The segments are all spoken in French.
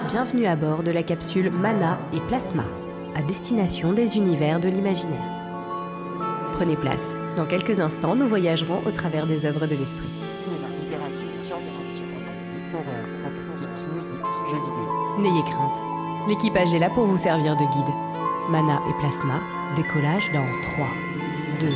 Bienvenue à bord de la capsule Mana et Plasma, à destination des univers de l'imaginaire. Prenez place, dans quelques instants, nous voyagerons au travers des œuvres de l'esprit. Cinéma, littérature, science-fiction, fantasy, horreur, fantastique, musique, jeux vidéo. N'ayez crainte, l'équipage est là pour vous servir de guide. Mana et Plasma, décollage dans 3, 2,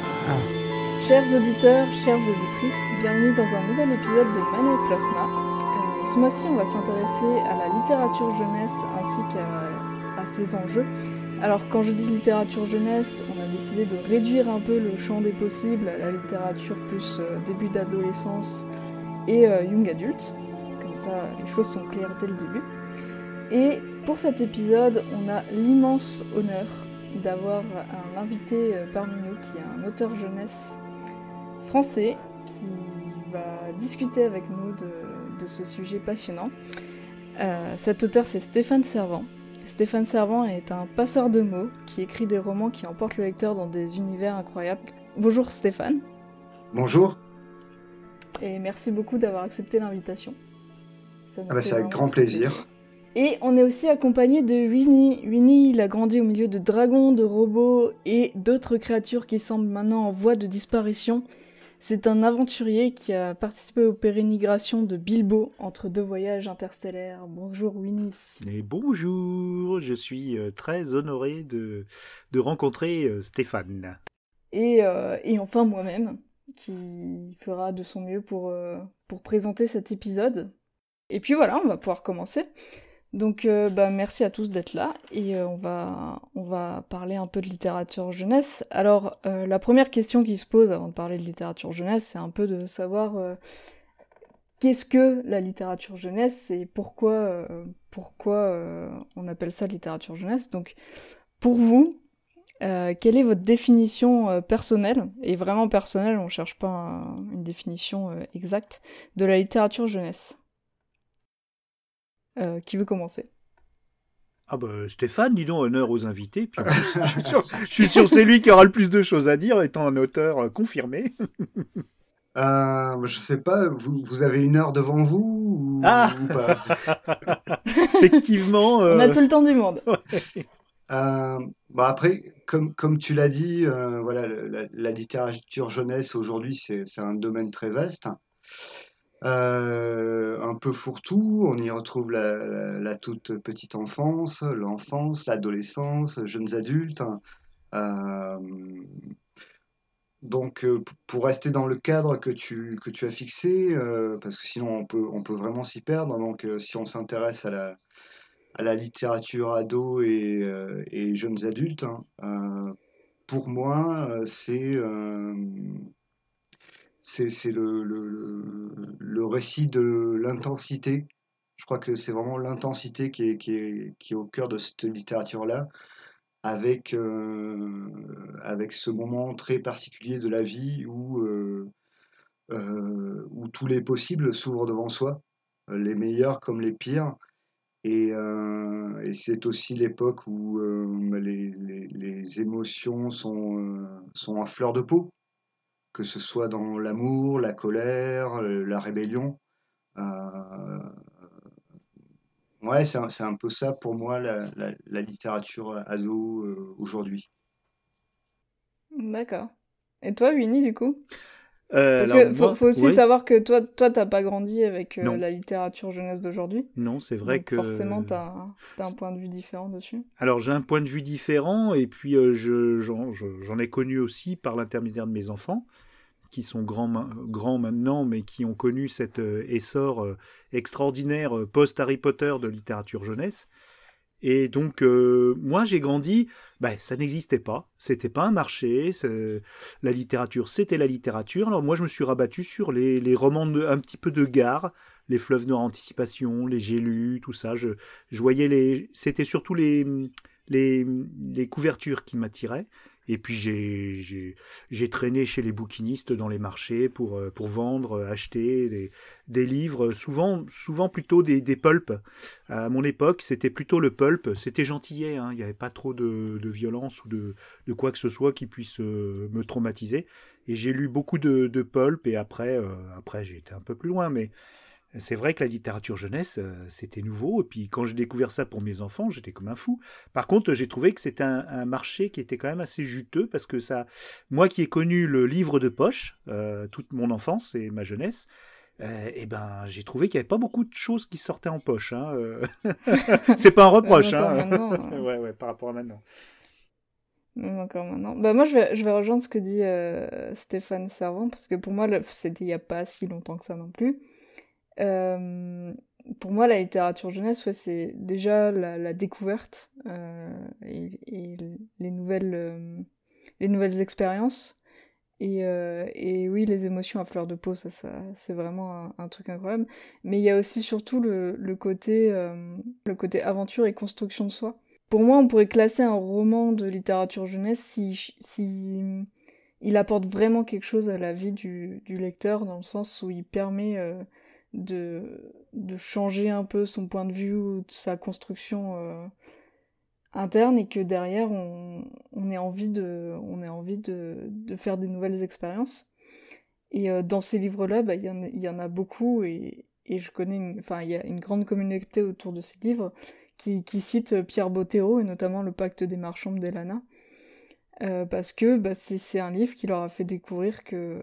1. Chers auditeurs, chères auditrices, bienvenue dans un nouvel épisode de Mana et Plasma. Ce mois-ci, on va s'intéresser à la littérature jeunesse ainsi qu'à ses enjeux. Alors, quand je dis littérature jeunesse, on a décidé de réduire un peu le champ des possibles à la littérature plus début d'adolescence et young adulte. Comme ça, les choses sont claires dès le début. Et pour cet épisode, on a l'immense honneur d'avoir un invité parmi nous qui est un auteur jeunesse français qui va discuter avec nous de ce sujet passionnant. Cet auteur, c'est Stéphane Servan. Stéphane Servan est un passeur de mots qui écrit des romans qui emportent le lecteur dans des univers incroyables. Bonjour Stéphane. Bonjour. Et merci beaucoup d'avoir accepté l'invitation. C'est avec grand plaisir. Et on est aussi accompagné de Winnie. Winnie, il a grandi au milieu de dragons, de robots et d'autres créatures qui semblent maintenant en voie de disparition. C'est un aventurier qui a participé aux pérégrinations de Bilbo entre deux voyages interstellaires. Bonjour Winnie. Et bonjour, je suis très honoré de rencontrer Stéphane. Et enfin moi-même, qui fera de son mieux pour présenter cet épisode. Et puis voilà, on va pouvoir commencer. Donc merci à tous d'être là et on va parler un peu de littérature jeunesse. Alors la première question qui se pose avant de parler de littérature jeunesse, c'est un peu de savoir qu'est-ce que la littérature jeunesse et pourquoi on appelle ça littérature jeunesse. Donc pour vous, quelle est votre définition personnelle, et vraiment personnelle, on cherche pas une définition exacte, de la littérature jeunesse? Qui veut commencer? Ah Stéphane, dis donc, honneur aux invités. Puis je suis sûr c'est lui qui aura le plus de choses à dire, étant un auteur confirmé. Je sais pas, vous avez une heure devant vous ou pas? Effectivement. On a tout le temps du monde. Après, comme tu l'as dit, voilà, la littérature jeunesse aujourd'hui, c'est un domaine très vaste. Un peu fourre-tout, on y retrouve la toute petite enfance, l'enfance, l'adolescence, jeunes adultes. Donc, pour rester dans le cadre que tu as fixé, parce que sinon on peut vraiment s'y perdre. Donc, si on s'intéresse à la littérature ado et jeunes adultes, pour moi, c'est le récit de l'intensité. Je crois que c'est vraiment l'intensité qui est au cœur de cette littérature-là, avec ce moment très particulier de la vie où tous les possibles s'ouvrent devant soi, les meilleurs comme les pires. Et c'est aussi l'époque où les émotions sont à fleur de peau, que ce soit dans l'amour, la colère, la rébellion. Ouais, c'est un peu ça pour moi, la littérature ado aujourd'hui. D'accord. Et toi, Winnie, du coup? Parce Alors, que faut aussi savoir que toi, t'as pas grandi avec Non. la littérature jeunesse d'aujourd'hui. Non, c'est vrai. Donc forcément, t'as un point de vue différent dessus. Alors, j'ai un point de vue différent, et puis j'en ai connu aussi par l'intermédiaire de mes enfants, qui sont grands maintenant, mais qui ont connu cet essor extraordinaire post-Harry Potter de littérature jeunesse. Et donc, moi, j'ai grandi, ça n'existait pas. C'était pas un marché. La littérature, c'était la littérature. Alors moi, je me suis rabattu sur les romans un petit peu de gare, les Fleuves Noirs Anticipation, les J'ai lu, tout ça. Je voyais c'était surtout les couvertures qui m'attiraient. Et puis j'ai traîné chez les bouquinistes dans les marchés pour vendre, acheter des livres, souvent plutôt des pulps. À mon époque, c'était plutôt le pulp, c'était gentillet, hein, il n'y avait pas trop de violence ou de quoi que ce soit qui puisse me traumatiser. Et j'ai lu beaucoup de pulp, et après j'ai été un peu plus loin, mais C'est vrai que la littérature jeunesse, c'était nouveau. Et puis quand j'ai découvert ça pour mes enfants, j'étais comme un fou. Par contre, j'ai trouvé que c'était un marché qui était quand même assez juteux parce que ça, moi qui ai connu le livre de poche toute mon enfance et ma jeunesse, et ben j'ai trouvé qu'il n'y avait pas beaucoup de choses qui sortaient en poche. Hein. C'est pas un reproche. Hein. Ouais, par rapport à maintenant. Même encore maintenant. Bah moi, je vais rejoindre ce que dit Stéphane Servant, parce que pour moi, c'était il n'y a pas si longtemps que ça non plus. Pour moi, la littérature jeunesse, ouais, c'est déjà la découverte et les nouvelles expériences. Et oui, les émotions à fleur de peau, ça c'est vraiment un truc incroyable. Mais il y a aussi surtout le côté aventure et construction de soi. Pour moi, on pourrait classer un roman de littérature jeunesse si il apporte vraiment quelque chose à la vie du lecteur, dans le sens où il permet de changer un peu son point de vue ou sa construction interne, et que derrière on ait envie de faire des nouvelles expériences. Et dans ces livres-là, bah, il y en a beaucoup, et je connais il y a une grande communauté autour de ces livres qui citent Pierre Bottero, et notamment Le Pacte des marchands d'Elana, parce que bah, c'est un livre qui leur a fait découvrir qu'il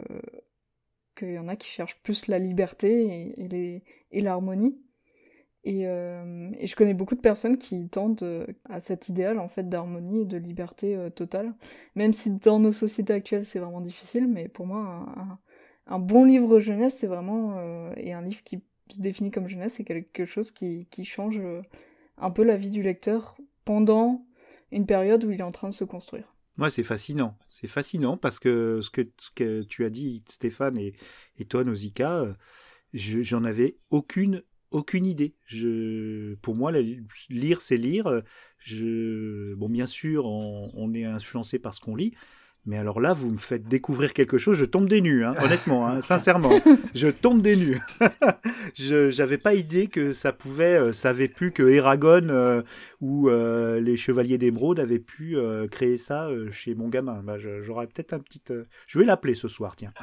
y en a qui cherchent plus la liberté et l'harmonie. Et je connais beaucoup de personnes qui tendent à cet idéal en fait d'harmonie et de liberté totale, même si dans nos sociétés actuelles c'est vraiment difficile. Mais pour moi, un bon livre jeunesse, c'est vraiment et un livre qui se définit comme jeunesse, c'est quelque chose qui change un peu la vie du lecteur pendant une période où il est en train de se construire. Ouais, c'est fascinant. C'est fascinant parce que ce que tu as dit, Stéphane, et toi, Nausicaa, j'en avais aucune idée. Pour moi, lire, c'est lire. Bon, bien sûr, on est influencé par ce qu'on lit. Mais alors là, vous me faites découvrir quelque chose, je tombe des nues, hein, honnêtement, hein, sincèrement. Je tombe des nues. J'avais pas idée que ça avait pu, que Eragon ou les Chevaliers d'Émeraude avaient pu créer ça chez mon gamin. Bah, j'aurais peut-être un petit... Je vais l'appeler ce soir, tiens.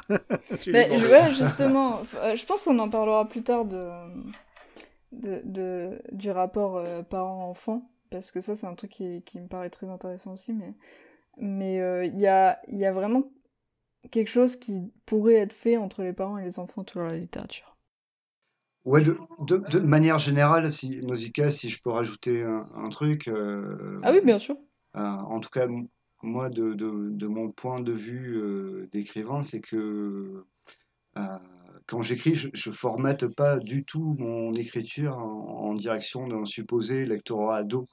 Justement, je pense qu'on en parlera plus tard du rapport parent-enfant, parce que ça, c'est un truc qui me paraît très intéressant aussi, mais il y a vraiment quelque chose qui pourrait être fait entre les parents et les enfants autour de la littérature. Ouais, de manière générale, Nausicaa, si je peux rajouter un truc. Ah oui, bien sûr. En tout cas, moi, de mon point de vue d'écrivain, c'est que quand j'écris, je formate pas du tout mon écriture en direction d'un supposé lectorat ado.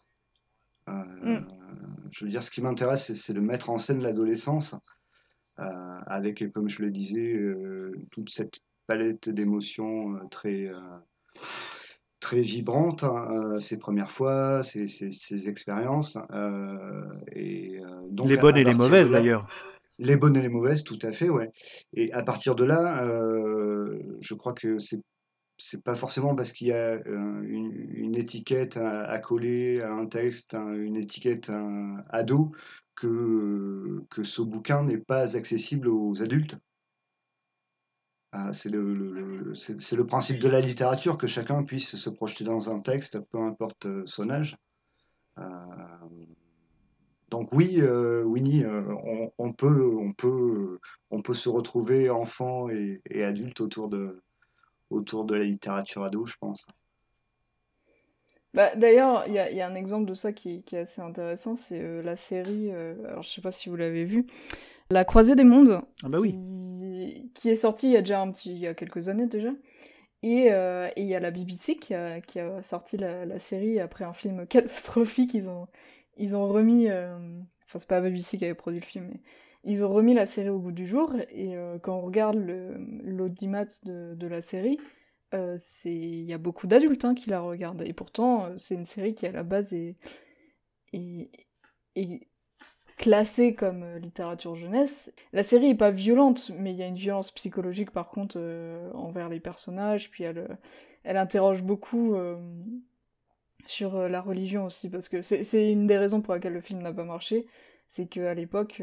Je veux dire, ce qui m'intéresse, c'est de mettre en scène l'adolescence, avec, comme je le disais, toute cette palette d'émotions très vibrante, ces premières fois, ces expériences. Donc les bonnes et les mauvaises, d'ailleurs. Les bonnes et les mauvaises, tout à fait, ouais. Et à partir de là, je crois que c'est pas forcément parce qu'il y a une étiquette à coller à un texte, une étiquette ado, que ce bouquin n'est pas accessible aux adultes. C'est le principe de la littérature, que chacun puisse se projeter dans un texte, peu importe son âge. Donc oui, Winnie, on peut se retrouver enfant et adulte autour de la littérature ado, je pense. Bah, d'ailleurs, il y a un exemple de ça qui est assez intéressant, c'est la série, alors je sais pas si vous l'avez vu, La Croisée des Mondes, ah bah oui. qui est sortie il y a quelques années déjà. Et il y a la BBC qui a sorti la série après un film catastrophique. Ils ont remis... Enfin, c'est pas la BBC qui avait produit le film, mais ils ont remis la série au goût du jour. Et quand on regarde l'audimat de la série, il y a beaucoup d'adultes qui la regardent. Et pourtant, c'est une série qui, à la base, est classée comme littérature jeunesse. La série est pas violente, mais il y a une violence psychologique par contre envers les personnages, puis elle interroge beaucoup sur la religion aussi, parce que c'est une des raisons pour laquelle le film n'a pas marché, C'est qu'à l'époque,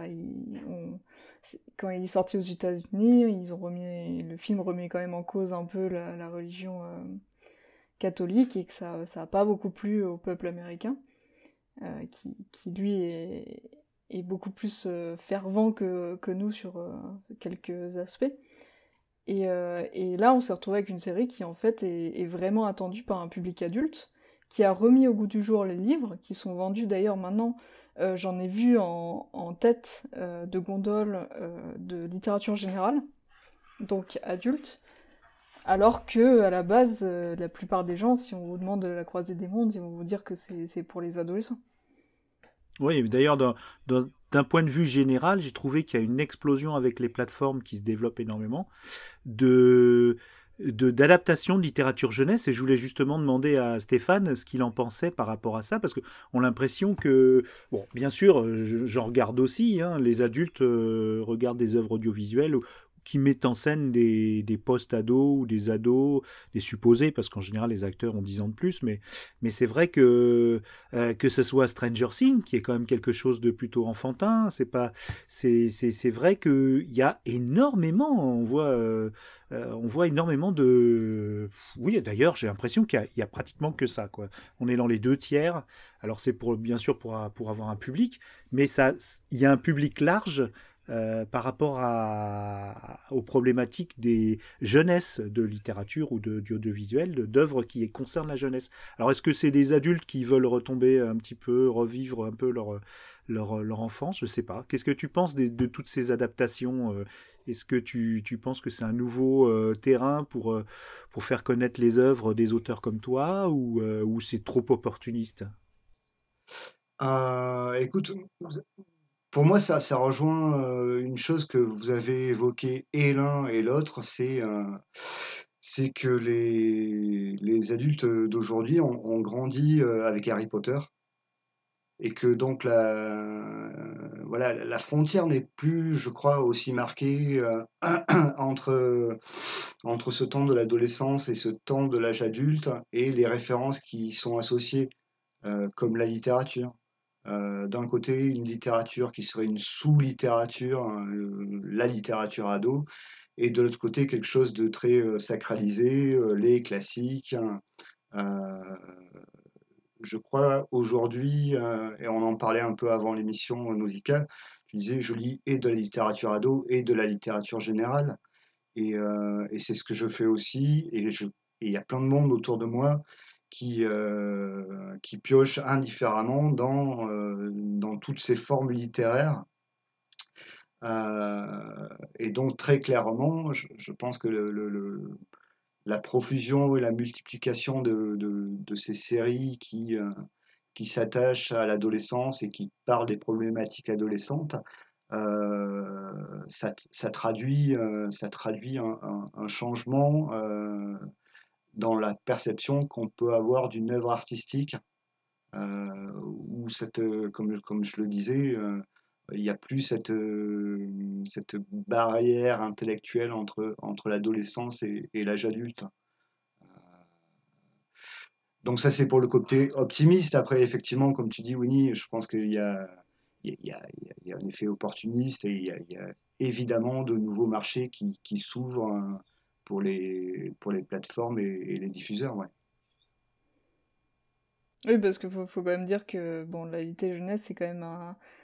quand il est sorti aux États-Unis, le film remet quand même en cause un peu la religion catholique, et que ça a pas beaucoup plu au peuple américain, qui lui est beaucoup plus fervent que nous sur quelques aspects. Et là, on s'est retrouvé avec une série qui, en fait, est vraiment attendue par un public adulte, qui a remis au goût du jour les livres, qui sont vendus d'ailleurs maintenant. J'en ai vu en tête de gondole de littérature générale, donc adulte, alors que à la base, la plupart des gens, si on vous demande La Croisée des Mondes, ils vont vous dire que c'est pour les adolescents. Oui, d'ailleurs, d'un point de vue général, j'ai trouvé qu'il y a une explosion avec les plateformes qui se développent énormément d'adaptation de littérature jeunesse, et je voulais justement demander à Stéphane ce qu'il en pensait par rapport à ça, parce qu'on a l'impression que, bon, bien sûr, j'en regarde aussi, hein, les adultes regardent des œuvres audiovisuelles qui mettent en scène des post-ados ou des ados, des supposés, parce qu'en général les acteurs ont 10 ans de plus, mais c'est vrai que ce soit Stranger Things, qui est quand même quelque chose de plutôt enfantin, c'est vrai qu'il y a énormément, on voit énormément de... Oui, d'ailleurs, j'ai l'impression qu'il y a pratiquement que ça, quoi. On est dans les 2/3, alors c'est bien sûr pour avoir un public, mais il y a un public large par rapport aux problématiques des jeunesses de littérature ou d'audiovisuel, d'œuvres qui concernent la jeunesse. Alors, est-ce que c'est des adultes qui veulent retomber un petit peu, revivre un peu leur enfance? Je ne sais pas. Qu'est-ce que tu penses de toutes ces adaptations? Est-ce que tu penses que c'est un nouveau terrain pour faire connaître les œuvres des auteurs comme toi, ou c'est trop opportuniste? Écoute, pour moi, ça rejoint une chose que vous avez évoquée et l'un et l'autre, c'est que les adultes d'aujourd'hui ont grandi avec Harry Potter, et que donc voilà, la frontière n'est plus, je crois, aussi marquée entre ce temps de l'adolescence et ce temps de l'âge adulte, et les références qui sont associées, comme la littérature. D'un côté, une littérature qui serait une sous-littérature, la littérature ado, et de l'autre côté, quelque chose de très sacralisé, les classiques. Je crois aujourd'hui, et on en parlait un peu avant l'émission Nausicaa, tu disais, je lis et de la littérature ado et de la littérature générale, et c'est ce que je fais aussi, et il y a plein de monde autour de moi qui pioche indifféremment dans toutes ces formes littéraires. Et donc très clairement, je pense que la profusion et la multiplication de ces séries qui s'attachent à l'adolescence et qui parlent des problématiques adolescentes, ça traduit un changement dans la perception qu'on peut avoir d'une œuvre artistique, où comme je le disais, il n'y a plus cette barrière intellectuelle entre l'adolescence et l'âge adulte. Donc ça, c'est pour le côté optimiste. Après, effectivement, comme tu dis, Winnie, je pense qu'il y a un effet opportuniste, et il y a évidemment de nouveaux marchés qui s'ouvrent pour les plateformes et les diffuseurs, ouais. Oui, parce qu'il faut quand même dire que bon, la littérature jeunesse, c'est quand même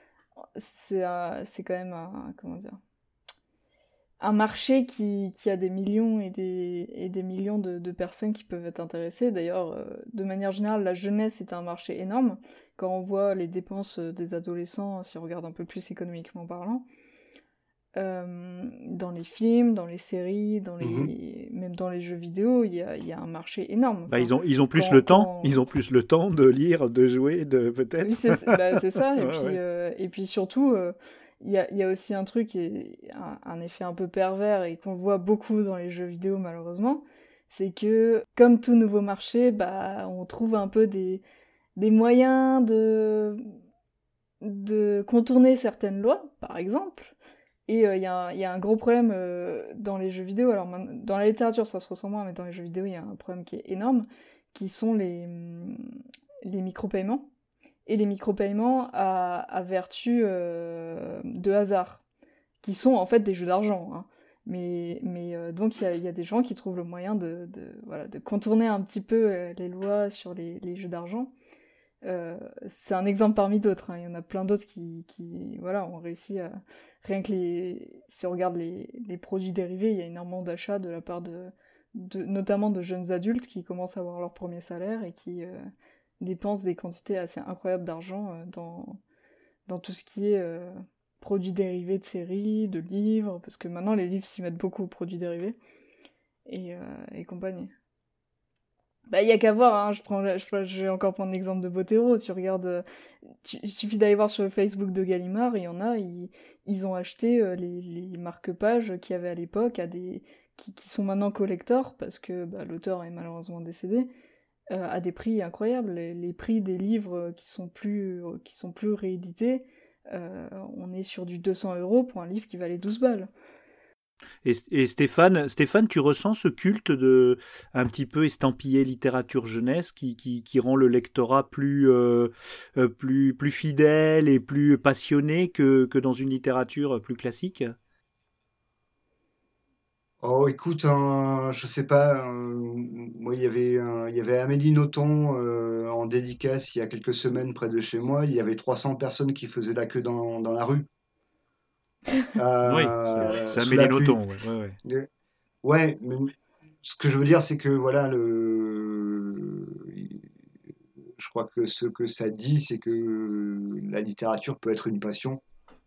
comment dire, un marché qui a des millions et des millions de personnes qui peuvent être intéressées. D'ailleurs, de manière générale, la jeunesse est un marché énorme. Quand on voit les dépenses des adolescents, si on regarde un peu plus économiquement parlant, dans les films, dans les séries, même dans les jeux vidéo, il y a un marché énorme. Enfin, ils ont plus le temps. Ils ont plus le temps de lire, de jouer, peut-être. Oui, c'est ça. Et puis, ouais. Et puis surtout, il y a aussi un truc, un effet un peu pervers, et qu'on voit beaucoup dans les jeux vidéo malheureusement, c'est que comme tout nouveau marché, on trouve un peu des moyens de contourner certaines lois, par exemple. Et il y a un gros problème dans les jeux vidéo. Alors, dans la littérature, ça se ressent moins, mais dans les jeux vidéo, il y a un problème qui est énorme, qui sont les micro-paiements. et les micro-paiements à vertu de hasard, qui sont en fait des jeux d'argent, hein. Mais donc il y a des gens qui trouvent le moyen de contourner un petit peu les lois sur les jeux d'argent. C'est un exemple parmi d'autres, hein. Il y en a plein d'autres qui ont réussi à... Rien que si on regarde les produits dérivés, il y a énormément d'achats de la part notamment de jeunes adultes qui commencent à avoir leur premier salaire et qui dépensent des quantités assez incroyables d'argent dans tout ce qui est produits dérivés de séries, de livres, parce que maintenant les livres s'y mettent beaucoup aux produits dérivés et compagnie. Bah, y a qu'à voir, hein. Je vais encore prendre l'exemple de Botero. Tu regardes, il suffit d'aller voir sur le Facebook de Gallimard, il y en a, ils ont acheté les marque-pages qu'il y avait à l'époque qui sont maintenant collector, parce que l'auteur est malheureusement décédé, à des prix incroyables. Les prix des livres qui sont plus réédités, on est sur du 200 € pour un livre qui valait 12 balles. Et Stéphane, tu ressens ce culte de un petit peu estampillé littérature jeunesse qui rend le lectorat plus fidèle et plus passionné que dans une littérature plus classique? Oh, écoute, je sais pas. Moi, il y avait Amélie Nothomb en dédicace il y a quelques semaines près de chez moi. Il y avait 300 personnes qui faisaient la queue dans la rue. Oui, c'est Sous la Amélie pluie. Nothomb. Ouais. Ouais, mais ce que je veux dire, c'est que voilà, je crois que ce que ça dit, c'est que la littérature peut être une passion,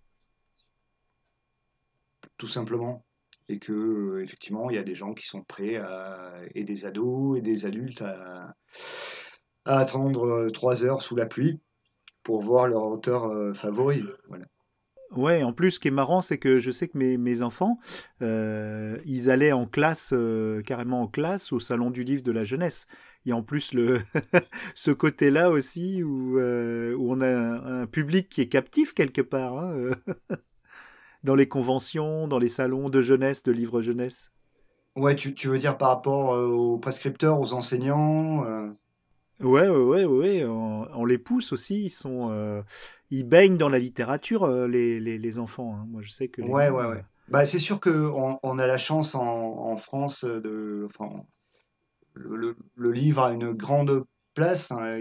tout simplement. Et que, effectivement, il y a des gens qui sont prêts et des ados et des adultes à attendre 3 heures sous la pluie pour voir leur auteur favori. Voilà. Ouais, en plus, ce qui est marrant, c'est que je sais que mes enfants, ils allaient en classe, carrément en classe, au salon du livre de la jeunesse. Il y a en plus ce côté-là aussi où on a un public qui est captif quelque part, hein, dans les conventions, dans les salons de jeunesse, de livres jeunesse. Ouais, tu veux dire par rapport aux prescripteurs, aux enseignants. Ouais, on les pousse aussi. Ils baignent dans la littérature, les enfants, hein. Moi, je sais que les Ouais, miens. ouais, ouais. Bah, c'est sûr qu'on a la chance en France enfin, le livre a une grande place, hein,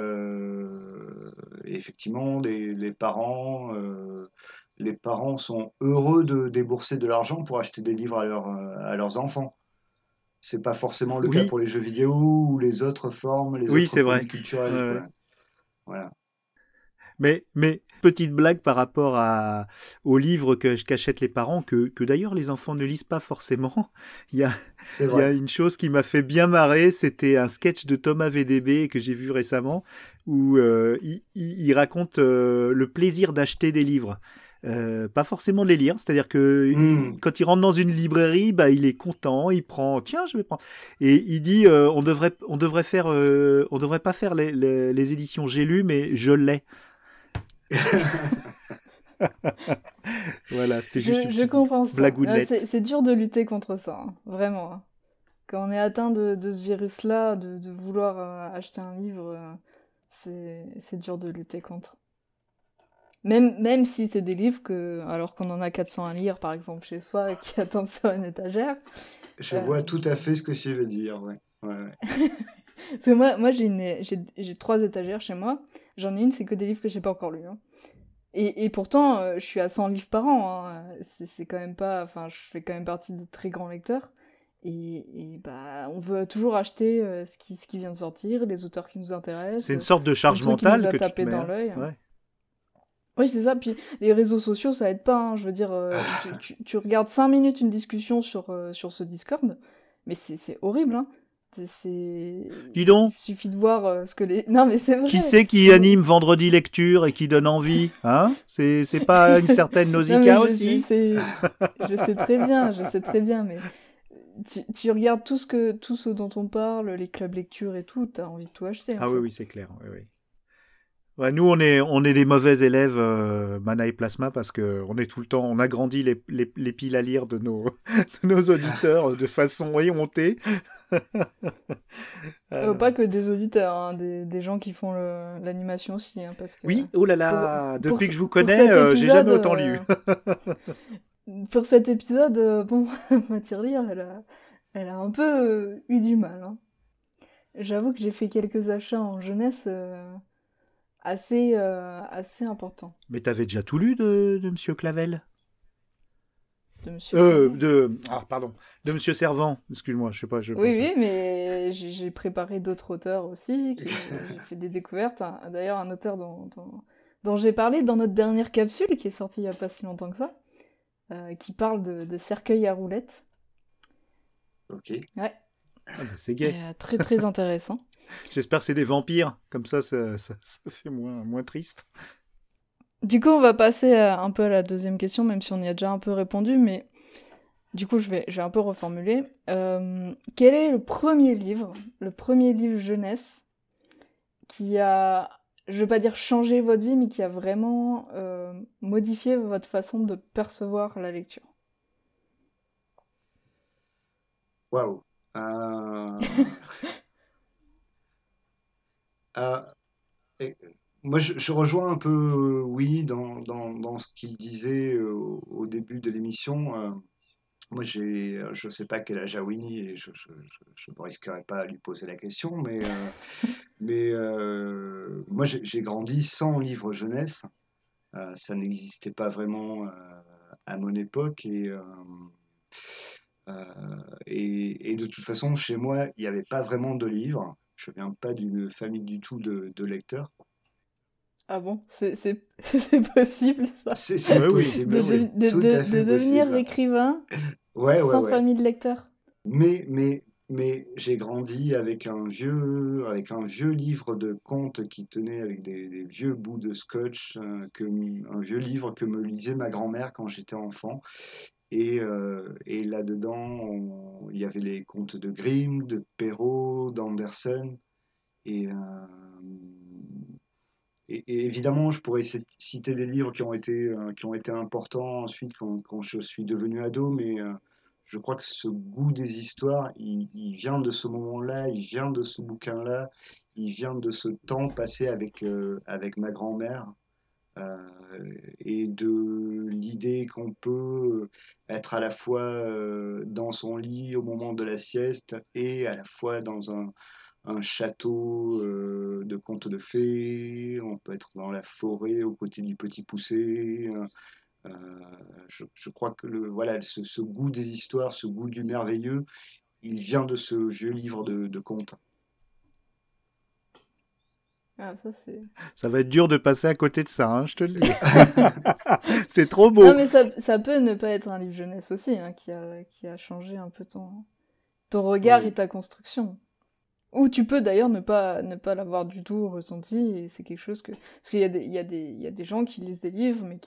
et effectivement, les parents sont heureux de débourser de l'argent pour acheter des livres à leurs enfants. C'est pas forcément le cas Oui, pour les jeux vidéo ou les autres formes, les oui, autres c'est vrai. produits culturels, Ouais, quoi. ouais. Voilà. Mais petite blague par rapport aux livres qu'achètent les parents, que d'ailleurs les enfants ne lisent pas forcément. Il y a, C'est il y a vrai. une chose qui m'a fait bien marrer, c'était un sketch de Thomas VDB que j'ai vu récemment, où il raconte le plaisir d'acheter des livres. Pas forcément de les lire, c'est-à-dire que Hmm. quand il rentre dans une librairie, il est content, il prend, tiens, je vais prendre. Et il dit, on devrait pas faire les éditions J'ai lu, mais je l'ai. Voilà, c'était juste une Je petite comprends ça. blagounette. C'est dur de lutter contre ça, hein, vraiment, hein. Quand on est atteint de ce virus-là, de vouloir acheter un livre, c'est dur de lutter contre. Même si c'est des livres alors qu'on en a 400 à lire, par exemple, chez soi, et qui attendent sur une étagère. Je euh, vois tout à fait ce que tu veux dire, ouais. Ouais, ouais. Parce que moi j'ai 3 étagères chez moi. J'en ai une, c'est que des livres que j'ai pas encore lus, hein. Et pourtant, je suis à 100 livres par an, hein. C'est quand même pas... Enfin, je fais quand même partie des très grands lecteurs. Et on veut toujours acheter ce qui vient de sortir, les auteurs qui nous C'est intéressent, une sorte de le charge truc qui nous mentale a que tu te tapé mets. dans l'œil. Ouais. Oui, c'est ça. Puis les réseaux sociaux, ça aide pas, hein. Je veux dire, tu regardes 5 minutes une discussion sur ce Discord, mais c'est horrible, hein. Dis donc, Il suffit de voir ce que les... Non, mais c'est qui vrai. c'est qui anime Vendredi Lecture et qui donne envie, hein? C'est pas une certaine Non, mais Nausicaa aussi? je sais très bien, mais tu regardes tout ce dont on parle, les clubs lecture et tout, t'as envie de tout acheter, en Ah oui, fait. oui, c'est clair. Oui, oui. Ouais, nous, on est les mauvais élèves, Mana et Plasma, parce que on est tout le temps, on agrandit les piles à lire de nos, de nos auditeurs de façon éhontée. Pas que des auditeurs, hein, des gens qui font l'animation aussi. Hein, parce que, oui, oh là là, depuis que je vous pour connais, cet j'ai jamais épisode, autant lu. Pour cet épisode, bon, ma tirelire, elle a un peu eu du mal. Hein. J'avoue que j'ai fait quelques achats en jeunesse assez importants. Mais t'avais déjà tout lu de Monsieur Clavel? De Monsieur de Monsieur Servant, excuse-moi, je sais pas. Oui, mais j'ai préparé d'autres auteurs aussi, que j'ai fait des découvertes. D'ailleurs, un auteur dont j'ai parlé dans notre dernière capsule, qui est sortie il n'y a pas si longtemps que ça, qui parle de cercueil à roulettes. Ok. Ouais. Ah bah, c'est gai. Très très intéressant. J'espère que c'est des vampires, comme ça fait moins triste. Du coup, on va passer un peu à la deuxième question, même si on y a déjà un peu répondu, mais du coup, je vais un peu reformuler. Quel est le premier livre jeunesse qui a, je ne veux pas dire changé votre vie, mais qui a vraiment modifié votre façon de percevoir la lecture? Waouh. Moi, je rejoins un peu, oui, dans ce qu'il disait au début de l'émission. Moi, je ne sais pas quel âge a Winnie et je ne me risquerai pas à lui poser la question, mais moi, j'ai grandi sans livre jeunesse. Ça n'existait pas vraiment à mon époque et de toute façon, chez moi, il n'y avait pas vraiment de livres. Je viens pas d'une famille du tout de lecteurs. Ah bon, c'est possible ça? C'est possible, de devenir possible. Écrivain Ouais. famille de lecteurs. Mais j'ai grandi avec un vieux livre de contes qui tenait avec des vieux bouts de scotch, un vieux livre que me lisait ma grand-mère quand j'étais enfant. Et là-dedans, il y avait les contes de Grimm, de Perrault, d'Andersen. Et évidemment, je pourrais citer des livres qui ont été importants ensuite quand je suis devenu ado, mais je crois que ce goût des histoires, il vient de ce moment-là, il vient de ce bouquin-là, il vient de ce temps passé avec ma grand-mère et de l'idée qu'on peut être à la fois dans son lit au moment de la sieste et à la fois dans un château de contes de fées, on peut être dans la forêt aux côtés du petit poucet. Je crois que ce goût des histoires, ce goût du merveilleux, il vient de ce vieux livre de contes. Ah, ça va être dur de passer à côté de ça, hein, je te le dis. C'est trop beau. Non, mais ça peut ne pas être un livre jeunesse aussi, hein, qui a changé un peu ton regard et ta construction. Ou tu peux d'ailleurs ne pas l'avoir du tout ressenti, et c'est quelque chose que... Parce qu'il y a des gens qui lisent des livres, mais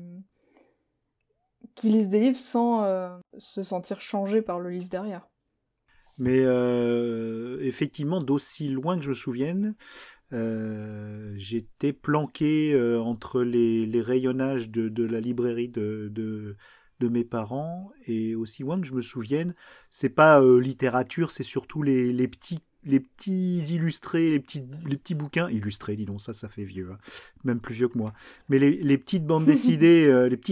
qui lisent des livres sans se sentir changés par le livre derrière. Mais effectivement, d'aussi loin que je me souvienne, j'étais planqué entre les rayonnages de la librairie de mes parents, et aussi loin que je me souvienne, c'est pas littérature, c'est surtout les petits illustrés, les petits bouquins illustrés, dis donc, ça fait vieux, hein, même plus vieux que moi. Mais les petites bandes dessinées,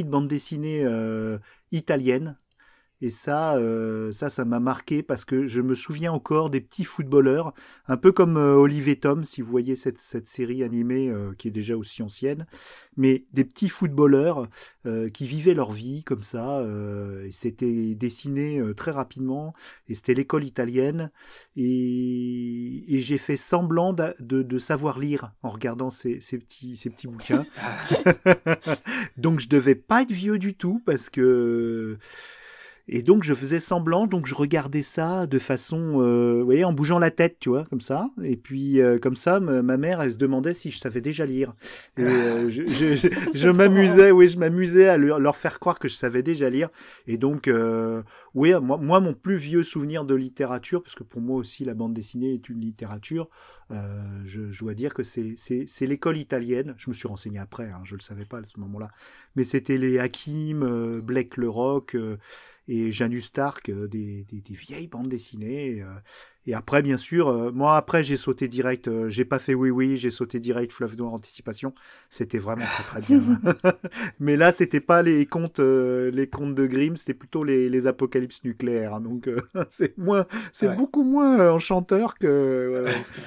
italiennes. Et ça m'a marqué parce que je me souviens encore des petits footballeurs, un peu comme Olive et Tom, si vous voyez cette série animée qui est déjà aussi ancienne, mais des petits footballeurs qui vivaient leur vie comme ça, et c'était dessiné très rapidement, et c'était l'école italienne, et j'ai fait semblant de savoir lire en regardant ces petits bouquins. Donc je devais pas être vieux du tout parce que Et donc, je faisais semblant, donc je regardais ça de façon, vous voyez, en bougeant la tête, tu vois, comme ça. Et puis, comme ça, ma mère, elle se demandait si je savais déjà lire. Et je m'amusais, oui, je m'amusais à leur faire croire que je savais déjà lire. Et donc, oui, moi, mon plus vieux souvenir de littérature, parce que pour moi aussi, la bande dessinée est une littérature, je dois dire que c'est l'école italienne. Je me suis renseigné après, hein, je ne le savais pas à ce moment-là. Mais c'était les Hakim, Blake le Roc et Janus Stark, des vieilles bandes dessinées. Et après, bien sûr, moi, après, j'ai sauté direct. J'ai pas fait oui, j'ai sauté direct Fleuve Noir Anticipation. C'était vraiment très, très bien. Mais là, c'était pas les contes de Grimm, c'était plutôt les apocalypses nucléaires. Hein, donc, c'est beaucoup moins enchanteur que...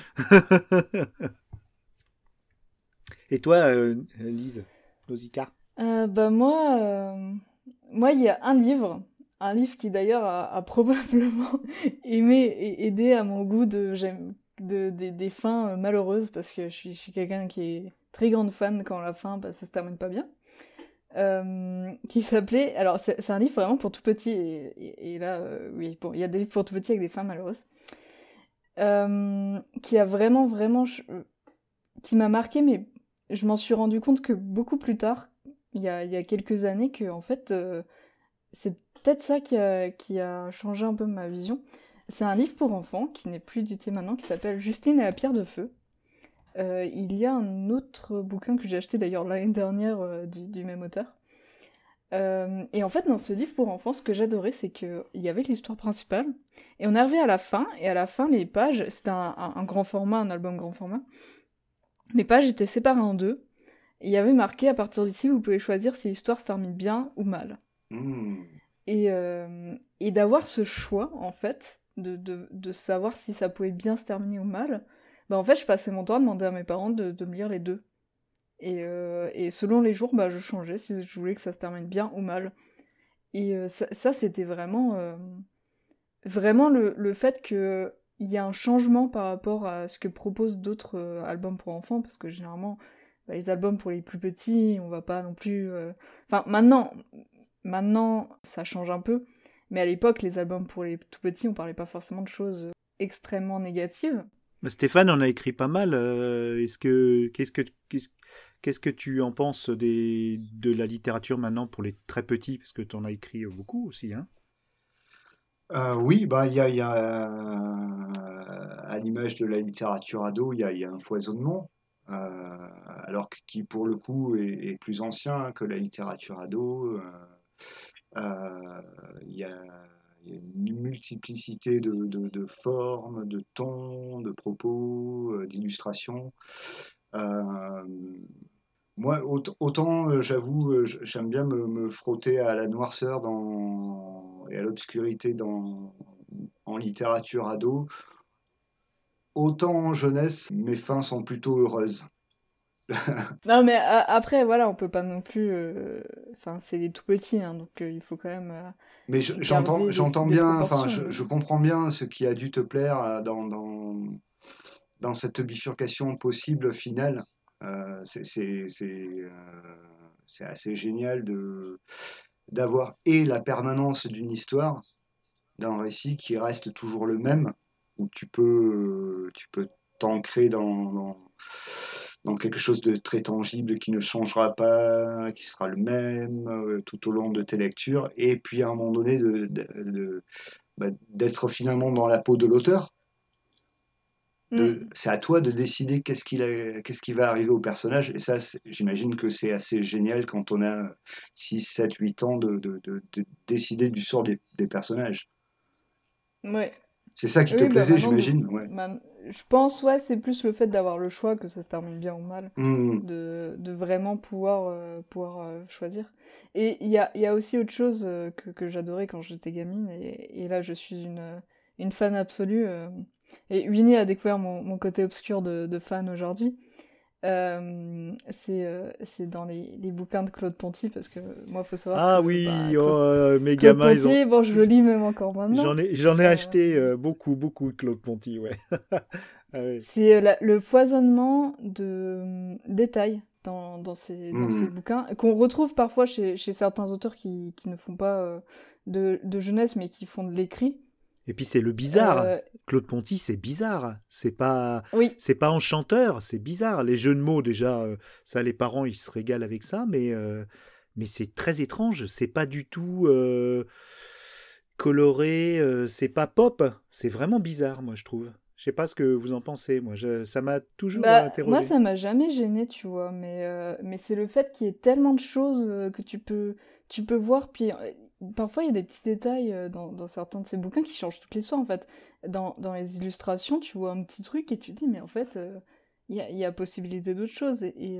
Et toi, Lise, Nausicaa? Moi, il y a un livre qui d'ailleurs a probablement aimé et aidé à mon goût des fins malheureuses, parce que je suis quelqu'un qui est très grande fan quand la fin ça se termine pas bien. Qui s'appelait... Alors, c'est un livre vraiment pour tout petit, et là, oui, bon, il y a des livres pour tout petit avec des fins malheureuses. Qui a vraiment, qui m'a marqué, mais je m'en suis rendu compte que beaucoup plus tard, il y a quelques années, que en fait, c'est peut-être ça qui a changé un peu ma vision. C'est un livre pour enfants, qui n'est plus édité maintenant, qui s'appelle Justine et la pierre de feu. Il y a un autre bouquin que j'ai acheté d'ailleurs l'année dernière du même auteur. Et en fait, dans ce livre pour enfants, ce que j'adorais, c'est qu'il y avait l'histoire principale, et on arrivait à la fin, et à la fin, les pages, c'était un grand format, un album grand format, les pages étaient séparées en deux, et il y avait marqué, à partir d'ici, vous pouvez choisir si l'histoire se termine bien ou mal. Et d'avoir ce choix, en fait, de savoir si ça pouvait bien se terminer ou mal, en fait, je passais mon temps à demander à mes parents de me lire les deux. Et selon les jours, je changeais si je voulais que ça se termine bien ou mal. Et ça c'était vraiment le fait qu'il y a un changement par rapport à ce que proposent d'autres albums pour enfants, parce que généralement, les albums pour les plus petits, on va pas non plus... Enfin, maintenant, ça change un peu, mais à l'époque, les albums pour les tout petits, on parlait pas forcément de choses extrêmement négatives. Stéphane en a écrit pas mal. Qu'est-ce que tu en penses de la littérature maintenant pour les très petits, parce que tu en as écrit beaucoup aussi, hein? Oui, il y a à l'image de la littérature ado, il y a un foisonnement, alors qui pour le coup est plus ancien que la littérature ado. Il y a une multiplicité de formes, de tons, de propos, d'illustrations. Moi, autant j'avoue, j'aime bien me frotter à la noirceur et à l'obscurité en littérature ado. Autant en jeunesse, mes fins sont plutôt heureuses. Non, mais après, voilà, on peut pas non plus... Enfin, c'est les tout petits, hein, donc il faut quand même... Mais j'entends des bien, proportions. je comprends bien ce qui a dû te plaire dans cette bifurcation possible finale. C'est assez génial d'avoir la permanence d'une histoire, d'un récit qui reste toujours le même, où tu peux t'ancrer dans quelque chose de très tangible qui ne changera pas, qui sera le même tout au long de tes lectures, et puis à un moment donné d'être finalement dans la peau de l'auteur. C'est à toi de décider qu'est-ce qui va arriver au personnage, et ça, j'imagine que c'est assez génial quand on a 6, 7, 8 ans de décider du sort des personnages. Ouais. C'est ça qui te plaisait, j'imagine. Ouais. Je pense, c'est plus le fait d'avoir le choix, que ça se termine bien ou mal, de vraiment pouvoir choisir. Et il y a aussi autre chose que j'adorais quand j'étais gamine, et là je suis une fan absolue, et Winnie a découvert mon côté obscur de fan aujourd'hui. C'est dans les bouquins de Claude Ponty, parce que moi, faut savoir que mes Claude gamins, Ponty, bon, je le lis même encore maintenant. J'en ai acheté beaucoup de Claude Ponty, ouais. C'est le foisonnement de détails dans ces Mhm. bouquins, qu'on retrouve parfois chez certains auteurs qui ne font pas de jeunesse, mais qui font de l'écrit. Et puis c'est le bizarre. Euh, Claude Ponty, c'est bizarre. oui, C'est pas enchanteur, c'est bizarre. Les jeux de mots, déjà, ça, les parents, ils se régalent avec ça, mais c'est très étrange. C'est pas du tout coloré, c'est pas pop. C'est vraiment bizarre, moi, je trouve. Je sais pas ce que vous en pensez. Moi, ça m'a toujours moi, interrogé. ça m'a jamais gêné, tu vois, mais c'est le fait qu'il y ait tellement de choses que tu peux voir, puis parfois il y a des petits détails dans certains de ces bouquins qui changent toutes les soirs, en fait. Dans les illustrations, tu vois un petit truc et tu te dis, mais en fait, il y a possibilité d'autres choses,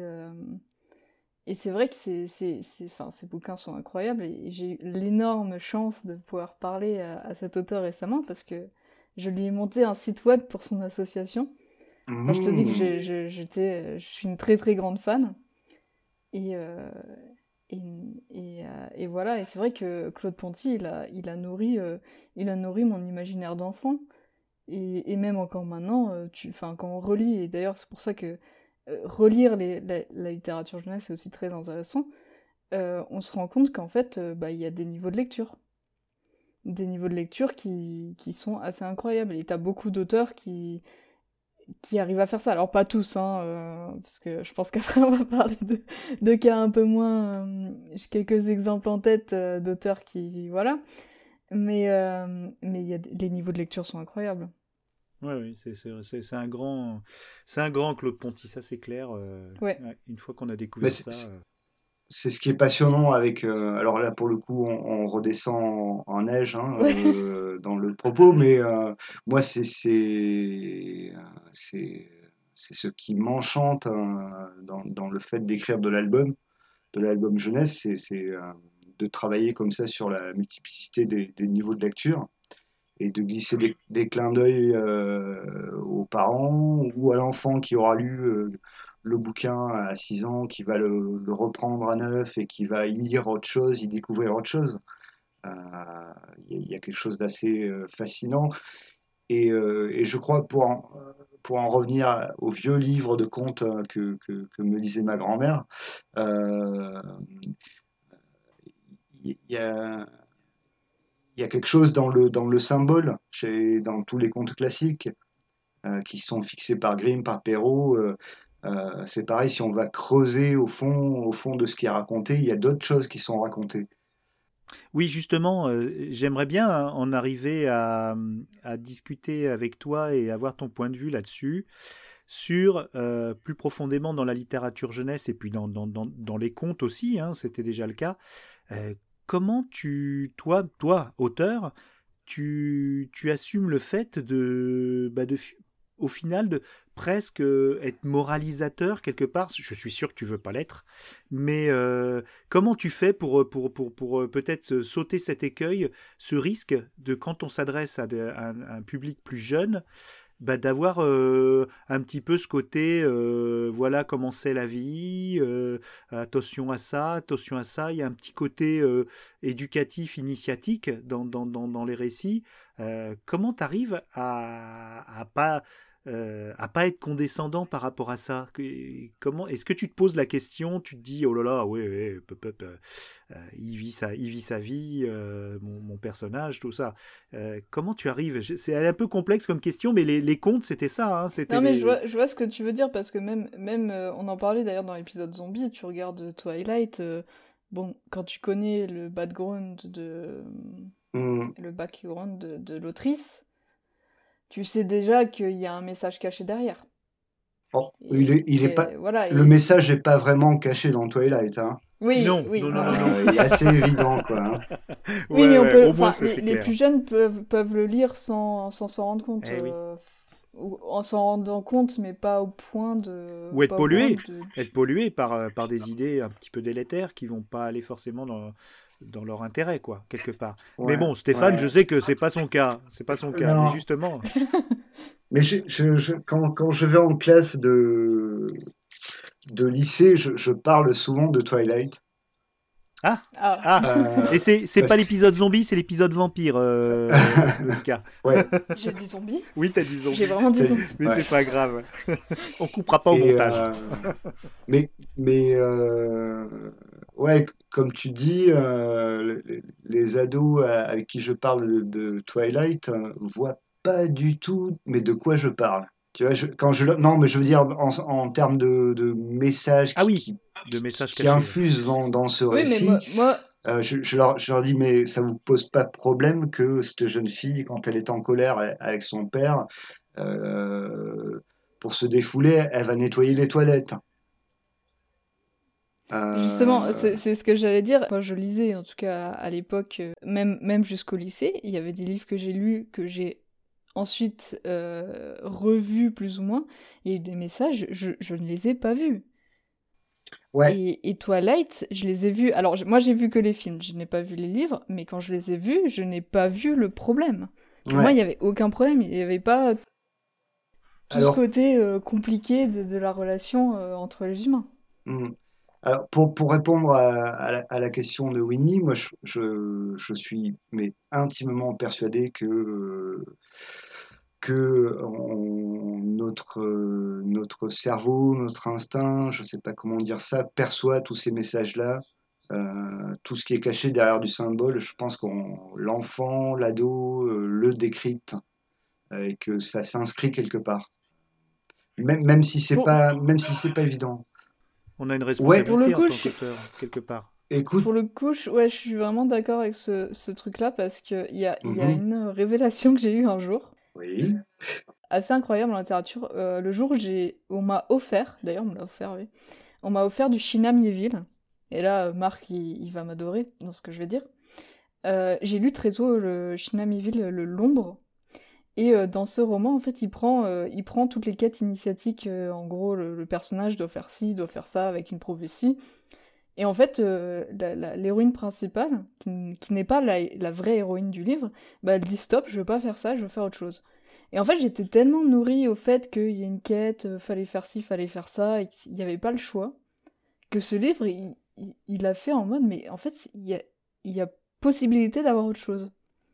et c'est vrai que enfin, ces bouquins sont incroyables, et j'ai eu l'énorme chance de pouvoir parler à cet auteur récemment, parce que je lui ai monté un site web pour son association. Enfin, je te dis que Mhm. je suis une très très grande fan. Et, et, et voilà, et c'est vrai que Claude Ponty, il a nourri mon imaginaire d'enfant. Et même encore maintenant, enfin, quand on relit, et d'ailleurs c'est pour ça que relire la littérature jeunesse est aussi très intéressant, on se rend compte qu'en fait, bah, il y a des niveaux de lecture. Des niveaux de lecture qui sont assez incroyables. Et t'as beaucoup d'auteurs qui arrivent à faire ça. Alors pas tous, hein, parce que je pense qu'après on va parler de cas un peu moins... j'ai quelques exemples en tête d'auteurs qui... Voilà. Mais les niveaux de lecture sont incroyables. Ouais, oui, c'est un grand Claude Ponty, ça c'est clair. Ouais. Ouais, une fois qu'on a Mais découvert ça. c'est ce qui est passionnant avec. Alors là, pour le coup, on redescend en neige hein, Ouais. dans le propos, mais moi, c'est c'est ce qui m'enchante dans le fait d'écrire de l'album jeunesse, c'est de travailler comme ça sur la multiplicité des niveaux de lecture et de glisser des clins d'œil aux parents ou à l'enfant qui aura lu le bouquin à 6 ans, qui va le reprendre à 9 et qui va y lire autre chose, y découvrir autre chose. Euh, Il y a quelque chose d'assez fascinant. Et je crois, pour en revenir aux vieux livres de contes que me lisait ma grand-mère, euh, il y a, il y a quelque chose dans le symbole, dans tous les contes classiques, qui sont fixés par Grimm, par Perrault. C'est pareil, si on va creuser au fond de ce qui est raconté, il y a d'autres choses qui sont racontées. Oui, justement, j'aimerais bien en arriver à discuter avec toi et avoir ton point de vue là-dessus, sur plus profondément dans la littérature jeunesse et puis dans les contes aussi, hein, c'était déjà le cas. Euh, Comment toi, auteur, tu assumes le fait au final, de presque être moralisateur quelque part? Je suis sûr que tu veux pas l'être, mais comment tu fais pour peut-être sauter cet écueil, ce risque de quand on s'adresse à un public plus jeune, bah, d'avoir un petit peu ce côté, voilà comment c'est la vie, attention à ça, il y a un petit côté éducatif, initiatique dans les récits. Comment tu arrives à pas être condescendant par rapport à ça? Comment est-ce que tu te poses la question, tu te dis oh là là, ouais, ouais, il vit sa vie, mon personnage, tout ça. Comment tu arrives? C'est un peu complexe comme question, mais les contes, c'était ça, hein, c'était Non, mais les. je vois ce que tu veux dire, parce que même on en parlait d'ailleurs dans l'épisode Zombie, tu regardes Twilight, bon, quand tu connais Hum. le background de l'autrice, tu sais déjà qu'il y a un message caché derrière. Oh, Et il est pas, voilà, le message n'est pas vraiment caché dans Twilight. Hein. oui, Non, oui, non, non, non. non, non. Il est assez évident, quoi. Hein. Oui, Ouais, mais on ouais, peut, au moins enfin, ça c'est les clair. plus jeunes peuvent le lire sans s'en rendre compte, Eh oui. ou en s'en rendant compte, mais pas au point Ou être pas au point pollué, de. par des idées un petit peu délétères qui vont pas aller forcément dans leur intérêt, quoi, quelque part. Mais Ouais, bon, Stéphane, je ouais. sais que c'est pas son cas, c'est pas son cas. Mais Non, justement, mais quand je vais en classe de lycée, je parle souvent de Twilight. Et c'est parce pas que- l'épisode zombie, c'est l'épisode vampire, Nausicaa. ouais. J'ai dit zombie. Oui, t'as dit zombie. J'ai vraiment dit zombie. Mais Ouais. c'est pas grave. On coupera pas au Et, montage. mais ouais, comme tu dis, les ados avec qui je parle de Twilight voient pas du tout, mais de quoi je parle. Tu vois, non, mais je veux dire en termes de messages Ah oui, de messages qui cachés. infusent dans ce Oui, mais récit. moi, Je leur dis, mais ça vous pose pas de problème que cette jeune fille, quand elle est en colère avec son père, euh, pour se défouler, elle va nettoyer les toilettes. justement, Euh, c'est ce que j'allais dire. Quand je lisais, en tout cas à l'époque, même jusqu'au lycée, il y avait des livres que j'ai lus, que j'ai ensuite revus plus ou moins. Il y a eu des messages, je ne les ai pas vus. ouais, Et Twilight, je les ai vus. Alors, moi, j'ai vu que les films, je n'ai pas vu les livres, mais quand je les ai vus, je n'ai pas vu le problème. Pour moi, il ouais. n'y avait aucun problème. Il n'y avait pas tout ce Alors, côté compliqué de la relation entre les humains. hmm. Alors, pour répondre à la question de Winnie, moi, je suis mais intimement persuadé notre cerveau, notre instinct, je ne sais pas comment dire ça, perçoit tous ces messages-là, tout ce qui est caché derrière du symbole. Je pense que l'enfant, l'ado, le décrypte et que ça s'inscrit quelque part, Pour, même si c'est pas évident. On a une Ouais, pour le responsabilité en coup, tant qu'auteur, quelque part. écoute, pour le coup, ouais, je suis vraiment d'accord avec ce truc-là parce qu'il y a mhm, une révélation que j'ai eue un jour, oui, assez incroyable en littérature. Le jour où on m'a offert, d'ailleurs, on me l'a offert, oui, on m'a offert du China Miéville. Et là, Marc, il va m'adorer dans ce que je vais dire. J'ai lu très tôt le China Miéville, le L'Ombre. Et dans ce roman, en fait, il prend toutes les quêtes initiatiques. En gros, le personnage doit faire ci, doit faire ça avec une prophétie. Et en fait, l'héroïne principale, qui n'est pas la vraie héroïne du livre, bah, elle dit stop, je veux pas faire ça, je veux faire autre chose. Et en fait, j'étais tellement nourrie au fait qu'il y a une quête, fallait faire ci, fallait faire ça, et qu'il n'y avait pas le choix, que ce livre, il a fait en mode, mais en fait, il y a possibilité d'avoir autre chose.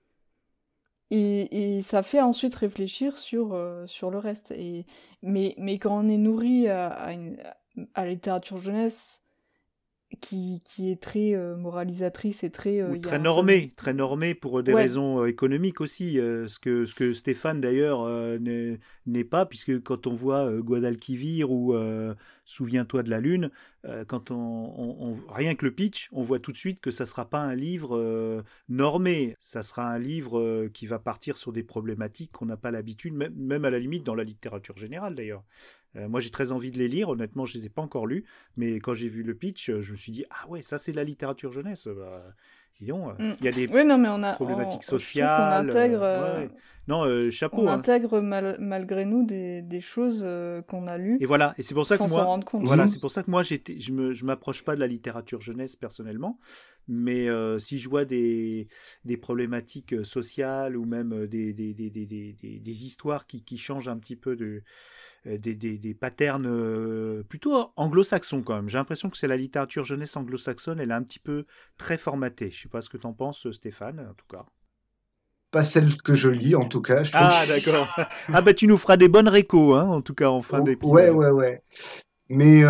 Et ça fait ensuite réfléchir sur le reste. Mais quand on est nourri à la littérature jeunesse, qui est très moralisatrice et très... Ou il y a un seul... très normé pour des Ouais, raisons économiques aussi, ce que Stéphane d'ailleurs n'est pas, puisque quand on voit Guadalquivir ou Souviens-toi de la Lune, quand rien que le pitch, on voit tout de suite que ça sera pas un livre normé, ça sera un livre qui va partir sur des problématiques qu'on n'a pas l'habitude, même à la limite dans la littérature générale d'ailleurs. Moi j'ai très envie de les lire, honnêtement je les ai pas encore lus, mais quand j'ai vu le pitch, je me suis dit ah ouais, ça c'est de la littérature jeunesse. Bah, dis donc, il y a des Oui, non, mais problématiques je trouve qu'on sociales. intègre, Ouais, ouais. Non, chapeau. on Hein. intègre malgré nous des choses qu'on a lues Et voilà, et c'est pour ça que sans s'en moi, rendre compte. voilà, mhm, c'est pour ça que moi je m'approche pas de la littérature jeunesse personnellement, mais si je vois des problématiques sociales ou même des histoires qui changent un petit peu des patterns plutôt anglo-saxons quand même. J'ai l'impression que c'est la littérature jeunesse anglo-saxonne, elle est un petit peu très formatée. Je sais pas ce que t'en penses, Stéphane, en tout cas. pas celle que je lis en tout cas. Je trouve. Ah d'accord. Ah bah tu nous feras des bonnes récos, hein, en tout cas en fin Ouais, d'épisode. ouais, ouais. Mais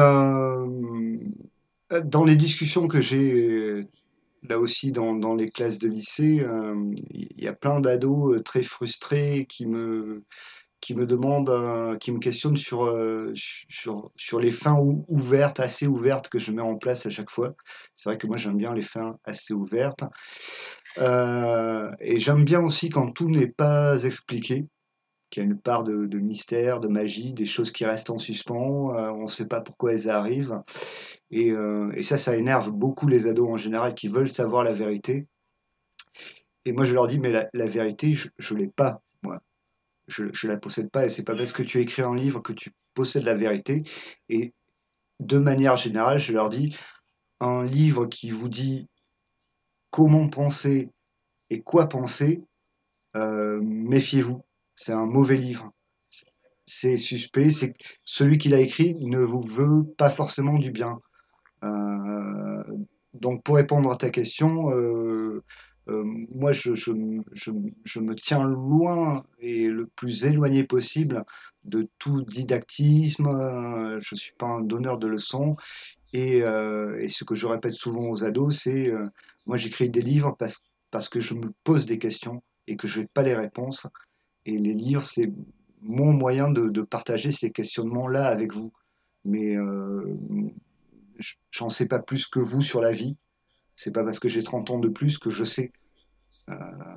dans les discussions que j'ai là aussi dans les classes de lycée, il y a plein d'ados très frustrés qui me demandent, qui me questionnent sur les fins ouvertes, assez ouvertes que je mets en place à chaque fois. C'est vrai que moi j'aime bien les fins assez ouvertes. Et j'aime bien aussi quand tout n'est pas expliqué, qu'il y a une part de mystère, de magie, des choses qui restent en suspens, on ne sait pas pourquoi elles arrivent. Et ça énerve beaucoup les ados en général qui veulent savoir la vérité. Et moi je leur dis, mais la vérité, je l'ai pas, moi. Je la possède pas, et c'est pas parce que tu écris un livre que tu possèdes la vérité. Et de manière générale, je leur dis, un livre qui vous dit comment penser et quoi penser, méfiez-vous. C'est un mauvais livre. C'est suspect. C'est celui qui l'a écrit ne vous veut pas forcément du bien. Euh, donc pour répondre à ta question, moi je me tiens loin et le plus éloigné possible de tout didactisme. Je suis pas un donneur de leçons et ce que je répète souvent aux ados, c'est moi j'écris des livres parce que je me pose des questions et que je n'ai pas les réponses. Et les livres, c'est mon moyen de partager ces questionnements-là avec vous. Mais j'en sais pas plus que vous sur la vie. C'est pas parce que j'ai 30 ans de plus que je sais. Euh,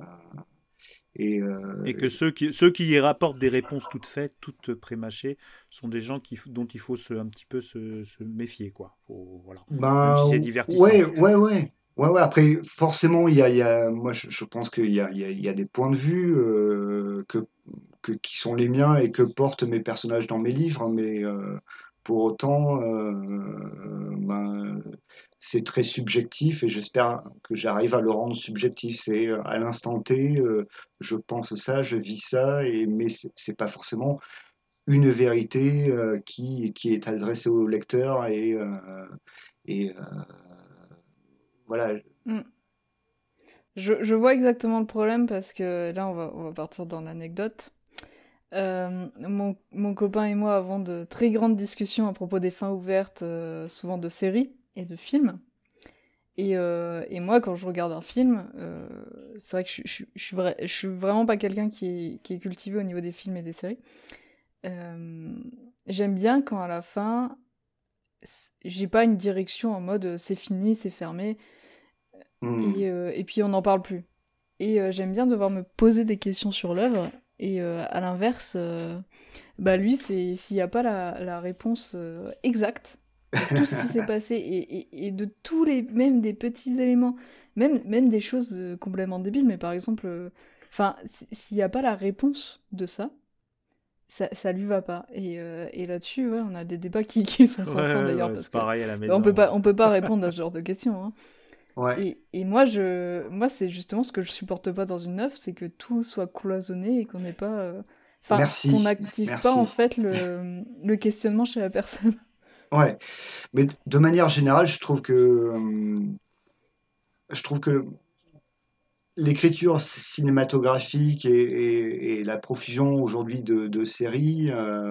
Et que ceux qui y rapportent des réponses toutes faites, toutes prémâchées, sont des gens dont il faut un petit peu se méfier, quoi. Voilà. Même ben si c'est divertissant. ouais. Après, forcément, moi, je pense qu'il y a des points de vue qui sont les miens et que portent mes personnages dans mes livres, mais pour autant, ben, c'est très subjectif et j'espère que j'arrive à le rendre subjectif. C'est à l'instant T, je pense ça, je vis ça, mais c'est pas forcément une vérité qui est adressée au lecteur et voilà. Mm. Je vois exactement le problème parce que là, on va partir dans l'anecdote. Mon copain et moi avons de très grandes discussions à propos des fins ouvertes, souvent de séries et de films. Et moi, quand je regarde un film, c'est vrai que je suis vraiment pas quelqu'un qui est cultivé au niveau des films et des séries. J'aime bien quand à la fin, j'ai pas une direction en mode c'est fini, c'est fermé, et puis on n'en parle plus. Et j'aime bien devoir me poser des questions sur l'œuvre. Et à l'inverse, bah lui, s'il n'y a pas la réponse exacte de tout ce qui s'est passé et de tous les, même des petits éléments, même des choses complètement débiles, mais par exemple, enfin, s'il n'y a pas la réponse de ça lui va pas. Et là-dessus, ouais, on a des débats qui sont sans fin d'ailleurs, parce c'est que pareil à la maison. on peut pas répondre à ce genre de questions, hein. Ouais. Et moi, c'est justement ce que je supporte pas dans une œuvre, c'est que tout soit cloisonné et qu'on n'ait pas, enfin, Merci, qu'on n'active pas merci. en fait le questionnement chez la personne. Ouais, mais de manière générale, je trouve que l'écriture cinématographique et la profusion aujourd'hui de séries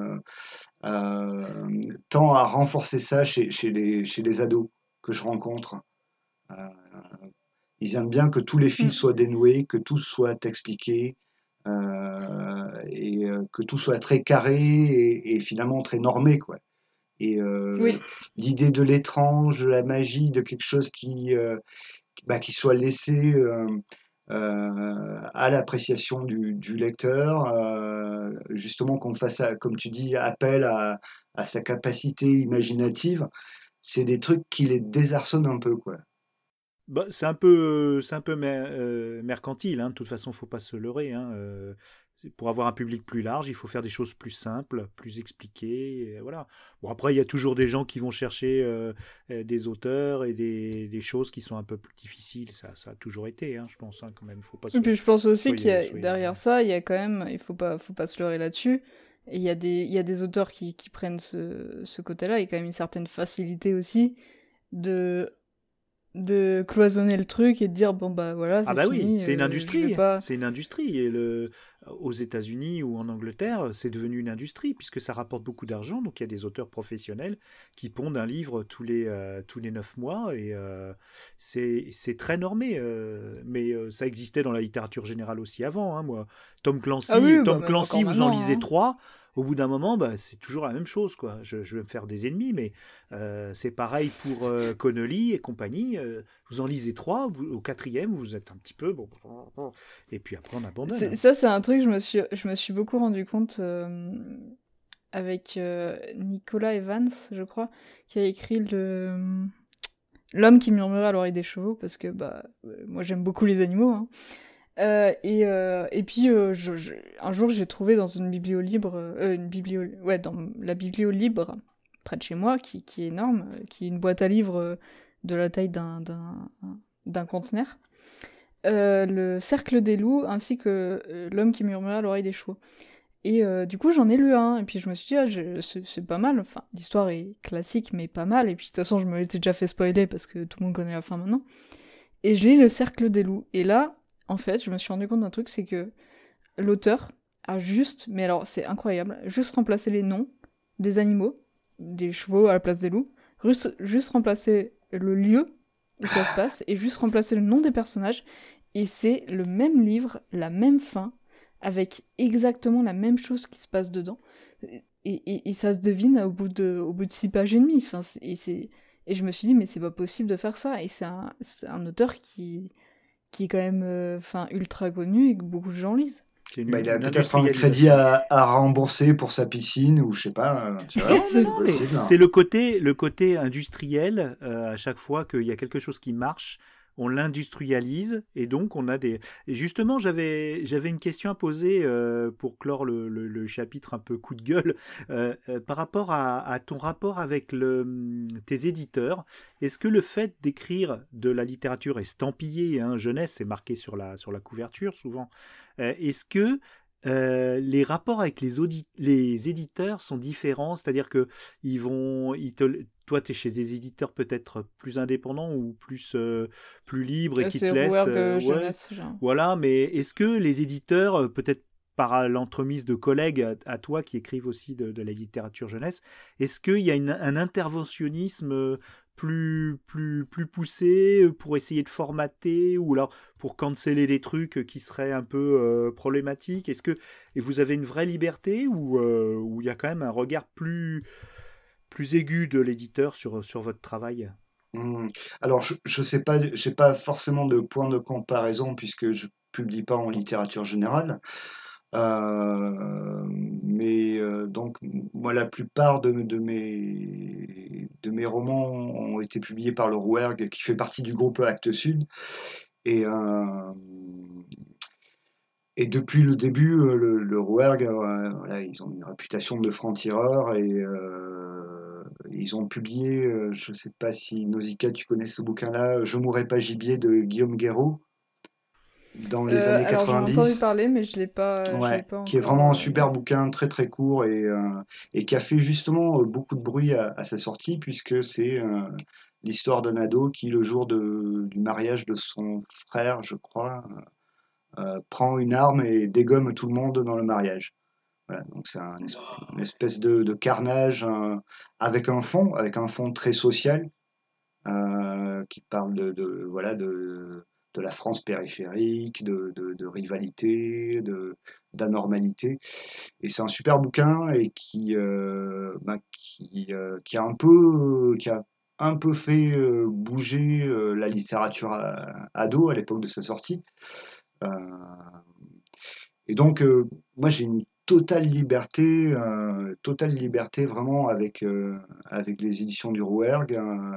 tend à renforcer ça chez les ados que je rencontre. Euh, Ils aiment bien que tous les fils Mm. soient dénoués, que tout soit expliqué, que tout soit très carré et finalement très normé, quoi. Et Oui, l'idée de l'étrange, de la magie, de quelque chose qui soit laissé à l'appréciation du lecteur, justement qu'on fasse, comme tu dis, appel à sa capacité imaginative, c'est des trucs qui les désarçonnent un peu, quoi. Bah, c'est un peu mercantile, hein. De toute façon, faut pas se leurrer, hein. Pour avoir un public plus large, il faut faire des choses plus simples, plus expliquées, et voilà. Bon, après, il y a toujours des gens qui vont chercher des auteurs et des choses qui sont un peu plus difficiles. Ça a toujours été, hein, je pense, hein, quand même. Faut pas et puis je pense aussi qu'il y a soyez- derrière ça, il y a quand même, il faut pas se leurrer là-dessus. Et il y a des auteurs qui prennent ce côté-là, il y a quand même une certaine facilité aussi de cloisonner le truc et de dire bon bah voilà Ah c'est bah oui, fini, c'est une je vais industrie, pas. c'est une industrie et aux États-Unis ou en Angleterre, c'est devenu une industrie puisque ça rapporte beaucoup d'argent. Donc il y a des auteurs professionnels qui pondent un livre tous les 9 mois et c'est très normé. Mais ça existait dans la littérature générale aussi avant, hein, moi. Ah oui, bah Tom même encore Clancy, vous en maintenant, lisez hein. 3. Au bout d'un moment, bah, c'est toujours la même chose, quoi. Je vais me faire des ennemis, mais c'est pareil pour Connolly et compagnie. Vous en lisez 3, au quatrième, vous êtes un petit peu bon, et puis après on abandonne. Hein. Ça c'est un truc je me suis beaucoup rendu compte avec Nicolas Evans, je crois, qui a écrit L'homme qui murmurait à l'oreille des chevaux, parce que bah moi j'aime beaucoup les animaux, hein. Et puis un jour j'ai trouvé dans une ouais, dans la biblio libre près de chez moi, qui est énorme, qui est une boîte à livres de la taille d'un conteneur, le Cercle des loups ainsi que L'homme qui murmurait à l'oreille des chevaux. Et du coup, j'en ai lu un, et puis je me suis dit, c'est pas mal, enfin, l'histoire est classique, mais pas mal, et puis de toute façon, je me l'étais déjà fait spoiler, parce que tout le monde connaît la fin maintenant. Et je lis Le Cercle des Loups, et là, en fait, je me suis rendu compte d'un truc, c'est que l'auteur a juste, mais alors c'est incroyable, juste remplacé les noms des animaux, des chevaux à la place des loups, juste remplacé le lieu où ça se passe, et juste remplacé le nom des personnages, et c'est le même livre, la même fin, avec exactement la même chose qui se passe dedans, et ça se devine au bout de 6 pages et demie, enfin, et je me suis dit, mais c'est pas possible de faire ça, et c'est un auteur qui est quand même ultra connu et que beaucoup de gens lisent. Il a peut-être un crédit à rembourser pour sa piscine ou je sais pas. Tu vois, c'est possible. C'est le côté industriel. À chaque fois qu'il y a quelque chose qui marche, on l'industrialise et donc on a des. Et justement, j'avais une question à poser pour clore le chapitre un peu coup de gueule par rapport à ton rapport avec tes éditeurs. Est-ce que le fait d'écrire de la littérature estampillée, jeunesse, c'est marqué sur la couverture souvent. Est-ce que les rapports avec les éditeurs sont différents, c'est-à-dire que toi, tu es chez des éditeurs peut-être plus indépendants ou plus libres et qui te laissent... jeunesse, genre. Voilà, mais est-ce que les éditeurs, peut-être par l'entremise de collègues à toi qui écrivent aussi de la littérature jeunesse, est-ce qu'il y a un interventionnisme plus poussé pour essayer de formater ou alors pour canceller des trucs qui seraient un peu problématiques? Et vous avez une vraie liberté ou il y a quand même un regard plus aigu de l'éditeur sur votre travail? Alors, je sais pas, j'ai pas forcément de point de comparaison puisque je publie pas en littérature générale. Mais donc moi la plupart de mes romans ont été publiés par le Rouergue qui fait partie du groupe Actes Sud et depuis le début le Rouergue voilà, ils ont une réputation de franc-tireur et ils ont publié je sais pas si Nausicaa tu connais ce bouquin-là, Je mourrai pas gibier de Guillaume Guéraud dans les années 90. Alors j'en ai entendu parler, mais je l'ai pas encore, qui est vraiment un super bouquin, très très court et qui a fait justement beaucoup de bruit à sa sortie, puisque c'est l'histoire d'un ado qui, le jour du mariage de son frère, je crois, prend une arme et dégomme tout le monde dans le mariage. Voilà, donc c'est une espèce de carnage avec un fond très social qui parle de la France périphérique, de rivalité, d'anormalité. Et c'est un super bouquin et qui a un peu fait bouger la littérature ado à l'époque de sa sortie. Et donc, moi, j'ai une totale liberté vraiment avec les éditions du Rouergue.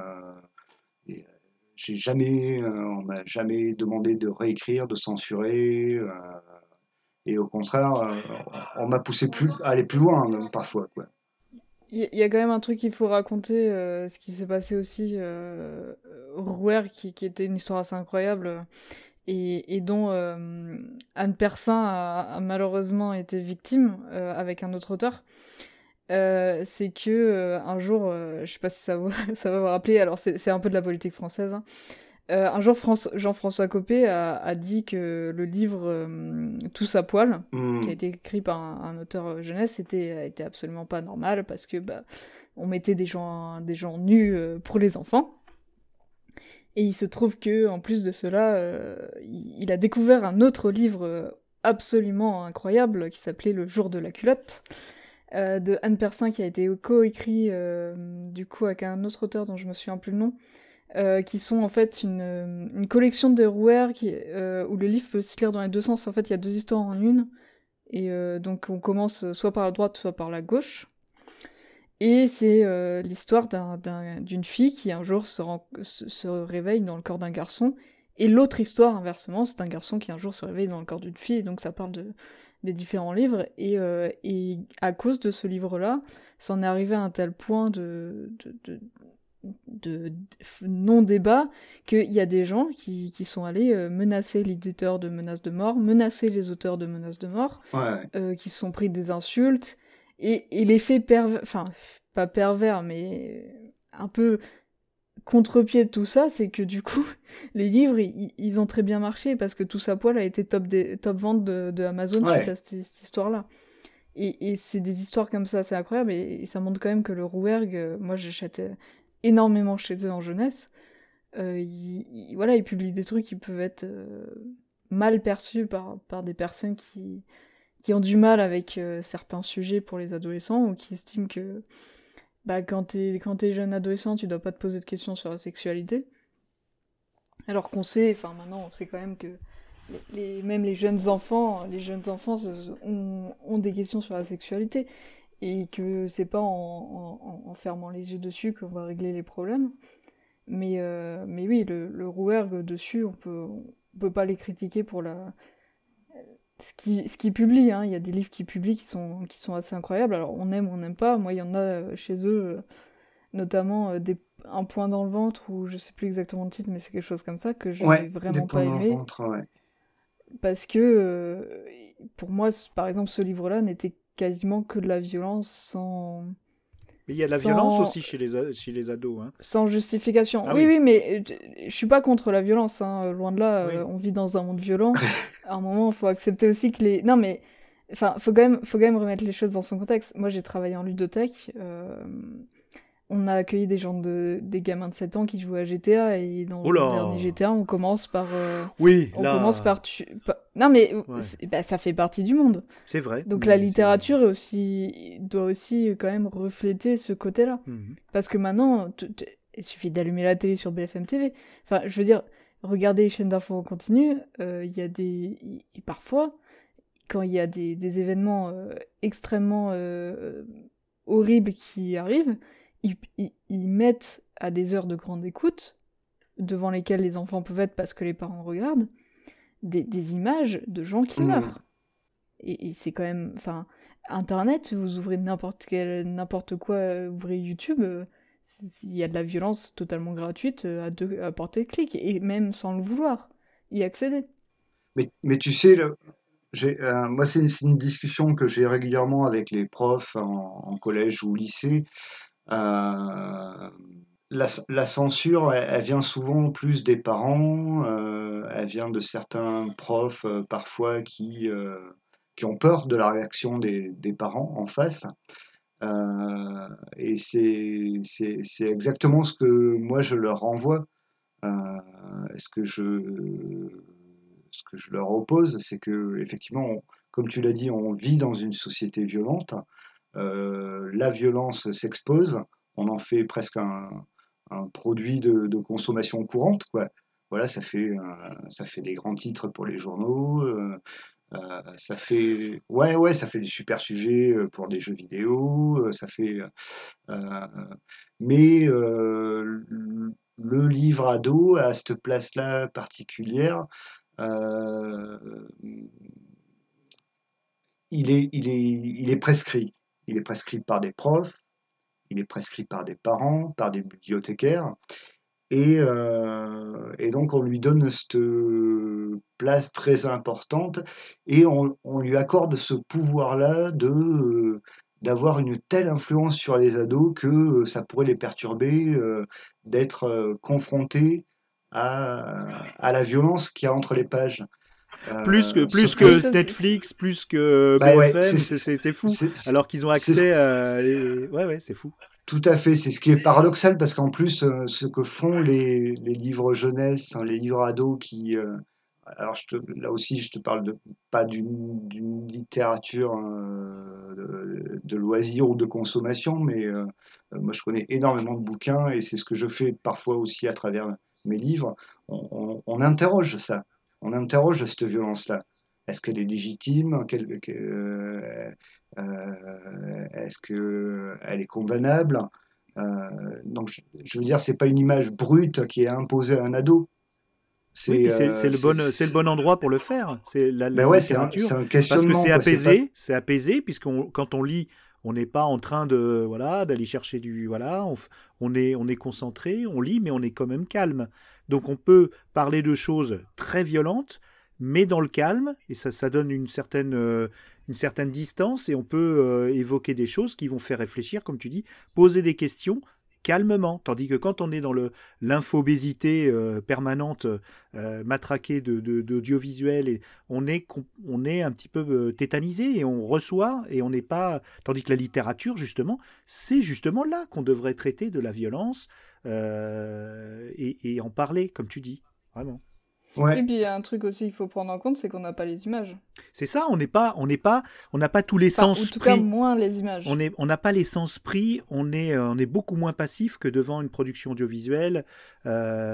On m'a jamais demandé de réécrire, de censurer, et au contraire, on m'a poussé à aller plus loin même, parfois, quoi. Il y a quand même un truc qu'il faut raconter, ce qui s'est passé aussi Rouergue, qui était une histoire assez incroyable et dont Anne Persin a malheureusement été victime avec un autre auteur. C'est que un jour, je sais pas si ça va vous rappeler, alors c'est un peu de la politique française, hein. Un jour, Jean-François Copé a dit que le livre Tous à poil, qui a été écrit par un auteur jeunesse, était absolument pas normal parce que on mettait des gens nus pour les enfants. Et il se trouve que en plus de cela, il a découvert un autre livre absolument incroyable qui s'appelait Le jour de la culotte. De Anne Persin, qui a été coécrit du coup avec un autre auteur dont je me souviens plus le nom, qui sont en fait une collection de Rouergue où le livre peut se lire dans les deux sens. En fait, il y a deux histoires en une, et donc on commence soit par la droite, soit par la gauche. Et c'est l'histoire d'une fille qui un jour se réveille dans le corps d'un garçon, et l'autre histoire, inversement, c'est un garçon qui un jour se réveille dans le corps d'une fille, et donc ça parle des différents livres, et à cause de ce livre-là, ça en est arrivé à un tel point non-débat qu'il y a des gens qui sont allés menacer l'éditeur de menaces de mort, menacer les auteurs de menaces de mort, qui se sont pris des insultes, et l'effet pervers, enfin, pas pervers, mais un peu contre-pied de tout ça, c'est que du coup, les livres, ils ont très bien marché, parce que Tous à poil a été top vente de Amazon suite à cette histoire-là. Et c'est des histoires comme ça, c'est incroyable, et ça montre quand même que le Rouergue, moi j'achète énormément chez eux en jeunesse, ils publient des trucs qui peuvent être mal perçus par des personnes qui ont du mal avec certains sujets pour les adolescents, ou qui estiment que quand t'es jeune adolescent, tu dois pas te poser de questions sur la sexualité. Alors qu'on sait, maintenant on sait quand même que même les jeunes enfants ont des questions sur la sexualité, et que c'est pas en fermant les yeux dessus qu'on va régler les problèmes. Mais oui, le Rouergue dessus, on peut pas les critiquer pour ce qu'ils publient, hein. Il y a des livres qu'ils publient qui sont assez incroyables. Alors on aime ou on n'aime pas. Moi, il y en a chez eux, notamment Un point dans le ventre, ou je sais plus exactement le titre, mais c'est quelque chose comme ça que je n'ai vraiment pas aimé. Parce que pour moi, par exemple, ce livre-là n'était quasiment que de la violence sans... Mais il y a de la violence aussi chez les ados. Hein. Sans justification. Ah oui, mais je suis pas contre la violence. Hein. Loin de là, on vit dans un monde violent. À un moment, il faut accepter aussi que les... Non, mais... Enfin, faut quand même remettre les choses dans son contexte. Moi, j'ai travaillé en ludothèque. On a accueilli des gamins de 7 ans qui jouaient à GTA, et dans le dernier GTA, on commence par... Non, mais ça fait partie du monde. C'est vrai. Donc la littérature doit aussi quand même refléter ce côté-là. Parce que maintenant, il suffit d'allumer la télé sur BFM TV. Enfin, je veux dire, regardez les chaînes d'infos en continu, il y a parfois, quand il y a des événements extrêmement horribles qui arrivent, ils mettent à des heures de grande écoute, devant lesquelles les enfants peuvent être parce que les parents regardent, des images de gens qui meurent. Et c'est quand même... Enfin, Internet, vous ouvrez n'importe quoi, vous ouvrez YouTube, il y a de la violence totalement gratuite à portée de clic, et même sans le vouloir, y accéder. Mais tu sais, moi c'est une discussion que j'ai régulièrement avec les profs en collège ou lycée. La censure, elle vient souvent plus des parents, elle vient de certains profs parfois qui ont peur de la réaction des parents en face. Et c'est exactement ce que moi je leur renvoie. Ce que je leur oppose, c'est que effectivement, comme tu l'as dit, on vit dans une société violente. La violence s'expose, on en fait presque un produit de consommation courante, quoi. Voilà, ça fait des grands titres pour les journaux, ça fait des super sujets pour des jeux vidéo, mais le livre ado a cette place-là particulière. Il est prescrit. Il est prescrit par des profs, il est prescrit par des parents, par des bibliothécaires, et donc on lui donne cette place très importante, et on lui accorde ce pouvoir-là d'avoir une telle influence sur les ados que ça pourrait les perturber, d'être confrontés à la violence qu'il y a entre les pages. Plus que Netflix, plus que BFM, c'est fou. Alors qu'ils ont accès à... c'est fou. Tout à fait, c'est ce qui est paradoxal, parce qu'en plus, ce que font les livres jeunesse, les livres ados qui... alors là aussi, je te parle pas d'une littérature de loisirs ou de consommation, mais moi je connais énormément de bouquins, et c'est ce que je fais parfois aussi à travers mes livres. On interroge ça. On interroge cette violence-là. Est-ce qu'elle est légitime ? Est-ce qu'elle est condamnable ? Donc, je veux dire, c'est pas une image brute qui est imposée à un ado. C'est le bon endroit pour le faire. C'est la littérature. C'est un questionnement. Parce que c'est apaisé, puisque quand on lit, On n'est pas en train de d'aller chercher du on est concentré, on lit, mais on est quand même calme. Donc on peut parler de choses très violentes, mais dans le calme, et ça donne une certaine distance, et on peut évoquer des choses qui vont faire réfléchir, comme tu dis, poser des questions calmement. Tandis que quand on est dans l'infobésité permanente, matraquée d'audiovisuel, et on est un petit peu tétanisé, et on reçoit, et on n'est pas... Tandis que la littérature, justement, c'est justement là qu'on devrait traiter de la violence et en parler, comme tu dis, vraiment. Ouais. Et puis il y a un truc aussi qu'il faut prendre en compte, c'est qu'on n'a pas les images. C'est ça, on n'a pas tous les sens pris. En tout pris. cas, moins les images. On n'a pas les sens pris, on est beaucoup moins passif que devant une production audiovisuelle. Tout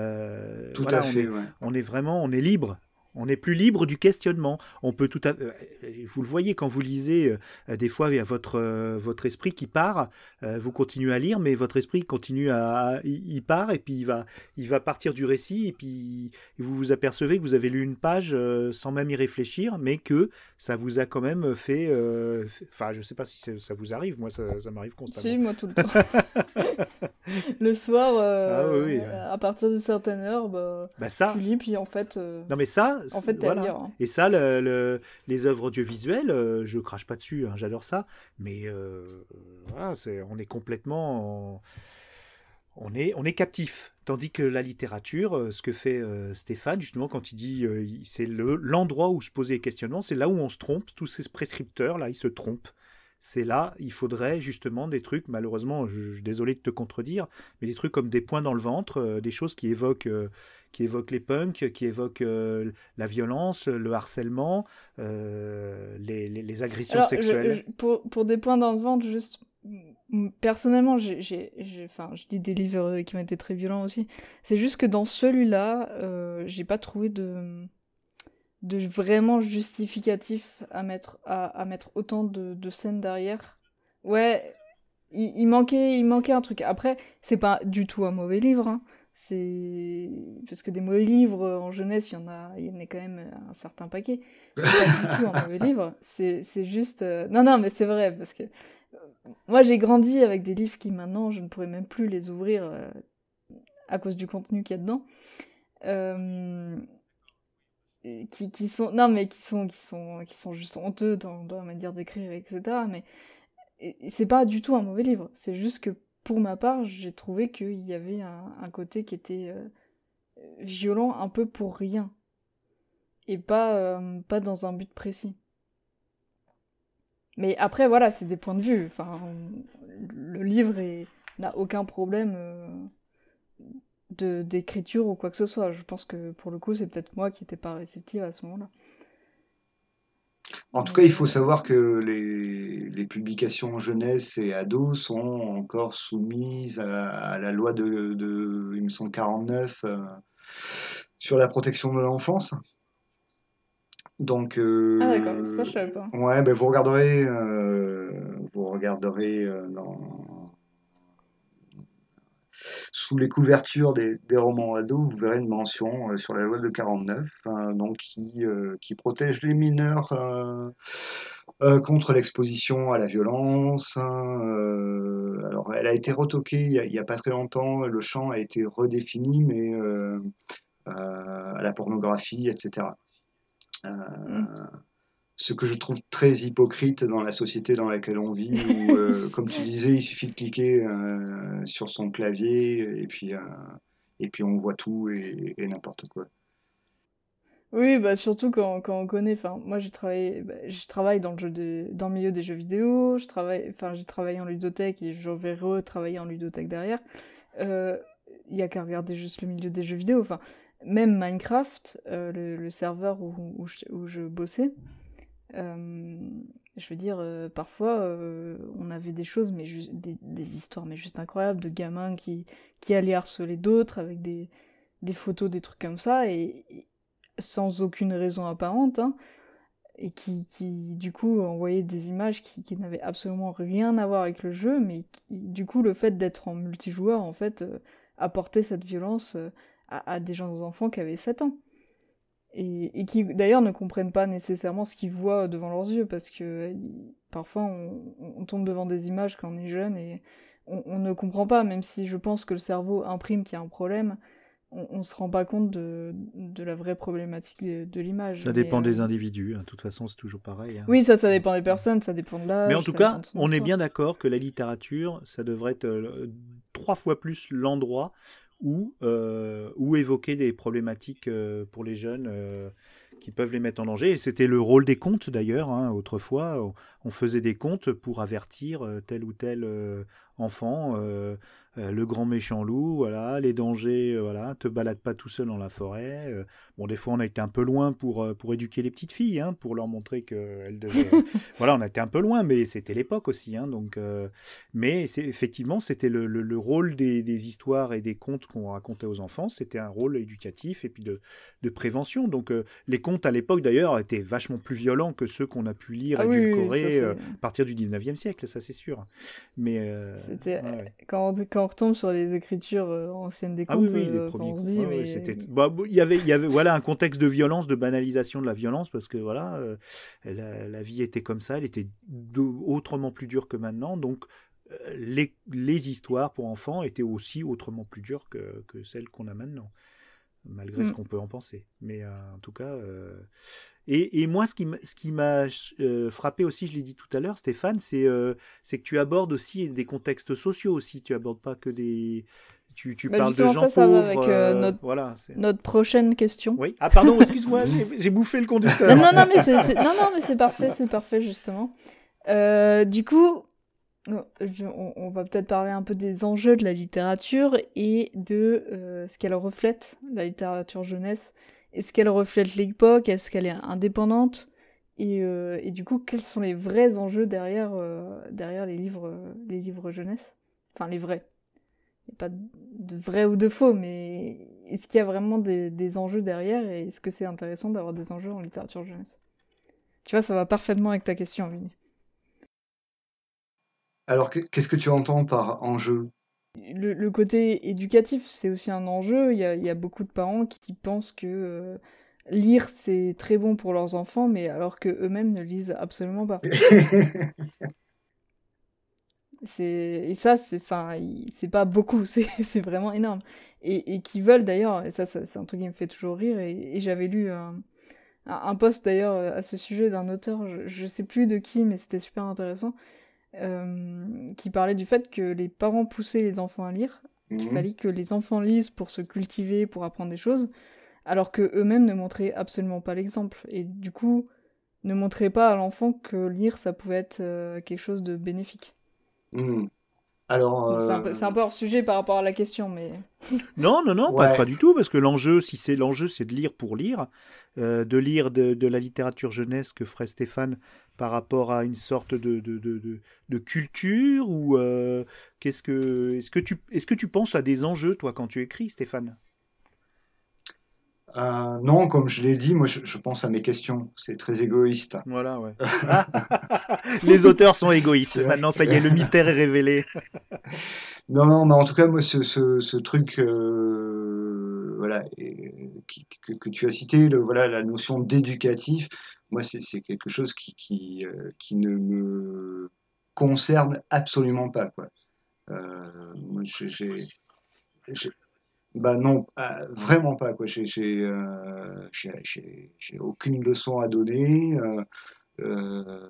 à fait, ouais. On est libre. On est plus libre du questionnement. On peut vous le voyez quand vous lisez, des fois il y a votre esprit qui part. Vous continuez à lire, mais votre esprit continue il part, et puis il va partir du récit, et puis vous vous apercevez que vous avez lu une page sans même y réfléchir, mais que ça vous a quand même fait. Enfin, je sais pas si ça vous arrive. Moi, ça m'arrive constamment. Si, moi tout le temps. Le soir, oui. À partir d'une certaine heure, tu lis, puis en fait. Non, mais ça. En fait, t'es à lire. Hein. Et ça, les œuvres audiovisuelles, je crache pas dessus, hein, j'adore ça, mais on est complètement... On est captif. Tandis que la littérature, ce que fait Stéphane, justement, quand il dit c'est l'endroit où se poser les questionnements, c'est là où on se trompe, tous ces prescripteurs, là, ils se trompent. C'est là, il faudrait justement des trucs, malheureusement, je suis désolé de te contredire, mais des trucs comme des points dans le ventre, des choses qui évoquent les punks, qui évoquent la violence, le harcèlement, les agressions sexuelles. Pour des points dans le ventre, juste personnellement, je lis des livres qui ont été très violents aussi. C'est juste que dans celui-là, j'ai pas trouvé de vraiment justificatif à mettre autant de scènes derrière. Ouais, il manquait un truc. Après, c'est pas du tout un mauvais livre, hein. C'est parce que des mauvais livres en jeunesse, il y en a quand même un certain paquet. C'est pas du tout un mauvais livre. C'est juste non, mais c'est vrai, parce que moi j'ai grandi avec des livres qui maintenant je ne pourrais même plus les ouvrir à cause du contenu qu'il y a dedans. Qui sont juste honteux dans la manière d'écrire, etc. Mais c'est pas du tout un mauvais livre. C'est juste que pour ma part, j'ai trouvé qu'il y avait un côté qui était violent un peu pour rien. Et pas dans un but précis. Mais après, voilà, c'est des points de vue. Enfin, le livre n'a aucun problème d'écriture ou quoi que ce soit. Je pense que pour le coup, c'est peut-être moi qui n'étais pas réceptive à ce moment-là. En tout cas, il faut savoir que les publications jeunesse et ados sont encore soumises à la loi de il me semble, 49 sur la protection de l'enfance. Donc, ah d'accord, ça je savais pas. Ouais, ben vous regarderez sous les couvertures des romans ados, vous verrez une mention sur la loi de 49, donc qui protège les mineurs contre l'exposition à la violence. Alors, elle a été retoquée il y a pas très longtemps, le champ a été redéfini, mais à la pornographie, etc. Ce que je trouve très hypocrite dans la société dans laquelle on vit, où, comme tu disais, il suffit de cliquer sur son clavier et puis on voit tout et n'importe quoi. Oui, bah surtout quand on connaît. Enfin, moi je travaille dans le milieu des jeux vidéo. J'ai travaillé en ludothèque et je vais retravailler en ludothèque derrière. Il y a qu'à regarder juste le milieu des jeux vidéo. Enfin, même Minecraft, le serveur où je bossais. Je veux dire, parfois on avait des choses, mais des histoires mais juste incroyables, de gamins qui allaient harceler d'autres avec des photos, des trucs comme ça, et sans aucune raison apparente, hein, et qui du coup envoyaient des images qui n'avaient absolument rien à voir avec le jeu, mais du coup le fait d'être en multijoueur en fait apportait cette violence à des jeunes enfants qui avaient 7 ans. et qui d'ailleurs ne comprennent pas nécessairement ce qu'ils voient devant leurs yeux, parce que parfois on tombe devant des images quand on est jeune et on ne comprend pas, même si je pense que le cerveau imprime qu'il y a un problème, on se rend pas compte de la vraie problématique de l'image. Ça dépend des individus, hein. De toute façon c'est toujours pareil, hein. Oui, ça dépend des personnes, ça dépend de l'âge. Mais en tout cas, on est bien d'accord que la littérature, ça devrait être 3 fois plus l'endroit où évoquer des problématiques pour les jeunes qui peuvent les mettre en danger. Et c'était le rôle des contes d'ailleurs, hein. Autrefois, on faisait des contes pour avertir tel ou tel enfant, le grand méchant loup, voilà, les dangers, voilà, te balade pas tout seul dans la forêt. Bon, des fois on a été un peu loin pour éduquer les petites filles, hein, pour leur montrer qu'elles devaient... voilà, on a été un peu loin, mais c'était l'époque aussi, hein, donc... mais effectivement, c'était le rôle des histoires et des contes qu'on racontait aux enfants, c'était un rôle éducatif et puis de prévention. Donc les contes à l'époque d'ailleurs étaient vachement plus violents que ceux qu'on a pu lire édulcorés à partir du 19e siècle, ça c'est sûr. Mais quand on retombe sur les écritures anciennes des contes, on se dit il y avait voilà un contexte de violence, de banalisation de la violence, parce que voilà la vie était comme ça, elle était autrement plus dure que maintenant, donc les histoires pour enfants étaient aussi autrement plus dures que celles qu'on a maintenant, malgré ce qu'on peut en penser. Mais en tout cas... Et moi, ce qui m'a frappé aussi, je l'ai dit tout à l'heure, Stéphane, c'est que tu abordes aussi des contextes sociaux aussi. Tu abordes pas que des... Tu parles de gens ça pauvres. Va avec notre prochaine question. Oui. Ah pardon, excuse-moi, j'ai bouffé le conducteur. Non, mais c'est parfait justement. Du coup, on va peut-être parler un peu des enjeux de la littérature et de ce qu'elle reflète, la littérature jeunesse. Est-ce qu'elle reflète l'époque? Est-ce qu'elle est indépendante? Et du coup, quels sont les vrais enjeux derrière les livres jeunesse? Enfin, les vrais. Il n'y a pas de vrai ou de faux, mais est-ce qu'il y a vraiment des enjeux derrière? Et est-ce que c'est intéressant d'avoir des enjeux en littérature jeunesse? Tu vois, ça va parfaitement avec ta question, Vinny. Alors, qu'est-ce que tu entends par enjeu? Le côté éducatif, c'est aussi un enjeu. Il y a beaucoup de parents qui pensent que lire, c'est très bon pour leurs enfants, mais alors qu'eux-mêmes ne lisent absolument pas. Et ça, c'est pas beaucoup, c'est vraiment énorme. Et qui veulent d'ailleurs, et ça c'est un truc qui me fait toujours rire, et j'avais lu un post d'ailleurs à ce sujet d'un auteur, je sais plus de qui, mais c'était super intéressant, qui parlait du fait que les parents poussaient les enfants à lire, qu'il fallait que les enfants lisent pour se cultiver, pour apprendre des choses, alors que eux-mêmes ne montraient absolument pas l'exemple. Et du coup, ne montraient pas à l'enfant que lire, ça pouvait être quelque chose de bénéfique. Alors, c'est un peu hors sujet par rapport à la question, mais... Non, Ouais. pas du tout, parce que l'enjeu, c'est de lire pour lire, de lire de la littérature jeunesse que ferait Stéphane par rapport à une sorte de culture, ou est-ce que tu penses à des enjeux, toi, quand tu écris, Stéphane? Non, comme je l'ai dit, moi je pense à mes questions. C'est très égoïste. Voilà, ouais. Les auteurs sont égoïstes. C'est vrai Maintenant, ça y est, le mystère est révélé. Non, mais en tout cas, moi, ce truc, voilà, que tu as cité, voilà, la notion d'éducatif, moi, c'est quelque chose qui ne me concerne absolument pas, quoi. Moi, bah non, vraiment pas, quoi. J'ai aucune leçon à donner. Euh,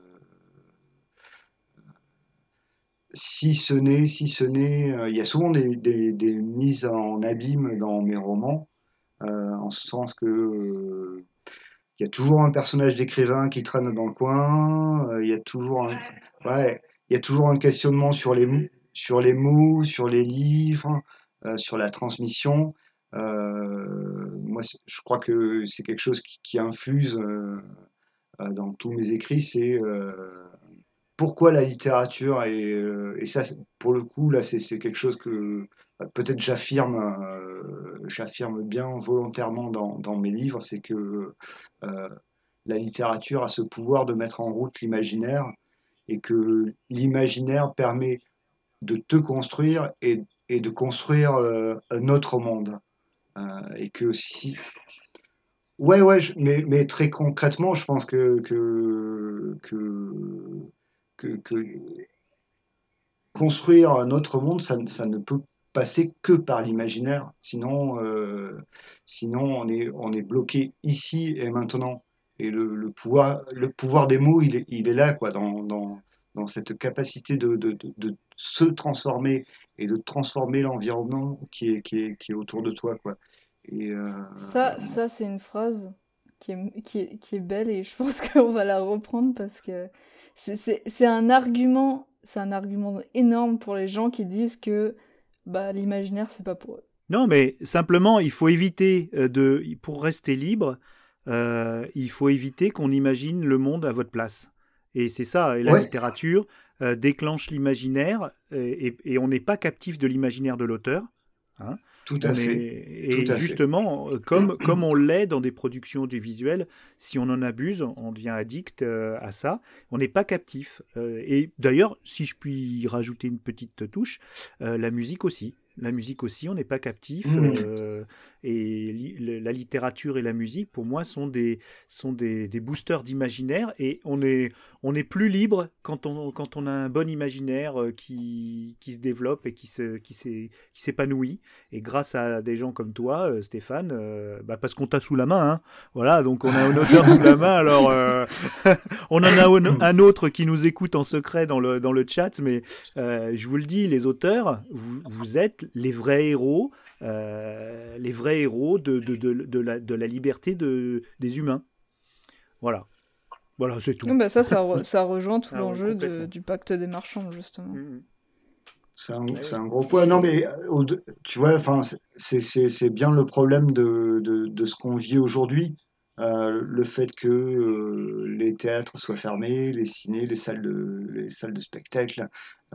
Si ce n'est, il y a souvent des mises en abîme dans mes romans, en ce sens que il y a toujours un personnage d'écrivain qui traîne dans le coin, il y a toujours il y a toujours un questionnement sur les mots, sur les livres, sur la transmission. Moi, je crois que c'est quelque chose qui infuse dans tous mes écrits, c'est pourquoi la littérature et ça pour le coup là c'est quelque chose que peut-être j'affirme bien volontairement dans mes livres, c'est que la littérature a ce pouvoir de mettre en route l'imaginaire et que l'imaginaire permet de te construire et de construire un autre monde. Et que si Ouais, mais très concrètement, je pense que construire un autre monde, ça ne peut passer que par l'imaginaire. Sinon on est bloqué ici et maintenant. Et le pouvoir des mots, il est là, quoi, dans cette capacité de se transformer et de transformer l'environnement qui est autour de toi, quoi. Et Ça c'est une phrase qui est belle et je pense qu'on va la reprendre parce que c'est un argument énorme pour les gens qui disent que bah, l'imaginaire, c'est pas pour eux. Non, mais simplement, il faut éviter pour rester libre, il faut éviter qu'on imagine le monde à votre place. Et c'est ça, et la ouais, littérature déclenche l'imaginaire, et on n'est pas captif de l'imaginaire de l'auteur. Hein. tout à fait, tout Et à fait. justement, comme on l'est dans des productions audiovisuelles, si on en abuse, on devient addict à ça. On n'est pas captif. Et d'ailleurs, si je puis rajouter une petite touche, la musique aussi. La musique aussi, on n'est pas captif. Mmh. La littérature et la musique, pour moi, sont des boosters d'imaginaire. Et on est plus libre quand on a un bon imaginaire qui se développe et qui s'épanouit. Et grâce à des gens comme toi, Stéphane, bah parce qu'on t'a sous la main, hein. Voilà, donc on a un auteur sous la main. Alors, on en a un autre qui nous écoute en secret dans le chat, mais je vous le dis, les auteurs, vous êtes les vrais héros de la liberté des humains. Voilà. Voilà, c'est tout. Bah ça rejoint tout Ah ouais, l'enjeu complètement. du pacte des marchands, justement. Mhm. Eh C'est oui. un gros point. Non, mais tu vois, enfin, c'est bien le problème de ce qu'on vit aujourd'hui. Le fait que les théâtres soient fermés, les ciné, les salles de spectacle. euh,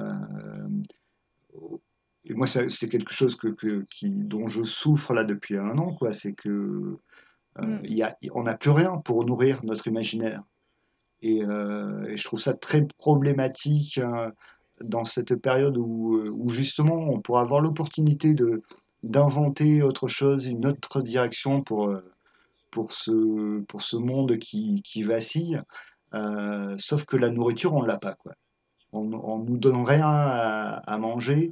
et moi, c'est quelque chose dont je souffre là depuis un an, quoi. C'est que Mm. on n'a plus rien pour nourrir notre imaginaire. Et je trouve ça très problématique dans cette période où justement on pourra avoir l'opportunité d'inventer autre chose, une autre direction pour ce monde qui vacille. Sauf que la nourriture, on l'a pas, quoi. On nous donne rien à manger.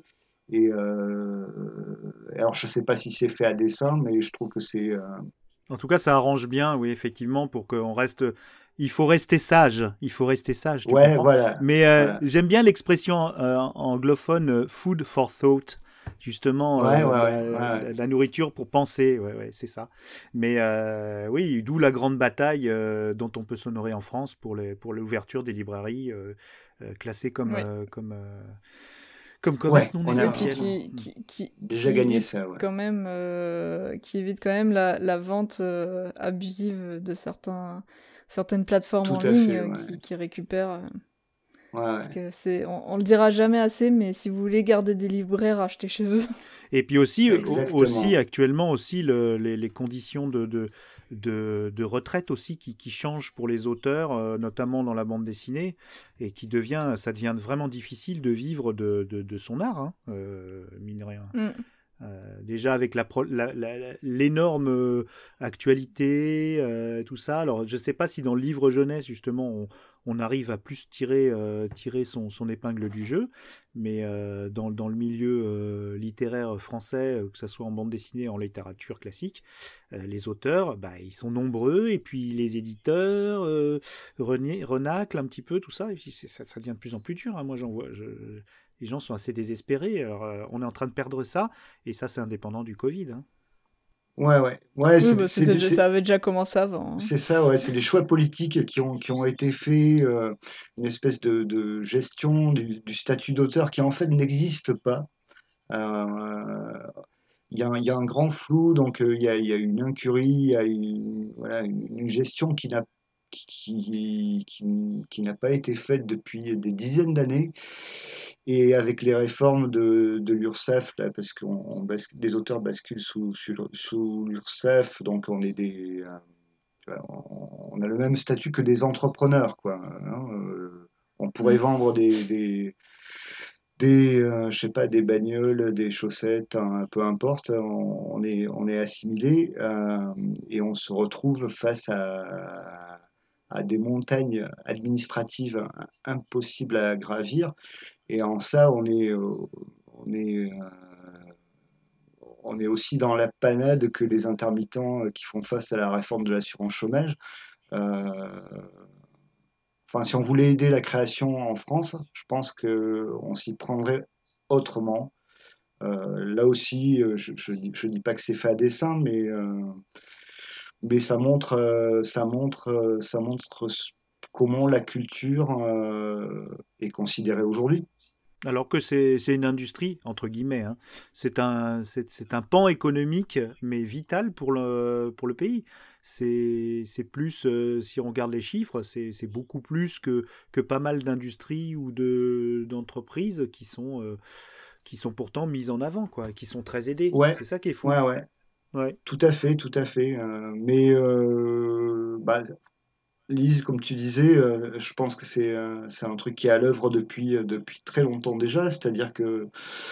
Alors je sais pas si c'est fait à dessein, mais je trouve que En tout cas, ça arrange bien, oui, effectivement, pour qu'on reste. Il faut rester sage. Il faut rester sage, tu ouais, comprends. voilà, Mais voilà. j'aime bien l'expression anglophone food for thought. Justement, Ouais. la nourriture pour penser, ouais, ouais, c'est ça. Mais oui, d'où la grande bataille dont on peut s'honorer en France pour l'ouverture des librairies classées Oui. comme Ouais, commerce non on Et a puis essentiel. Mm. déjà gagné ça, ouais. qui évite quand même la vente abusive de certaines plateformes Tout en à ligne fait, ouais. qui récupèrent. Parce Ouais. que on le dira jamais assez, mais si vous voulez garder des libraires, achetez chez eux. Et puis aussi, aussi Exactement. actuellement aussi les conditions de retraite aussi qui changent pour les auteurs, notamment dans la bande dessinée, et ça devient vraiment difficile de vivre de son art, hein, mine de rien. Mm. Déjà avec l'énorme actualité, tout ça. Alors, je ne sais pas si dans le livre jeunesse, justement, on arrive à plus tirer son épingle du jeu, mais dans le milieu littéraire français, que ce soit en bande dessinée, en littérature classique, les auteurs, bah, ils sont nombreux, et puis les éditeurs renaclent un petit peu tout ça, et puis ça devient de plus en plus dur. Hein. Moi, j'en vois. Les gens sont assez désespérés. Alors, on est en train de perdre ça, et ça, c'est indépendant du Covid. Hein. Ouais, Oui, bah ça avait déjà commencé avant, hein. c'est ça, ouais, c'est des choix politiques qui ont été faits, une espèce de gestion du statut d'auteur qui en fait n'existe pas. Euh, il y a un grand flou, donc il y a une incurie, il y a voilà, une gestion qui n'a pas été faite depuis des dizaines d'années. Et avec les réformes de l'URSSAF, là, parce que les auteurs basculent sous l'URSSAF, donc on a le même statut que des entrepreneurs, quoi. Hein, on pourrait vendre je sais pas, des bagnoles, des chaussettes, hein, peu importe, on est assimilé et on se retrouve face à des montagnes administratives impossibles à gravir. Et en ça, on est, euh, on est aussi dans la panade que les intermittents qui font face à la réforme de l'assurance chômage. Euh, Enfin, si on voulait aider la création en France, je pense qu'on s'y prendrait autrement. Là aussi, je dis pas que c'est fait à dessein, mais ça montre comment la culture est considérée aujourd'hui. Alors que c'est une industrie, entre guillemets. Hein. C'est un pan économique, mais vital pour le pays. C'est plus, si on regarde les chiffres, c'est beaucoup plus que pas mal d'industries ou d'entreprises qui sont pourtant mises en avant, quoi, qui sont très aidées. Ouais, C'est ça qui est fou. ouais. Ouais. Tout à fait, tout à fait. Mais bah, Lise, comme tu disais, je pense que c'est un truc qui est à l'œuvre depuis très longtemps déjà. C'est-à-dire que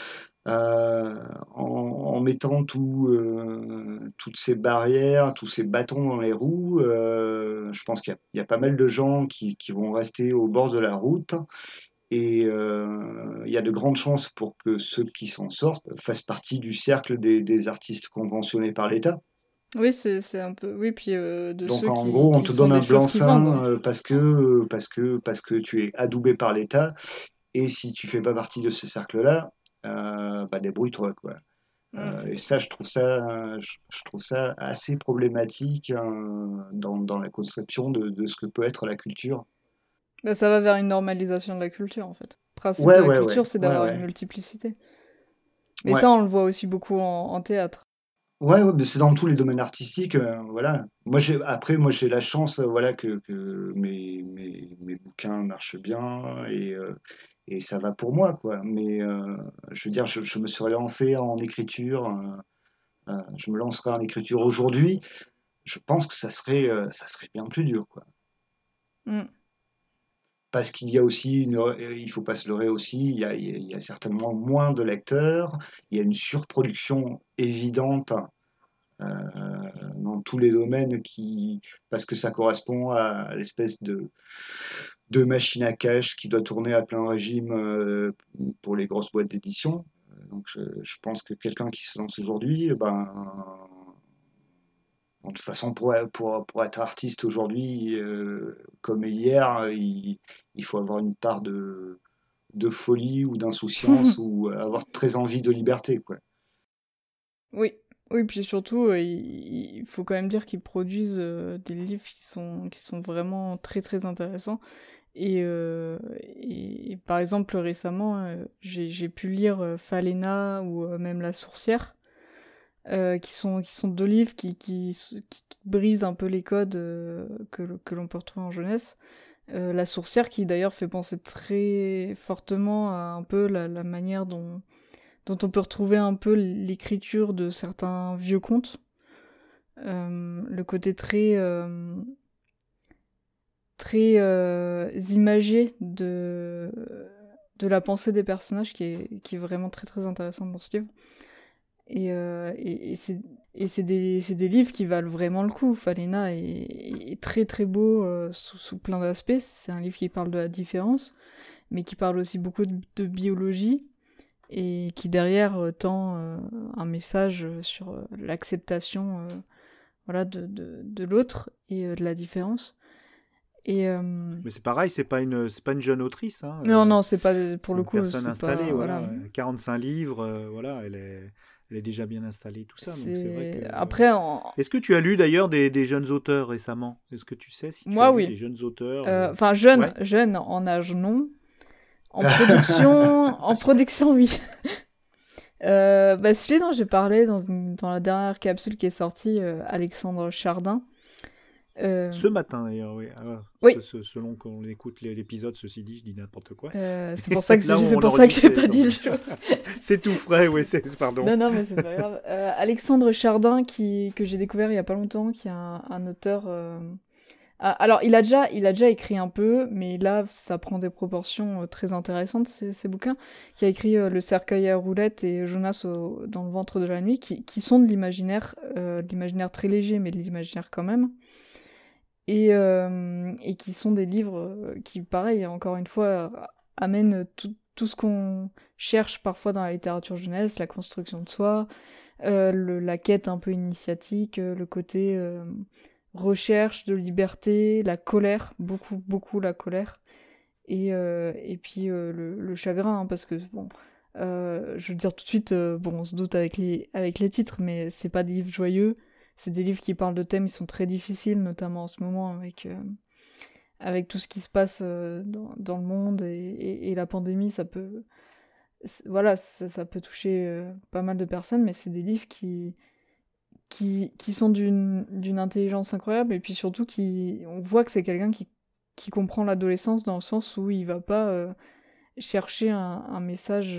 en mettant toutes ces barrières, tous ces bâtons dans les roues, je pense qu'il y a pas mal de gens qui vont rester au bord de la route. Et il y a de grandes chances pour que ceux qui s'en sortent fassent partie du cercle des artistes conventionnés par l'État. Oui, c'est un peu. Oui, puis de Donc ceux en gros, on qui te font donne un des choses qui vendent. blanc-seing parce que tu es adoubé par l'État. Et si tu fais pas partie de ce cercle-là, bah débrouille-toi, quoi. Et ça, je trouve ça assez problématique dans la conception de ce que peut être la culture. Bah, ça va vers une normalisation de la culture, en fait. Le principe de la culture, c'est d'avoir une multiplicité. Mais ça, on le voit aussi beaucoup en théâtre. Ouais, mais c'est dans tous les domaines artistiques, voilà. Moi, j'ai la chance, voilà, que mes bouquins marchent bien et ça va pour moi, quoi. Mais je veux dire, je me serais lancé en écriture, je me lancerai en écriture aujourd'hui. Je pense que ça serait bien plus dur, quoi. Mm. Parce qu'il y a aussi, il faut pas se leurrer aussi, il y a certainement moins de lecteurs, il y a une surproduction évidente dans tous les domaines parce que ça correspond à l'espèce de machine à cash qui doit tourner à plein régime pour les grosses boîtes d'édition. Donc je pense que quelqu'un qui se lance aujourd'hui, de toute façon, pour être artiste aujourd'hui, comme hier, il faut avoir une part de folie ou d'insouciance ou avoir très envie de liberté, quoi. Oui. Oui, puis surtout, il faut quand même dire qu'ils produisent des livres qui sont vraiment très très intéressants. Et par exemple, récemment, j'ai pu lire Falena ou même La Sourcière, qui sont deux livres qui brisent un peu les codes que l'on peut retrouver en jeunesse. La Sourcière qui d'ailleurs fait penser très fortement à un peu la manière dont on peut retrouver un peu l'écriture de certains vieux contes. Le côté très imagé de la pensée des personnages qui est vraiment très très intéressante dans ce livre. Et c'est des livres qui valent vraiment le coup. Falena est très très beau sous plein d'aspects. C'est un livre qui parle de la différence, mais qui parle aussi beaucoup de biologie, et qui derrière tend un message sur l'acceptation voilà, de l'autre et de la différence. Mais c'est pareil, c'est pas une jeune autrice. Hein, non, c'est pas pour le coup. C'est une personne installée, pas, voilà. 45 livres, voilà, elle est déjà bien installée, tout ça. Donc c'est vrai que, après, est-ce que tu as lu d'ailleurs des jeunes auteurs récemment ? Est-ce que tu sais si tu as lu des jeunes auteurs Enfin, jeune en âge, non. En production, oui. Celui dont j'ai parlé dans la dernière capsule qui est sortie, Alexandre Chardin. Ce matin d'ailleurs, oui. Oui. Selon qu'on écoute l'épisode, ceci dit, je dis n'importe quoi. C'est pour ça que j'ai pas dit le jeu. C'est tout frais, oui. Pardon. Non, mais c'est pas grave. Alexandre Chardin, que j'ai découvert il y a pas longtemps, qui est un auteur Alors, il a déjà écrit un peu, mais là, ça prend des proportions très intéressantes, ces bouquins. Il a écrit Le cercueil à roulettes et Jonas dans le ventre de la nuit, qui sont de l'imaginaire très léger, mais de l'imaginaire quand même. Et qui sont des livres qui, pareil, encore une fois, amènent tout ce qu'on cherche parfois dans la littérature jeunesse, la construction de soi, la quête un peu initiatique, le côté recherche de liberté, la colère, beaucoup la colère, et puis le chagrin, hein, parce que bon, je veux dire tout de suite, bon, on se doute avec les titres, mais c'est pas des livres joyeux, c'est des livres qui parlent de thèmes qui sont très difficiles, notamment en ce moment avec tout ce qui se passe dans le monde et la pandémie, ça peut toucher pas mal de personnes, mais c'est des livres qui sont d'une intelligence incroyable, et puis surtout on voit que c'est quelqu'un qui comprend l'adolescence dans le sens où il va pas chercher un message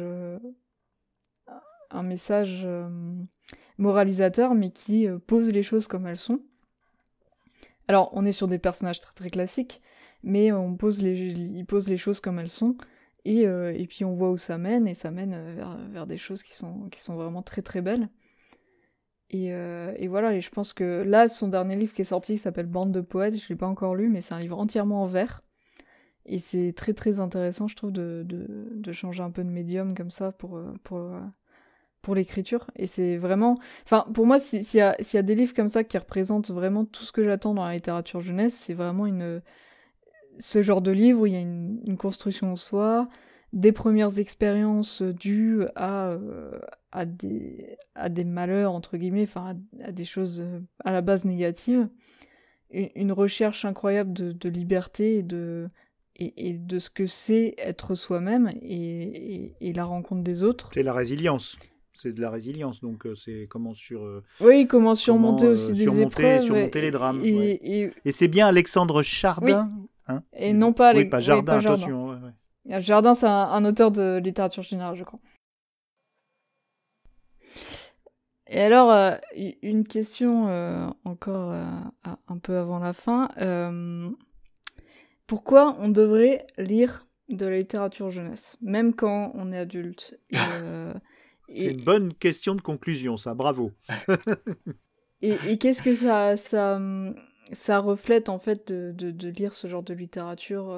moralisateur, mais qui pose les choses comme elles sont. Alors, on est sur des personnages très très classiques, mais il pose les choses comme elles sont, et puis on voit où ça mène, et ça mène vers des choses qui sont vraiment très très belles. Et voilà, et je pense que là, son dernier livre qui est sorti, qui s'appelle Bande de poètes, je l'ai pas encore lu, mais c'est un livre entièrement en vers. Et c'est très très intéressant, je trouve, de changer un peu de médium comme ça pour l'écriture. Et c'est vraiment... Enfin, pour moi, s'il y a des livres comme ça qui représentent vraiment tout ce que j'attends dans la littérature jeunesse, c'est vraiment ce genre de livre où il y a une construction en soi, des premières expériences dues à des malheurs, entre guillemets, enfin à des choses à la base négatives, une recherche incroyable de liberté et de ce que c'est être soi-même et la rencontre des autres. C'est la résilience. C'est de la résilience, donc c'est comment surmonter aussi des épreuves. Surmonter les drames. Et c'est bien Alexandre Chardin, oui. Hein, et non pas... pas Jardin, attention. Ouais. Jardin, c'est un auteur de littérature générale, je crois. Et alors, une question encore un peu avant la fin. Pourquoi on devrait lire de la littérature jeunesse, même quand on est adulte? C'est une bonne question de conclusion, ça, bravo. et qu'est-ce que ça reflète, en fait, de lire ce genre de littérature,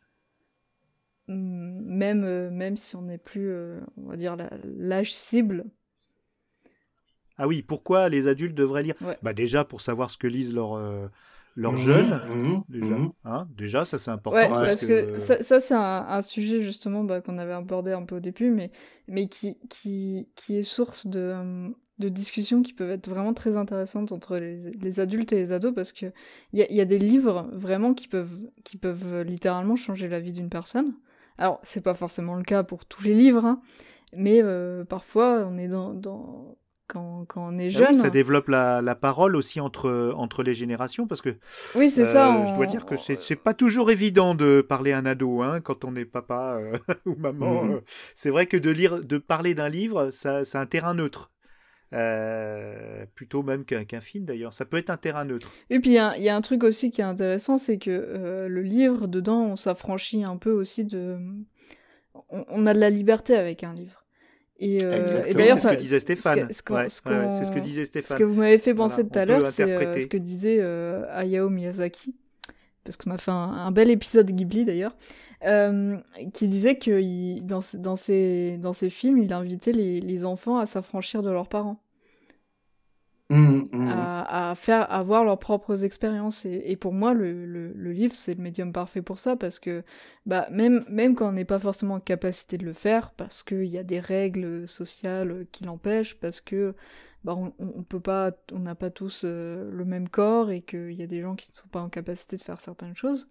même si on n'est plus, on va dire, l'âge cible? Ah oui, pourquoi les adultes devraient lire? Bah déjà, pour savoir ce que lisent leurs jeunes. Déjà, ça c'est important. Ouais, parce que ça c'est un sujet justement qu'on avait abordé un peu au début, mais qui est source de discussions qui peuvent être vraiment très intéressantes entre les adultes et les ados, parce que il y a des livres vraiment qui peuvent littéralement changer la vie d'une personne. Alors, c'est pas forcément le cas pour tous les livres, hein, mais parfois on est quand on est jeune. Oui, ça développe la parole aussi entre les générations, parce que oui, c'est ça. Je dois dire que c'est pas toujours évident de parler à un ado, hein, quand on est papa ou maman. C'est vrai que de parler d'un livre, ça c'est un terrain neutre. Plutôt même qu'un film d'ailleurs, ça peut être un terrain neutre. Et puis il y a un truc aussi qui est intéressant, c'est que le livre, dedans, on s'affranchit un peu aussi on a de la liberté avec un livre. Et d'ailleurs, c'est ce que disait Stéphane. C'est ce que disait Stéphane. Ce que vous m'avez fait penser tout à l'heure, c'est ce que disait Hayao Miyazaki, parce qu'on a fait un bel épisode Ghibli d'ailleurs, qui disait que dans ses films, il invitait les enfants à s'affranchir de leurs parents. À avoir leurs propres expériences, et pour moi le livre c'est le médium parfait pour ça, parce que même quand on n'est pas forcément en capacité de le faire, parce qu'il y a des règles sociales qui l'empêchent, parce que on peut pas, on n'a pas tous le même corps, et qu'il y a des gens qui ne sont pas en capacité de faire certaines choses,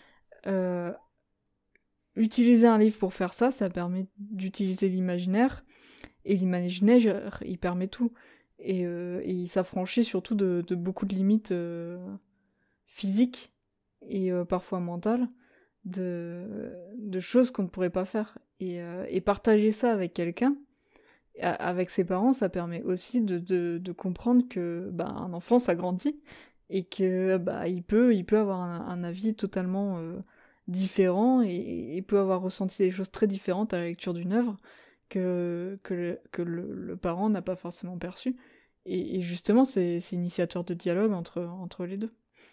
utiliser un livre pour faire ça permet d'utiliser l'imaginaire, et l'imaginaire il permet tout. Et il s'affranchit surtout de beaucoup de limites physiques et parfois mentales, de choses qu'on ne pourrait pas faire. Et partager ça avec quelqu'un, avec ses parents, ça permet aussi de comprendre que un enfant, ça grandit, et que il peut avoir un avis totalement différent et peut avoir ressenti des choses très différentes à la lecture d'une œuvre que le parent n'a pas forcément perçu. Et justement, c'est initiateur de dialogue entre les deux.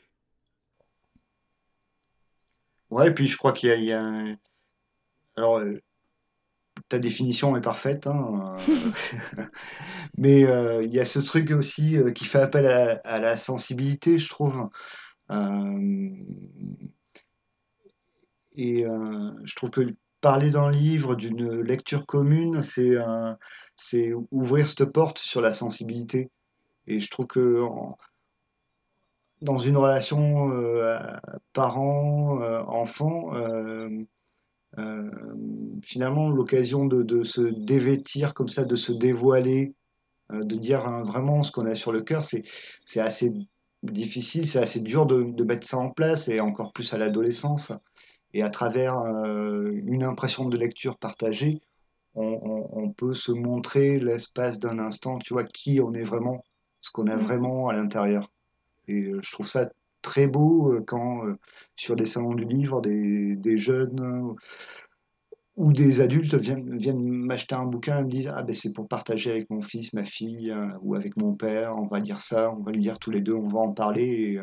Ouais, et puis je crois qu'il y a alors, ta définition est parfaite, hein, mais il y a ce truc aussi qui fait appel à la sensibilité, je trouve. Euh, je trouve que parler dans le livre d'une lecture commune, c'est ouvrir cette porte sur la sensibilité. Et je trouve que dans une relation parent-enfant, euh, finalement, l'occasion de se dévêtir comme ça, de se dévoiler, de dire vraiment ce qu'on a sur le cœur, c'est assez difficile, c'est assez dur de mettre ça en place, et encore plus à l'adolescence. Et à travers une impression de lecture partagée, on peut se montrer l'espace d'un instant, tu vois, qui on est vraiment, ce qu'on a Mm. vraiment à l'intérieur. Et je trouve ça très beau quand, sur des salons du livre, des jeunes ou des adultes viennent m'acheter un bouquin et me disent: Ah ben c'est pour partager avec mon fils, ma fille, ou avec mon père, on va lire ça, on va le lire tous les deux, on va en parler.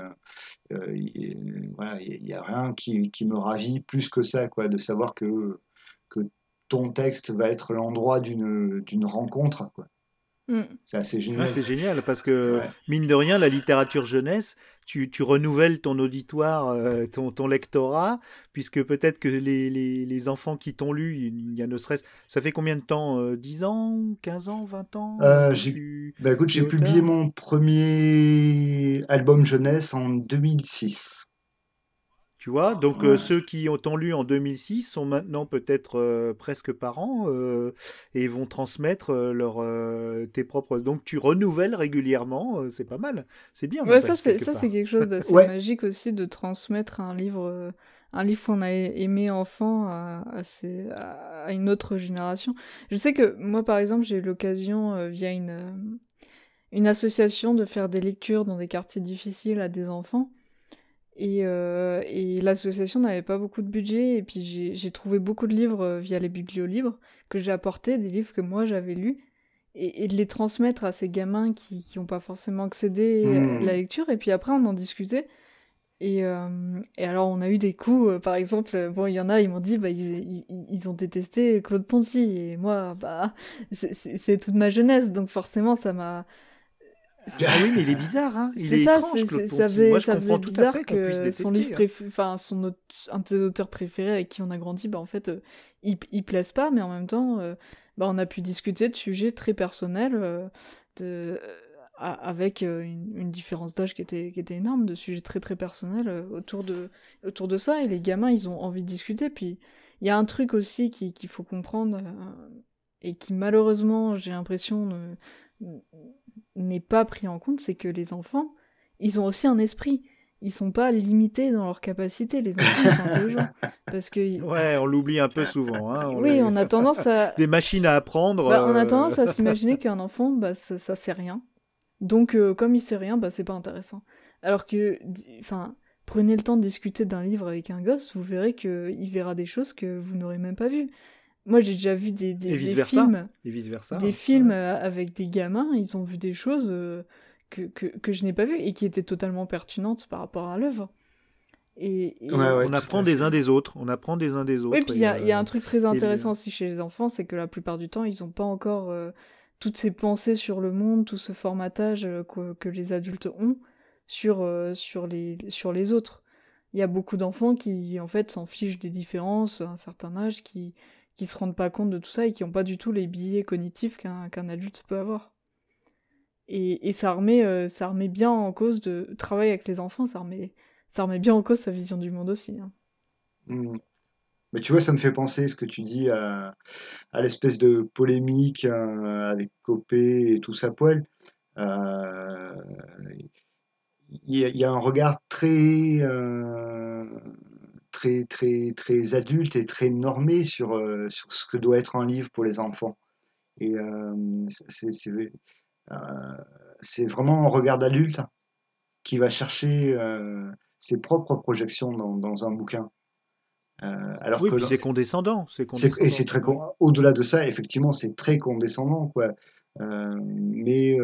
Voilà, il n'y a rien qui me ravit plus que ça, quoi, de savoir que ton texte va être l'endroit d'une rencontre, quoi. Mm. C'est assez Ah, génial. c'est génial parce que, Ouais. mine de rien, la littérature jeunesse, tu renouvelles ton auditoire, ton lectorat, puisque peut-être que les enfants qui t'ont lu, il y a ne serait-ce. Ça fait combien de temps 10 ans, 15 ans, 20 ans que J'ai, bah écoute, tu es j'ai publié auteur? mon premier album jeunesse en 2006. Tu vois, donc Ouais. ceux qui t'ont lu en 2006 sont maintenant peut-être presque parents et vont transmettre tes propres. Donc tu renouvelles régulièrement, c'est pas mal, c'est bien Ouais, ça n'empêche c'est quelque ça c'est part. quelque chose d'assez Ouais, magique aussi de transmettre un livre qu'on a aimé enfant à une autre génération. Je sais que moi par exemple j'ai eu l'occasion via une association de faire des lectures dans des quartiers difficiles à des enfants. Et l'association n'avait pas beaucoup de budget, et puis j'ai trouvé beaucoup de livres via les bibliolibres que j'ai apportés, des livres que moi j'avais lus, et de les transmettre à ces gamins qui n'ont pas forcément accédé à la hmm. lecture, et puis après on en discutait. Et alors on a eu des coups, par exemple, bon il y en a, ils m'ont dit, bah ils ont détesté Claude Ponty, et moi, bah c'est toute ma jeunesse, donc forcément ça m'a. Ah oui, mais il est bizarre, hein. Il C'est est ça, étrange, Claude ça Ponty. Moi, faisait, je ça faisait comprends tout à fait bizarre qu'on puisse que son livre détester, hein. préféré, enfin, un de ses auteurs préférés avec qui on a grandi, bah en fait, il plaise pas, mais en même temps, bah on a pu discuter de sujets très personnels, de, avec une différence d'âge qui était énorme, de sujets très très personnels autour de ça, et les gamins, ils ont envie de discuter. Puis, il y a un truc aussi qu'il faut comprendre, et qui malheureusement, j'ai l'impression, n'est pas pris en compte, c'est que les enfants, ils ont aussi un esprit. Ils sont pas limités dans leurs capacités. Les enfants, ils sont intelligents. Parce que, Ouais, on l'oublie un peu souvent, hein. oui, on a tendance à, Des machines à apprendre. bah, on a tendance à s'imaginer qu'un enfant, bah, ça sait rien. Donc, comme il sait rien, bah, c'est pas intéressant. Alors que, enfin, prenez le temps de discuter d'un livre avec un gosse, vous verrez qu'il verra des choses que vous n'aurez même pas vues. Moi, j'ai déjà vu Et des vice-versa. films Et vice-versa. des films avec des gamins, ils ont vu des choses que je n'ai pas vues et qui étaient totalement pertinentes par rapport à l'œuvre. Ouais, ouais, On tout apprend à des fait. uns des autres. On apprend des uns des Oui, autres. puis il y a un truc très et intéressant aussi chez les enfants, c'est que la plupart du temps, ils n'ont pas encore toutes ces pensées sur le monde, tout ce formatage que les adultes ont sur les autres. Il y a beaucoup d'enfants qui, en fait, s'en fichent des différences à un certain âge, qui se rendent pas compte de tout ça et qui n'ont pas du tout les biais cognitifs qu'un adulte peut avoir. Et ça remet bien en cause de travailler avec les enfants, ça remet bien en cause sa vision du monde aussi, hein. Hmm. Mais tu vois, ça me fait penser ce que tu dis à l'espèce de polémique avec Copé et tout ça poil. Euh, il y a un regard très adulte et très normé sur ce que doit être un livre pour les enfants. Et c'est c'est- euh, c'est vraiment un regard d'adulte qui va chercher ses propres projections dans un bouquin. Alors Oui, que puis c'est condescendant. C'est et condescendant. c'est très Ouais. au-delà de ça, effectivement, c'est très condescendant, quoi. Mais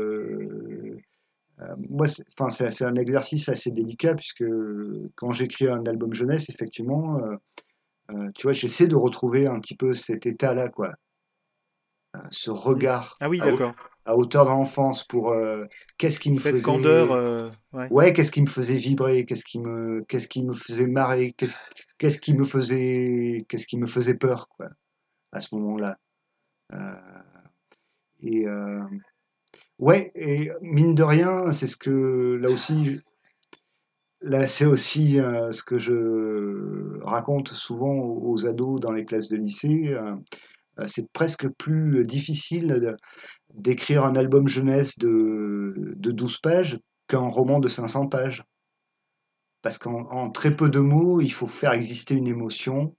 moi, enfin, c'est un exercice assez délicat puisque quand j'écris un album jeunesse, effectivement, tu vois, j'essaie de retrouver un petit peu cet état-là, quoi, ce Mm. regard Ah oui, d'accord. à hauteur d'enfance pour qu'est-ce qui me Cette candeur, faisait, ouais. ouais, qu'est-ce qui me faisait vibrer, qu'est-ce qui me faisait marrer, qu'est-ce qui me faisait peur, quoi, à ce moment-là. Euh, et ouais, et mine de rien, c'est ce que là aussi, là c'est aussi ce que je raconte souvent aux ados dans les classes de lycée. C'est presque plus difficile d'écrire un album jeunesse de 12 pages qu'un roman de 500 pages. Parce qu'en très peu de mots, il faut faire exister une émotion,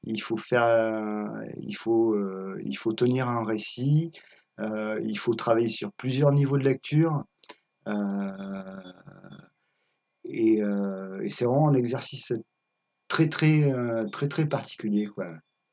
il faut tenir un récit, il faut travailler sur plusieurs niveaux de lecture. euh, et c'est vraiment un exercice très particulier, quoi.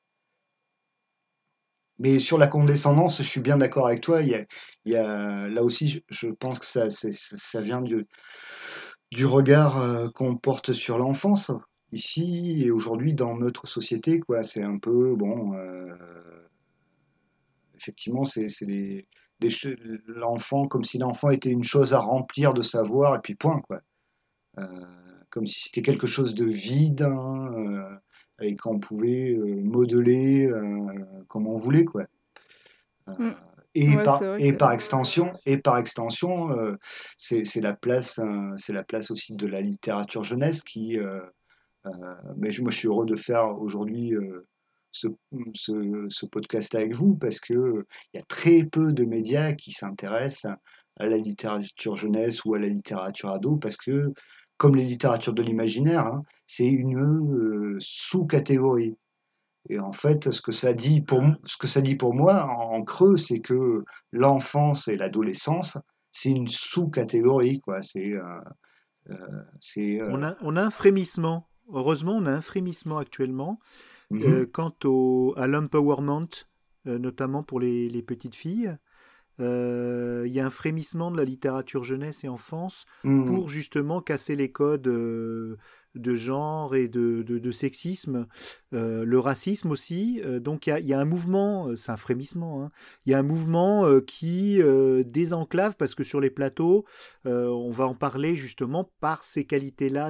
Mais sur la condescendance, je suis bien d'accord avec toi. Là aussi, je pense que ça vient du regard qu'on porte sur l'enfance ici et aujourd'hui dans notre société, quoi. C'est un peu bon. Effectivement, c'est l'enfant comme si l'enfant était une chose à remplir de savoir et puis point, quoi. Euh, Comme si c'était quelque chose de vide, hein, et qu'on pouvait modeler comme on voulait, quoi. Euh, Mm. Ouais, c'est vrai que. et par extension, c'est c'est la place aussi de la littérature jeunesse qui. Mais moi, je suis heureux de faire aujourd'hui ce, ce podcast avec vous parce que il y a très peu de médias qui s'intéressent à la littérature jeunesse ou à la littérature ado parce que, comme les littératures de l'imaginaire, hein, c'est une sous-catégorie. Et en fait, ce que ça dit pour moi, en creux, c'est que l'enfance et l'adolescence, c'est une sous-catégorie, quoi. C'est, On a un frémissement. Heureusement, on a un frémissement actuellement mhm, quant à l'empowerment, notamment pour les petites filles. Il y a un frémissement de la littérature jeunesse et enfance mhm, pour justement casser les codes de genre et de sexisme, le racisme aussi. Donc il y a un mouvement, c'est un frémissement, hein. Il y a un mouvement qui désenclave parce que sur les plateaux, on va en parler justement par ces qualités-là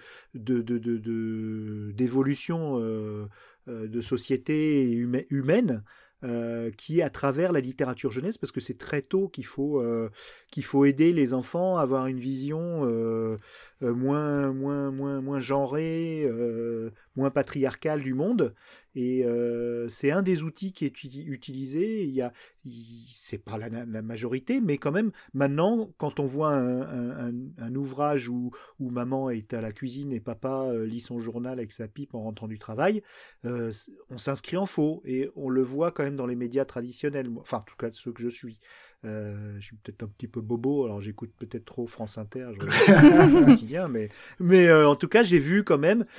d'évolution de société humaine qui est à travers la littérature jeunesse, parce que c'est très tôt qu'il faut aider les enfants à avoir une vision moins genrée, moins patriarcale du monde. Et c'est un des outils qui est utilisé. C'est pas la majorité, mais quand même, maintenant, quand on voit un ouvrage où maman est à la cuisine et papa lit son journal avec sa pipe en rentrant du travail, on s'inscrit en faux et on le voit quand même dans les médias traditionnels. Enfin, en tout cas, ceux que je suis. Je suis peut-être un petit peu bobo, alors j'écoute peut-être trop France Inter, je regarde le quotidien, mais en tout cas, j'ai vu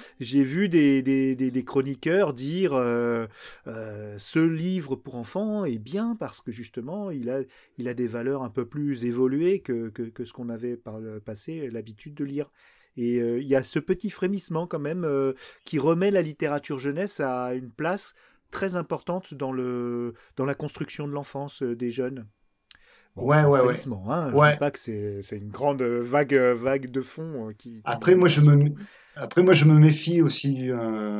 des chroniqueurs dire ce livre pour enfants est bien parce que justement, il a des valeurs un peu plus évoluées que ce qu'on avait par le passé l'habitude de lire. Et il y a ce petit frémissement quand même qui remet la littérature jeunesse à une place très importante dans la construction de l'enfance des jeunes. Bon, c'est un ouais. frémissement, hein. Je dis Ouais. pas que c'est une grande vague de fond Après, moi, dans ce truc. après, moi, je me méfie aussi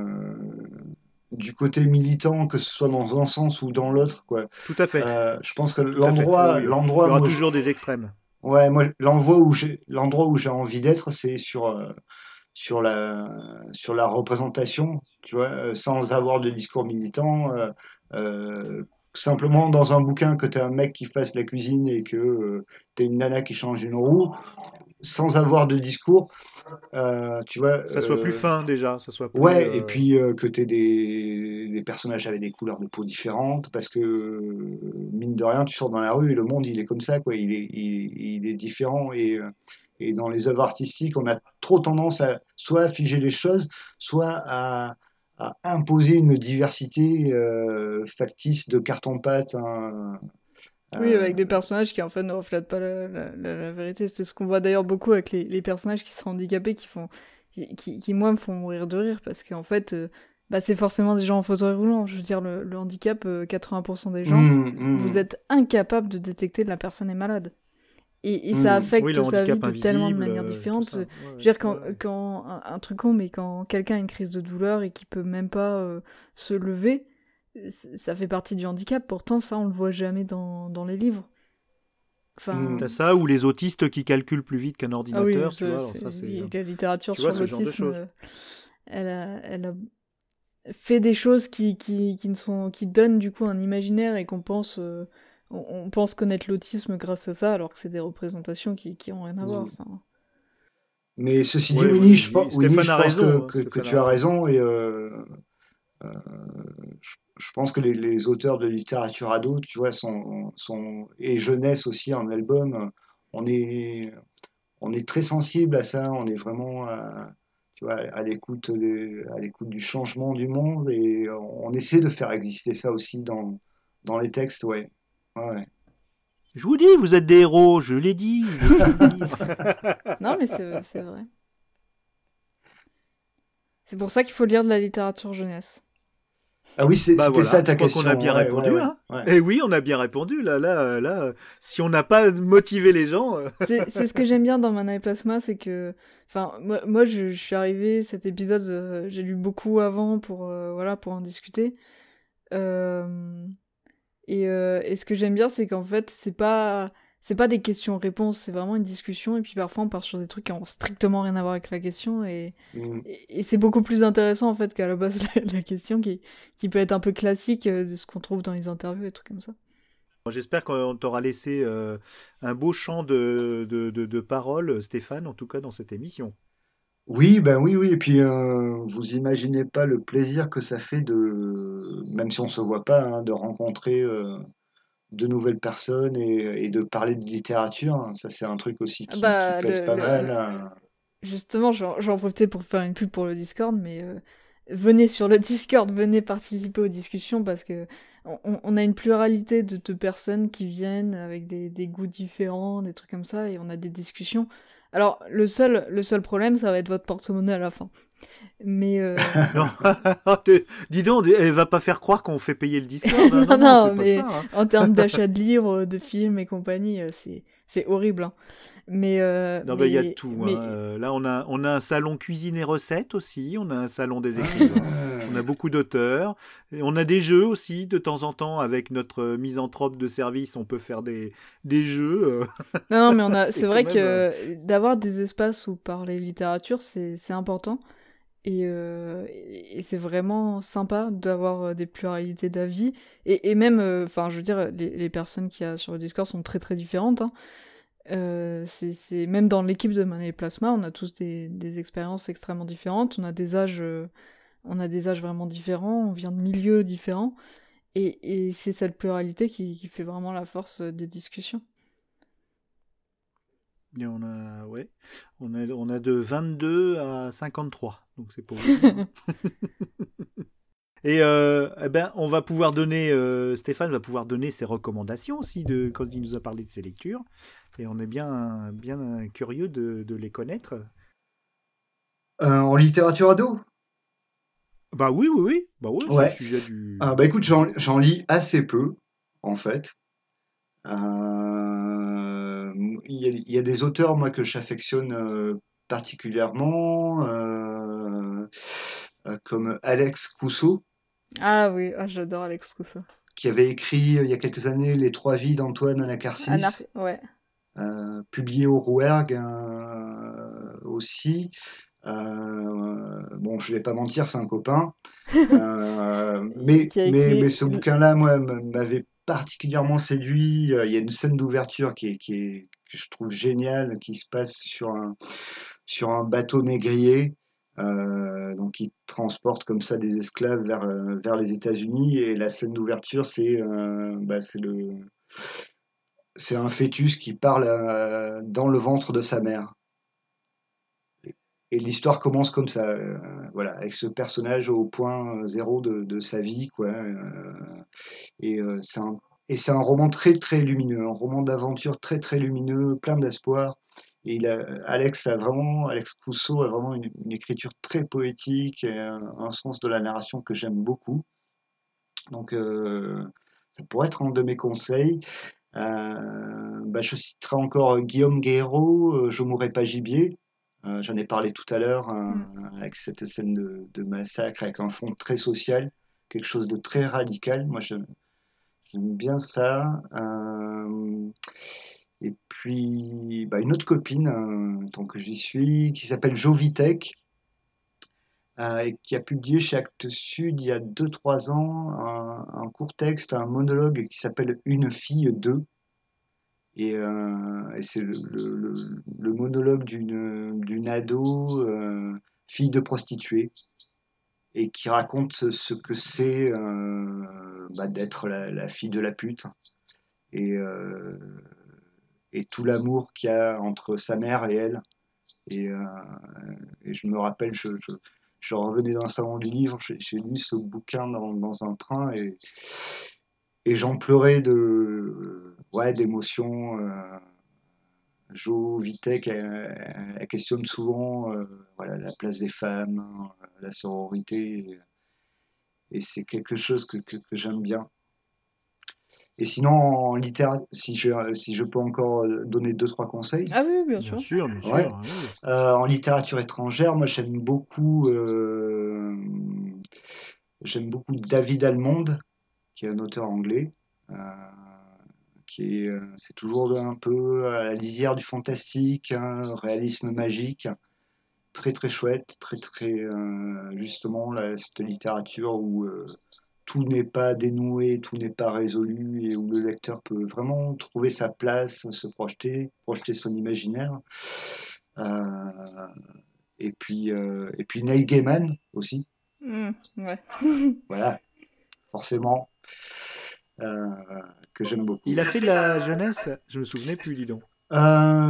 du côté militant, que ce soit dans un sens ou dans l'autre, quoi. Tout à fait, Je pense que tout à fait. Oui, oui. Il y l'endroit, aura toujours des extrêmes. ouais, moi, l'endroit où j'ai envie d'être, c'est sur sur la représentation, tu vois, sans avoir de discours militant, simplement dans un bouquin que tu as un mec qui fasse la cuisine et que tu as une nana qui change une roue, sans avoir de discours, tu vois. Ça soit plus fin déjà, ça soit plus. Ouais, et puis que tu aies des personnages avec des couleurs de peau différentes, parce que mine de rien, tu sors dans la rue et le monde il est comme ça, quoi. Il est différent Et dans les œuvres artistiques, on a trop tendance à soit à figer les choses, soit à imposer une diversité factice de carton-pâte. Oui, avec des personnages qui en fait ne reflètent pas la vérité. C'est ce qu'on voit d'ailleurs beaucoup avec les personnages qui sont handicapés, qui moi me font mourir de rire parce qu'en fait, c'est forcément des gens en fauteuil roulant. Je veux dire, le handicap, 80% des gens, vous êtes incapable de détecter que la personne est malade. Et ça affecte le sa vie handicap de tellement de invisible, manières tout différentes. ça. Ouais, Je veux dire, ouais. quand un truc con, mais quand quelqu'un a une crise de douleur et qui peut même pas se lever, ça fait partie du handicap. Pourtant, ça, on le voit jamais dans les livres. Enfin, T'as ça, ou les autistes qui calculent plus vite qu'un ah oui, ordinateur, tu vois. Alors ça, c'est la littérature tu vois, sur ce genre de l'autisme, choses. elle a fait des choses qui donnent du coup un imaginaire et qu'on pense, on pense connaître l'autisme grâce à ça, alors que c'est des représentations qui ont rien à voir. Enfin, Mais ceci dit, Ouais, Winnie, oui, Winnie, Stéphane je a pense raison. que Stéphane a tu as raison. raison et je pense que les auteurs de littérature ado, tu vois, et jeunesse aussi en album, on est, on est très sensible à ça, on est vraiment tu vois, à l'écoute du changement du monde et on essaie de faire exister ça aussi dans les textes, ouais. Ouais. Je vous dis, vous êtes des héros, je l'ai dit. non, mais c'est vrai. C'est pour ça qu'il faut lire de la littérature jeunesse. Ah oui, Bah c'était ça voilà, ta je crois qu'on a question. bien Ouais, ouais, répondu, ouais, hein. ouais. Et oui, on a bien répondu. Là, si on n'a pas motivé les gens, C'est ce que j'aime bien dans Mana et Plasma, c'est que, enfin, moi je suis arrivée, cet épisode, j'ai lu beaucoup avant pour en discuter. Et ce que j'aime bien, c'est qu'en fait, c'est pas des questions-réponses, c'est vraiment une discussion. Et puis parfois, on part sur des trucs qui ont strictement rien à voir avec la question. Mm. Et c'est beaucoup plus intéressant en fait qu'à la base la question qui peut être un peu classique de ce qu'on trouve dans les interviews et trucs comme ça. j'espère qu'on t'aura laissé un beau champ de paroles, Stéphane, en tout cas dans cette émission. Oui, ben oui, oui. Et puis, vous imaginez pas le plaisir que ça fait même si on se voit pas, hein, de rencontrer de nouvelles personnes et de parler de littérature, hein. Ça, c'est un truc aussi Ah qui bah, pèse pas mal, hein. justement, j'en profitais pour faire une pub pour le Discord, mais venez sur le Discord, venez participer aux discussions parce que on a une pluralité de personnes qui viennent avec des goûts différents, des trucs comme ça, et on a des discussions. Alors, le seul problème, ça va être votre porte-monnaie à la fin. Mais Non, dis donc, elle va pas faire croire qu'on fait payer le Discord. Hein. non, Non, c'est pas mais ça. Hein. en termes d'achat de livres, de films et compagnie, c'est horrible. Hein. Mais Non, il y a de tout. Hein. Là, on a un salon cuisine et recettes aussi. On a un salon des écrivains. On a beaucoup d'auteurs. Et on a des jeux aussi, de temps en temps, avec notre misanthrope de service. On peut faire des jeux. Non, mais C'est c'est vrai quand que d'avoir des espaces où parler littérature, c'est important. Et c'est vraiment sympa d'avoir des pluralités d'avis. Et même, enfin, je veux dire, les personnes qu'il y a sur le Discord sont très très différentes. Hein. C'est même dans l'équipe de Mana et Plasma, on a tous des expériences extrêmement différentes. On a des âges vraiment différents. On vient de milieux différents. Et c'est cette pluralité qui fait vraiment la force des discussions. Et on a de 22 à 53. Donc c'est pour vous. Et on va pouvoir donner, Stéphane va pouvoir donner ses recommandations aussi quand il nous a parlé de ses lectures. Et on est bien curieux de les connaître. En littérature ado? Bah oui. Bah ouais, c'est Ouais. le sujet du... Bah écoute, j'en lis assez peu, en fait. Il y a des auteurs, moi, que j'affectionne particulièrement, comme Alex Cousseau, Ah oui, j'adore Alex Cousseau. qui avait écrit il y a quelques années Les Trois Vies d'Antoine Anacarsis, Ouais. publié au Rouergue aussi. Bon, je vais pas mentir, c'est un copain. Qui a écrit... Mais ce bouquin-là, moi, m'avait particulièrement séduit. Il y a une scène d'ouverture que je trouve géniale, qui se passe sur un bateau négrier, donc qui transporte comme ça des esclaves vers les États-Unis. Et la scène d'ouverture, c'est un fœtus qui parle dans le ventre de sa mère. Et l'histoire commence comme ça, voilà, avec ce personnage au point zéro de sa vie, quoi. Et c'est un roman très très lumineux, un roman d'aventure très très lumineux, plein d'espoir. Et Alex Cousseau a vraiment une écriture très poétique et un sens de la narration que j'aime beaucoup. Donc ça pourrait être un de mes conseils. Je citerai encore Guillaume Guéraud, Je mourrai pas gibier. J'en ai parlé tout à l'heure, avec cette scène de massacre, avec un fond très social, quelque chose de très radical. Moi, j'aime bien ça. Et puis, une autre copine, tant que j'y suis, qui s'appelle Jo Vitek, et qui a publié chez Actes Sud il y a 2-3 ans un court texte, un monologue qui s'appelle Une fille 2. Et c'est le monologue d'une ado, fille de prostituée, et qui raconte ce que c'est d'être la fille de la pute. Et tout l'amour qu'il y a entre sa mère et elle. Et je me rappelle, je revenais d'un salon du livre, j'ai lu ce bouquin dans un train et j'en pleurais d'émotion. Jo Vitek, elle questionne souvent la place des femmes, la sororité, et c'est quelque chose que j'aime bien. Et sinon, en littérature, si je peux encore donner 2-3 conseils. Ah oui, bien sûr. Bien sûr, bien sûr. Ouais. Oui. En littérature étrangère, moi j'aime beaucoup David Almond, qui est un auteur anglais, c'est toujours un peu à la lisière du fantastique, réalisme magique, très très chouette, très très justement cette littérature où tout n'est pas dénoué, tout n'est pas résolu et où le lecteur peut vraiment trouver sa place, se projeter son imaginaire. Et puis Neil Gaiman aussi. Ouais. Voilà, forcément, que j'aime beaucoup. Il a fait de la jeunesse, je me souvenais plus, dis donc. Il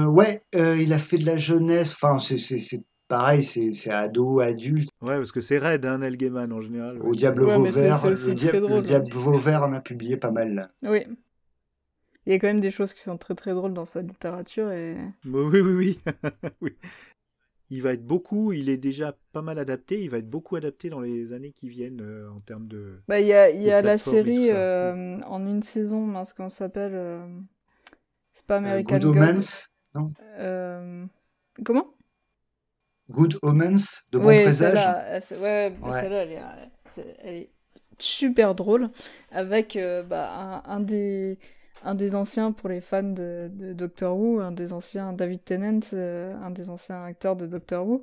a fait de la jeunesse, enfin c'est pareil, c'est ado, adulte. Ouais, parce que c'est raide, Neil Gaiman en général. Au Diable Vauvert, c'est aussi très drôle, le Diable Vauvert en a publié pas mal là. Oui. Il y a quand même des choses qui sont très très drôles dans sa littérature et... Oui. Oui. Il est déjà pas mal adapté, il va être beaucoup adapté dans les années qui viennent en termes de... Il y a la série en une saison, mince, comment ça s'appelle c'est pas American Good Omens, non Comment Good Omens, de bons présages. Celle-là, elle est super drôle, avec un des anciens, pour les fans de Doctor Who, un des anciens David Tennant, un des anciens acteurs de Doctor Who,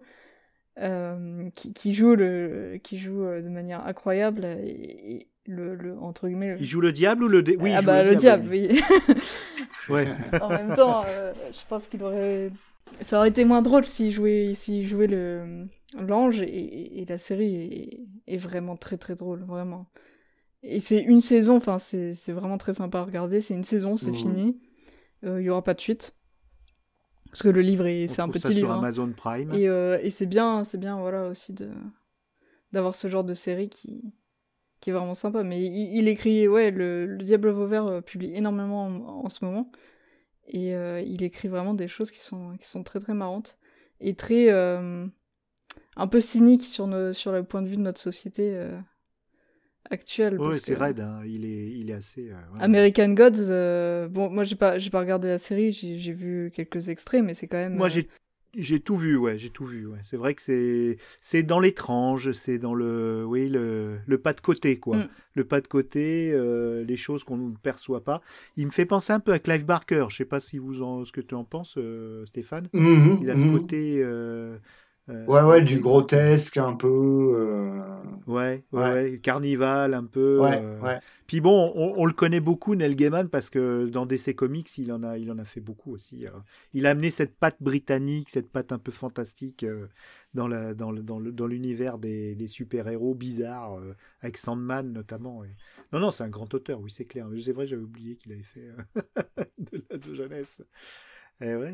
qui joue de manière incroyable et entre guillemets Il joue le diable ou le oui, le diable, oui. Ouais. En même temps, je pense ça aurait été moins drôle s'il jouait l'ange, et la série est vraiment très très drôle, vraiment. Et c'est une saison, enfin c'est vraiment très sympa à regarder, c'est une saison, c'est fini. Il y aura pas de suite. Parce que le livre c'est un petit livre. Sur Amazon Prime. Et c'est bien voilà aussi d'avoir ce genre de série qui est vraiment sympa. Mais il écrit, le Diable Vauvert publie énormément en ce moment. Et il écrit vraiment des choses qui sont très très marrantes. Et très un peu cyniques sur le point de vue de notre société actuelle. Oui, c'est raide, il est assez... American Gods, moi j'ai pas regardé la série, j'ai vu quelques extraits, mais c'est quand même... Moi j'ai tout vu, j'ai tout vu. Ouais. C'est vrai que c'est dans l'étrange, c'est dans le pas de côté, quoi. Le pas de côté, les choses qu'on ne perçoit pas. Il me fait penser un peu à Clive Barker. Je sais pas ce que tu en penses, Stéphane. Il a ce côté... du grotesque un peu. Carnival un peu. Puis bon, on le connaît beaucoup, Neil Gaiman, parce que dans DC Comics, il en a fait beaucoup aussi. Il a amené cette patte britannique, cette patte un peu fantastique dans l'univers des super-héros bizarres, avec Sandman notamment. Non, c'est un grand auteur, oui, c'est clair. C'est vrai, j'avais oublié qu'il avait fait de jeunesse.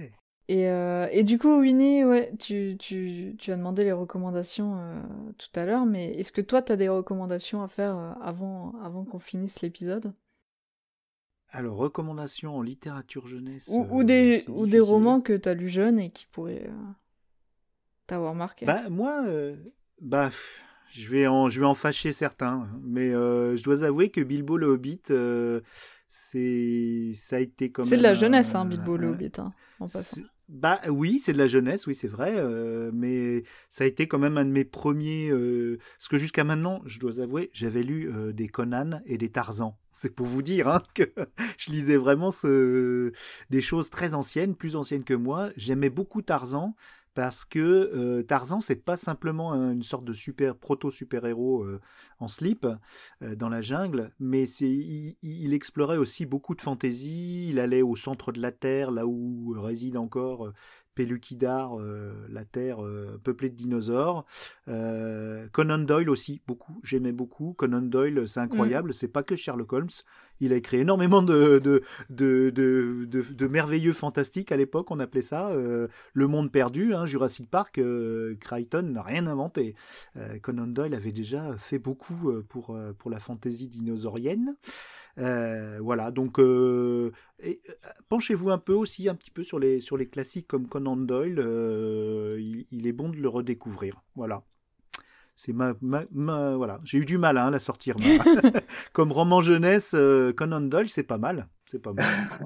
Et du coup, Winnie, ouais, tu as demandé les recommandations tout à l'heure, mais est-ce que toi, tu as des recommandations à faire avant qu'on finisse l'épisode? Alors, recommandations en littérature jeunesse, Ou des c'est difficile. romans que tu as lus jeune et qui pourraient t'avoir marqué? Bah, moi, je vais en fâcher certains, mais je dois avouer que Bilbo le Hobbit, ça a été quand C'est de même la jeunesse, hein, Bilbo le Hobbit, hein, en passant. Bah oui, c'est de la jeunesse, oui, c'est vrai, mais ça a été quand même un de mes premiers. Parce que jusqu'à maintenant, je dois avouer, j'avais lu des Conan et des Tarzan. C'est pour vous dire hein, que je lisais vraiment des choses très anciennes, plus anciennes que moi. J'aimais beaucoup Tarzan. Parce que Tarzan, c'est pas simplement une sorte de proto-super-héros en slip dans la jungle, mais il explorait aussi beaucoup de fantaisie. Il allait au centre de la Terre, là où réside encore Pelukidar, la Terre peuplée de dinosaures. Conan Doyle aussi, beaucoup. J'aimais beaucoup. Conan Doyle, c'est incroyable. C'est pas que Sherlock Holmes. Il a écrit énormément de merveilleux fantastiques à l'époque, on appelait ça. Le monde perdu, hein, Jurassic Park, Crichton n'a rien inventé. Conan Doyle avait déjà fait beaucoup pour la fantaisie dinosaurienne. Voilà, donc penchez-vous un peu aussi un petit peu sur les classiques comme Conan Doyle. Il est bon de le redécouvrir. Voilà. C'est voilà. J'ai eu du mal à la sortir. Comme roman jeunesse, Conan Doyle, c'est pas mal. C'est pas mal.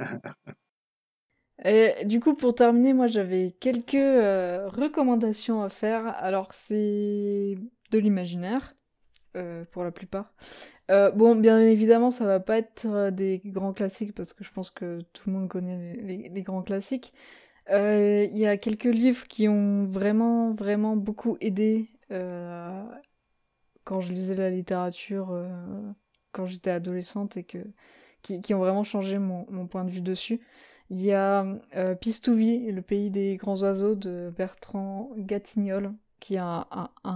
Et du coup, pour terminer, moi j'avais quelques recommandations à faire. Alors, c'est de l'imaginaire, pour la plupart. Bon, bien évidemment, ça va pas être des grands classiques parce que je pense que tout le monde connaît les grands classiques. Il y a quelques livres qui ont vraiment, vraiment beaucoup aidé quand je lisais la littérature quand j'étais adolescente et qui ont vraiment changé mon point de vue dessus. Il y a Pistouvie, le pays des grands oiseaux de Bertrand Gatignolles, qui a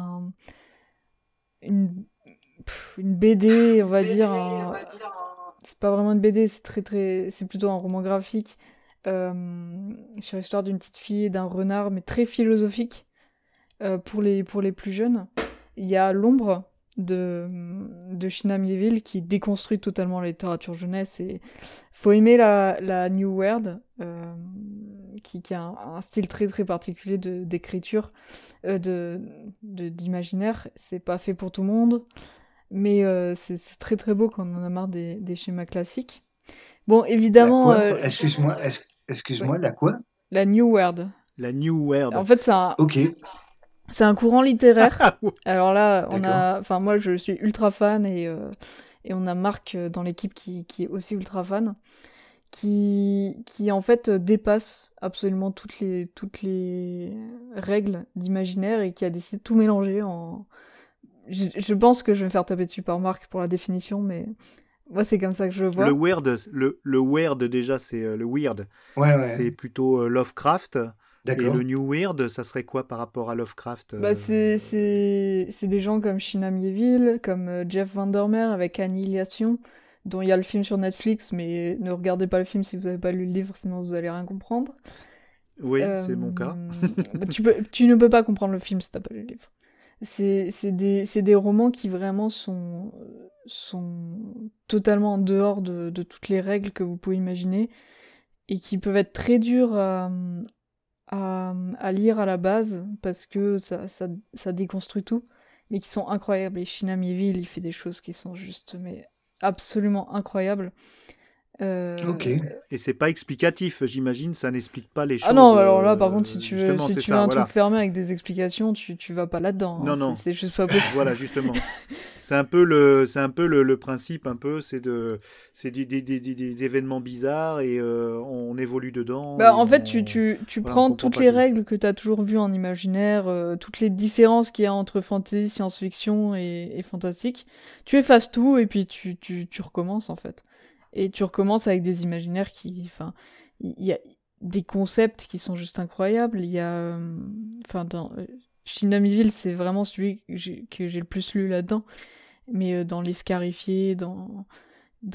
une BD, on va dire. C'est pas vraiment une BD, c'est plutôt un roman graphique sur l'histoire d'une petite fille et d'un renard, mais très philosophique pour les plus jeunes. Il y a L'ombre de China Miéville qui déconstruit totalement la littérature jeunesse, et faut aimer la New World qui a un style très très particulier d'écriture, d'imaginaire. C'est pas fait pour tout le monde, mais c'est très très beau quand on en a marre des schémas classiques. Bon, évidemment... Excuse-moi, ouais. la quoi? La New World. La New World. En fait, c'est un courant littéraire. Alors là, moi je suis ultra fan et on a Marc dans l'équipe qui est aussi ultra fan, qui en fait dépasse absolument toutes les règles d'imaginaire et qui a décidé de tout mélanger en... Je pense que je vais me faire taper dessus par Marc pour la définition, mais moi c'est comme ça que je le vois. Le weird déjà, c'est le weird. Ouais. C'est plutôt Lovecraft. D'accord. Et le New Weird, ça serait quoi par rapport à Lovecraft c'est des gens comme China Miéville, comme Jeff Vandermeer avec Annihilation, dont il y a le film sur Netflix, mais ne regardez pas le film si vous n'avez pas lu le livre, sinon vous allez rien comprendre. Oui, c'est mon cas. Tu ne peux pas comprendre le film si t'as pas lu le livre. C'est des romans qui vraiment sont totalement en dehors de toutes les règles que vous pouvez imaginer et qui peuvent être très durs à lire à la base parce que ça déconstruit tout, mais qui sont incroyables. Et China Miéville, il fait des choses qui sont juste mais absolument incroyables. Ok. Et c'est pas explicatif, j'imagine, ça n'explique pas les choses. Ah non, alors là, par contre, si tu veux un truc fermé avec des explications, tu vas pas là-dedans. Non. C'est juste pas possible. Voilà, justement. C'est un peu le principe, c'est des événements bizarres et on évolue dedans. En fait, tu prends toutes les règles que tu as toujours vues en imaginaire, toutes les différences qu'il y a entre fantasy, science-fiction et fantastique. Tu effaces tout et puis tu recommences, en fait. Et tu recommences avec des imaginaires il y a des concepts qui sont juste incroyables. Il y a, dans China Miéville, c'est vraiment celui que j'ai le plus lu là-dedans. Mais dans Les Scarifiés,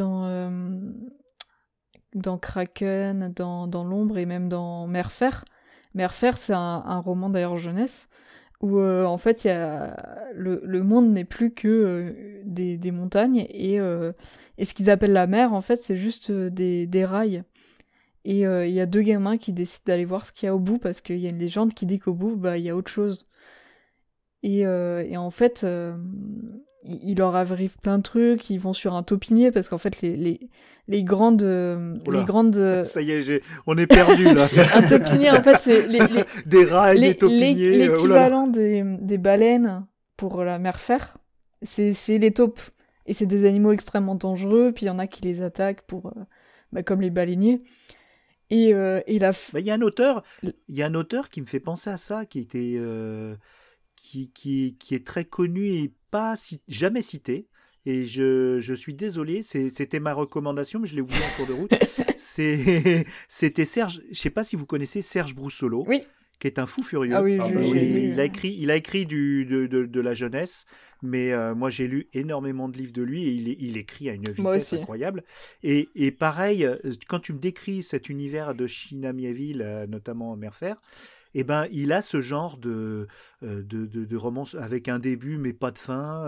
dans Kraken, dans L'ombre et même dans Merfer, Merfer, c'est un roman d'ailleurs jeunesse, où en fait le monde n'est plus que des montagnes, et ce qu'ils appellent la mer, en fait, c'est juste des rails. Et il y a 2 gamins qui décident d'aller voir ce qu'il y a au bout, parce qu'il y a une légende qui dit qu'au bout, il y a autre chose. Et en fait, il leur arrive plein de trucs, ils vont sur un taupinier, parce qu'en fait, les grandes... Ça y est, on est perdu là. Un taupinier, en fait, c'est des rails, des taupiniers. L'équivalent des baleines pour la mer fer, c'est les taupes. Et c'est des animaux extrêmement dangereux, puis il y en a qui les attaquent comme les baleiniers. Et il y a un auteur qui me fait penser à ça, qui était qui est très connu et jamais cité. Et je suis désolé, c'était ma recommandation, mais je l'ai oublié en cours de route. C'était Serge, je ne sais pas si vous connaissez Serge Broussolo. Oui. Qui est un fou furieux. Ah oui, il a écrit de la jeunesse, mais moi j'ai lu énormément de livres de lui, et il écrit à une vitesse incroyable. Et pareil, quand tu me décris cet univers de China Miéville, notamment Merfer, il a ce genre de romance avec un début mais pas de fin.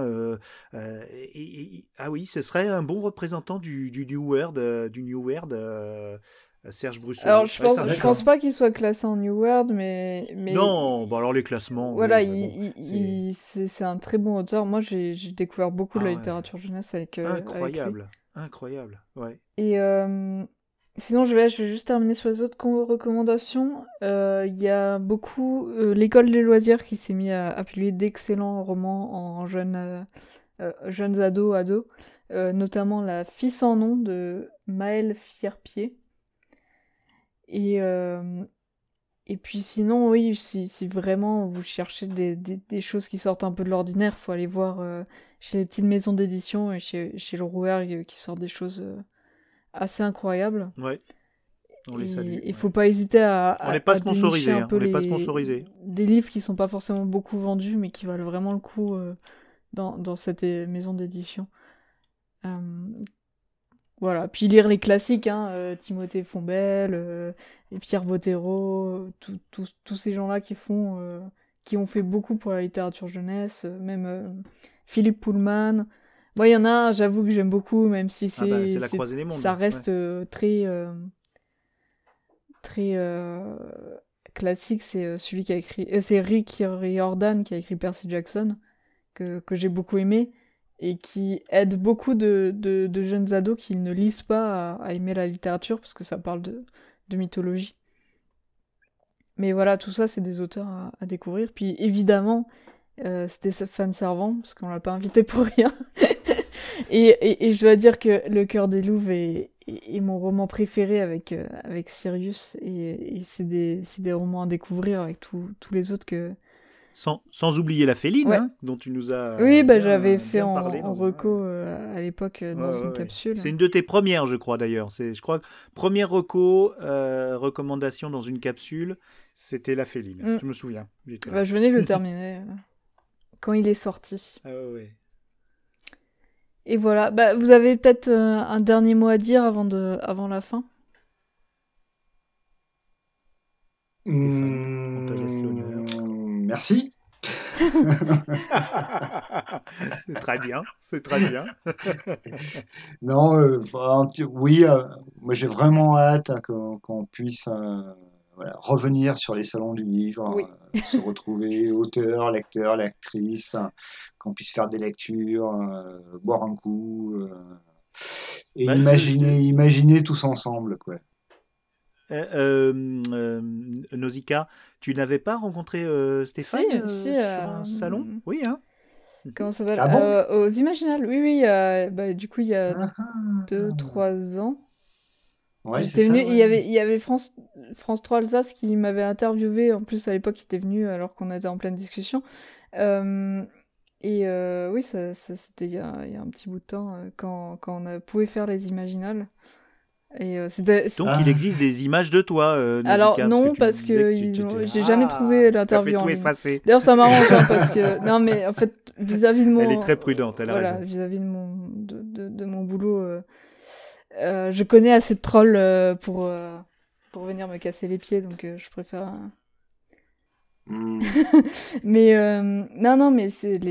Ah oui, ce serait un bon représentant du New World. Serge Broussolo. Alors, je pense pas qu'il soit classé en New World, mais... Non, alors les classements... Voilà, c'est un très bon auteur. Moi, j'ai découvert beaucoup de la littérature jeunesse avec Incroyable, ouais. Et sinon, je vais juste terminer sur les autres recommandations. Il y a beaucoup... L'École des loisirs qui s'est mis à publier d'excellents romans en jeunes ados, notamment La fille sans nom de Maëlle Fierpied. Et puis sinon, oui, si vraiment vous cherchez des choses qui sortent un peu de l'ordinaire, il faut aller voir chez les petites maisons d'édition et chez le Rouergue qui sortent des choses assez incroyables. Ouais, on les salue. Il ne faut pas hésiter à on n'est pas sponsorisé, un peu on n'est pas sponsorisé. Des livres qui ne sont pas forcément beaucoup vendus, mais qui valent vraiment le coup dans cette maison d'édition. Voilà, puis lire les classiques, Timothée Fombelle, et Pierre Bottero, tous ces gens-là qui ont fait beaucoup pour la littérature jeunesse, même Philippe Pullman. Moi, il y en a, j'avoue que j'aime beaucoup, même si c'est la croisée des mondes. Ça reste très classique. C'est celui qui a écrit, c'est Rick Riordan qui a écrit Percy Jackson, que j'ai beaucoup aimé, et qui aide beaucoup de jeunes ados qui ne lisent pas à aimer la littérature, parce que ça parle de mythologie. Mais voilà, tout ça, c'est des auteurs à découvrir. Puis évidemment, c'était Stéphane Servant, parce qu'on l'a pas invité pour rien. et je dois dire que Le Cœur des Louves est mon roman préféré avec Sirius, et c'est des romans à découvrir avec tous les autres que... Sans oublier La Féline, ouais. Dont tu nous as j'avais fait en reco à l'époque dans une capsule. C'est une de tes premières, je crois, d'ailleurs. Je crois que première recommandation dans une capsule, c'était La Féline. Je me souviens. Je venais de le terminer quand il est sorti. Ouais. Et voilà. Vous avez peut-être un dernier mot à dire avant la fin ? Stéphane, on te laisse l'honneur. Merci. C'est très bien. Non, oui, moi j'ai vraiment hâte qu'on puisse revenir sur les salons du livre, oui. Se retrouver auteur, lecteur, lectrice, qu'on puisse faire des lectures, boire un coup, et imaginer tous ensemble, quoi. Nausicaa, tu n'avais pas rencontré Stéphane si, sur un salon ? Oui, hein. Comment ça s'appelle ? Ah bon ? Aux Imaginales, oui, du coup il y a 2-3 ans. Ouais, j'étais venue, ouais. Il y avait France 3 Alsace qui m'avait interviewé, en plus à l'époque il était venu alors qu'on était en pleine discussion. Oui, ça c'était il y a un petit bout de temps, quand on pouvait faire les Imaginales. Donc il existe des images de toi, Nausicaa, alors non, parce que j'ai jamais trouvé l'interview en ligne. D'ailleurs ça m'arrange, parce que non, mais en fait vis-à-vis de mon... Elle est très prudente, elle a raison. Vis-à-vis de mon boulot, je connais assez de trolls pour venir me casser les pieds, donc je préfère Hmm. Mais non, mais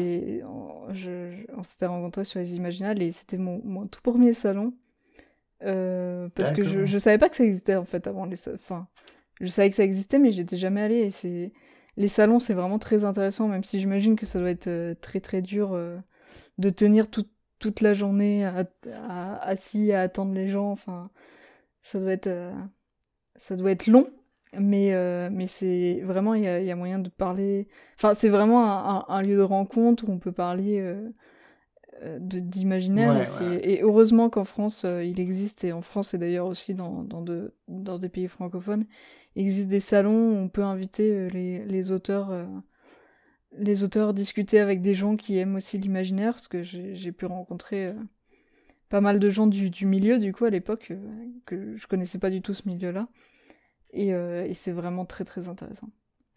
on s'était rencontrés sur les Imaginales et c'était mon tout premier salon. Parce que D'accord. je savais pas que ça existait en fait avant enfin, je savais que ça existait, mais j'étais jamais allée. Et les salons, c'est vraiment très intéressant, même si j'imagine que ça doit être très très dur de tenir toute la journée assis à attendre les gens. Enfin, ça doit être long. Mais c'est vraiment, il y a moyen de parler. Enfin, c'est vraiment un lieu de rencontre où on peut parler d'imaginaire. Ouais, ouais. Et heureusement qu'en France, il existe, et en France, et d'ailleurs aussi dans des pays francophones, il existe des salons où on peut inviter les auteurs discuter avec des gens qui aiment aussi l'imaginaire, parce que j'ai pu rencontrer pas mal de gens du milieu, du coup, à l'époque, que je connaissais pas du tout ce milieu-là. Et c'est vraiment très très intéressant.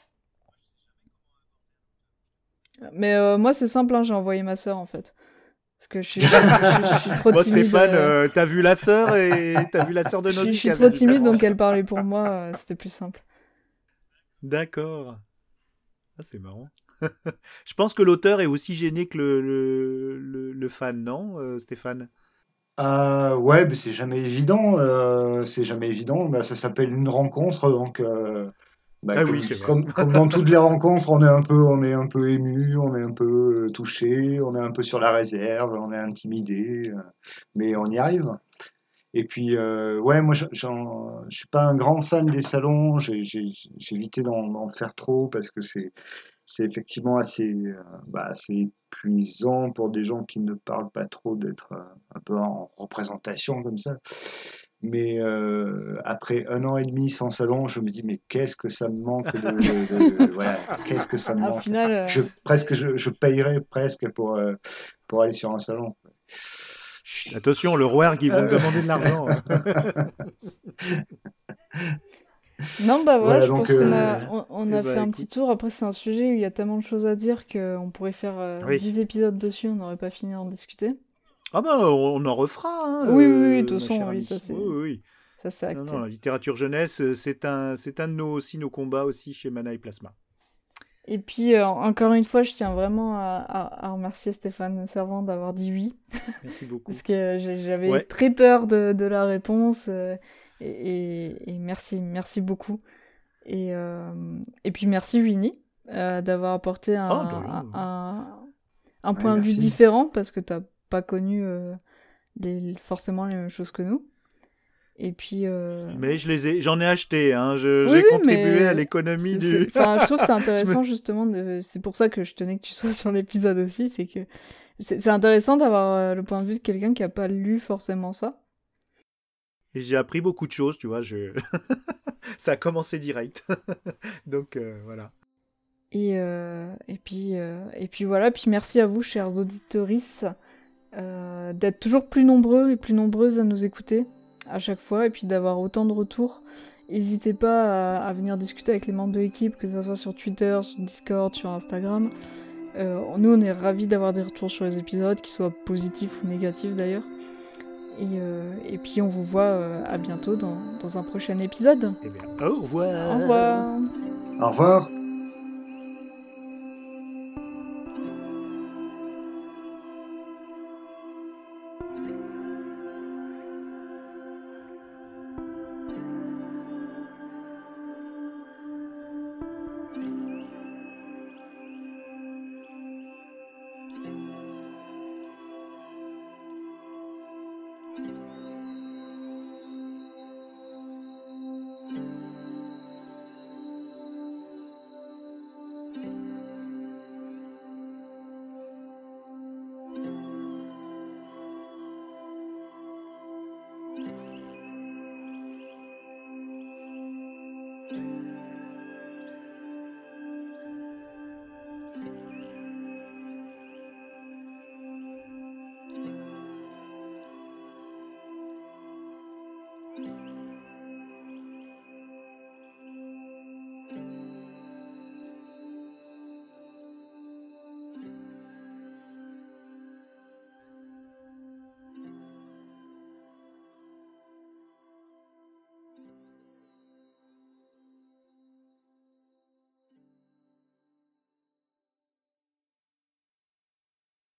Mais moi c'est simple, hein, j'ai envoyé ma sœur en fait. Parce que je suis trop Bon, timide. Stéphane, t'as vu la sœur de Je Nozick, suis hein, trop timide, visiblement. donc elle parlait pour moi, c'était plus simple. D'accord. Ah, c'est marrant. Je pense que l'auteur est aussi gêné que le fan, non, Stéphane? Ouais, mais c'est jamais évident. C'est jamais évident. Bah, ça s'appelle une rencontre, donc bah, Ah oui, c'est vrai. comme dans toutes les rencontres, on est un peu ému, on est un peu touché, on est un peu sur la réserve, on est intimidé, mais on y arrive. Et puis, ouais, moi, je suis pas un grand fan des salons. J'ai évité d'en faire trop parce que c'est effectivement assez épuisant pour des gens qui ne parlent pas trop d'être un peu en représentation comme ça. Mais après 1 an et demi sans salon, je me dis mais qu'est-ce que ça me manque voilà, qu'est-ce que ça me Au manque. final, Je payerais presque pour aller sur un salon. Chut, attention, le rouergue, ils vont me demander de l'argent, hein. non, bah voilà, Voilà je donc pense qu'on Eh a fait ben, un petit écoute. tour. Après, c'est un sujet où il y a tellement de choses à dire qu'on pourrait faire Oui. 10 épisodes dessus, on n'aurait pas fini d'en discuter. Ah ben, on en refera, hein, Oui, de toute ma façon, chère oui, amie. Oui, oui, oui. ça c'est Non, acté. non, la littérature jeunesse, c'est un de nos combats aussi chez Mana et Plasma. Et puis, encore une fois, je tiens vraiment à remercier Stéphane Servant d'avoir dit oui. Merci beaucoup. Parce que j'avais Ouais. très peur de la réponse. Et merci beaucoup. Et puis merci Winnie d'avoir apporté Oh, de rien. un ouais, point de vue merci. différent, parce que t'as pas connu forcément les mêmes choses que nous. Et puis... Mais j'en ai acheté, hein. Oui, J'ai oui, contribué à mais l'économie du. enfin, je trouve que c'est Je me- intéressant justement. C'est pour ça que je tenais que tu sois sur l'épisode aussi. C'est que c'est intéressant d'avoir le point de vue de quelqu'un qui a pas lu forcément ça. Et j'ai appris beaucoup de choses, tu vois. Ça a commencé direct. Donc voilà. Et puis voilà. Puis merci à vous, chers auditorices, d'être toujours plus nombreux et plus nombreuses à nous écouter à chaque fois, et puis d'avoir autant de retours. N'hésitez pas à venir discuter avec les membres de l'équipe, que ce soit sur Twitter, sur Discord, sur Instagram. Nous, on est ravis d'avoir des retours sur les épisodes, qu'ils soient positifs ou négatifs d'ailleurs. Et puis on vous voit à bientôt dans un prochain épisode. Eh bien, au revoir. Au revoir. Au revoir.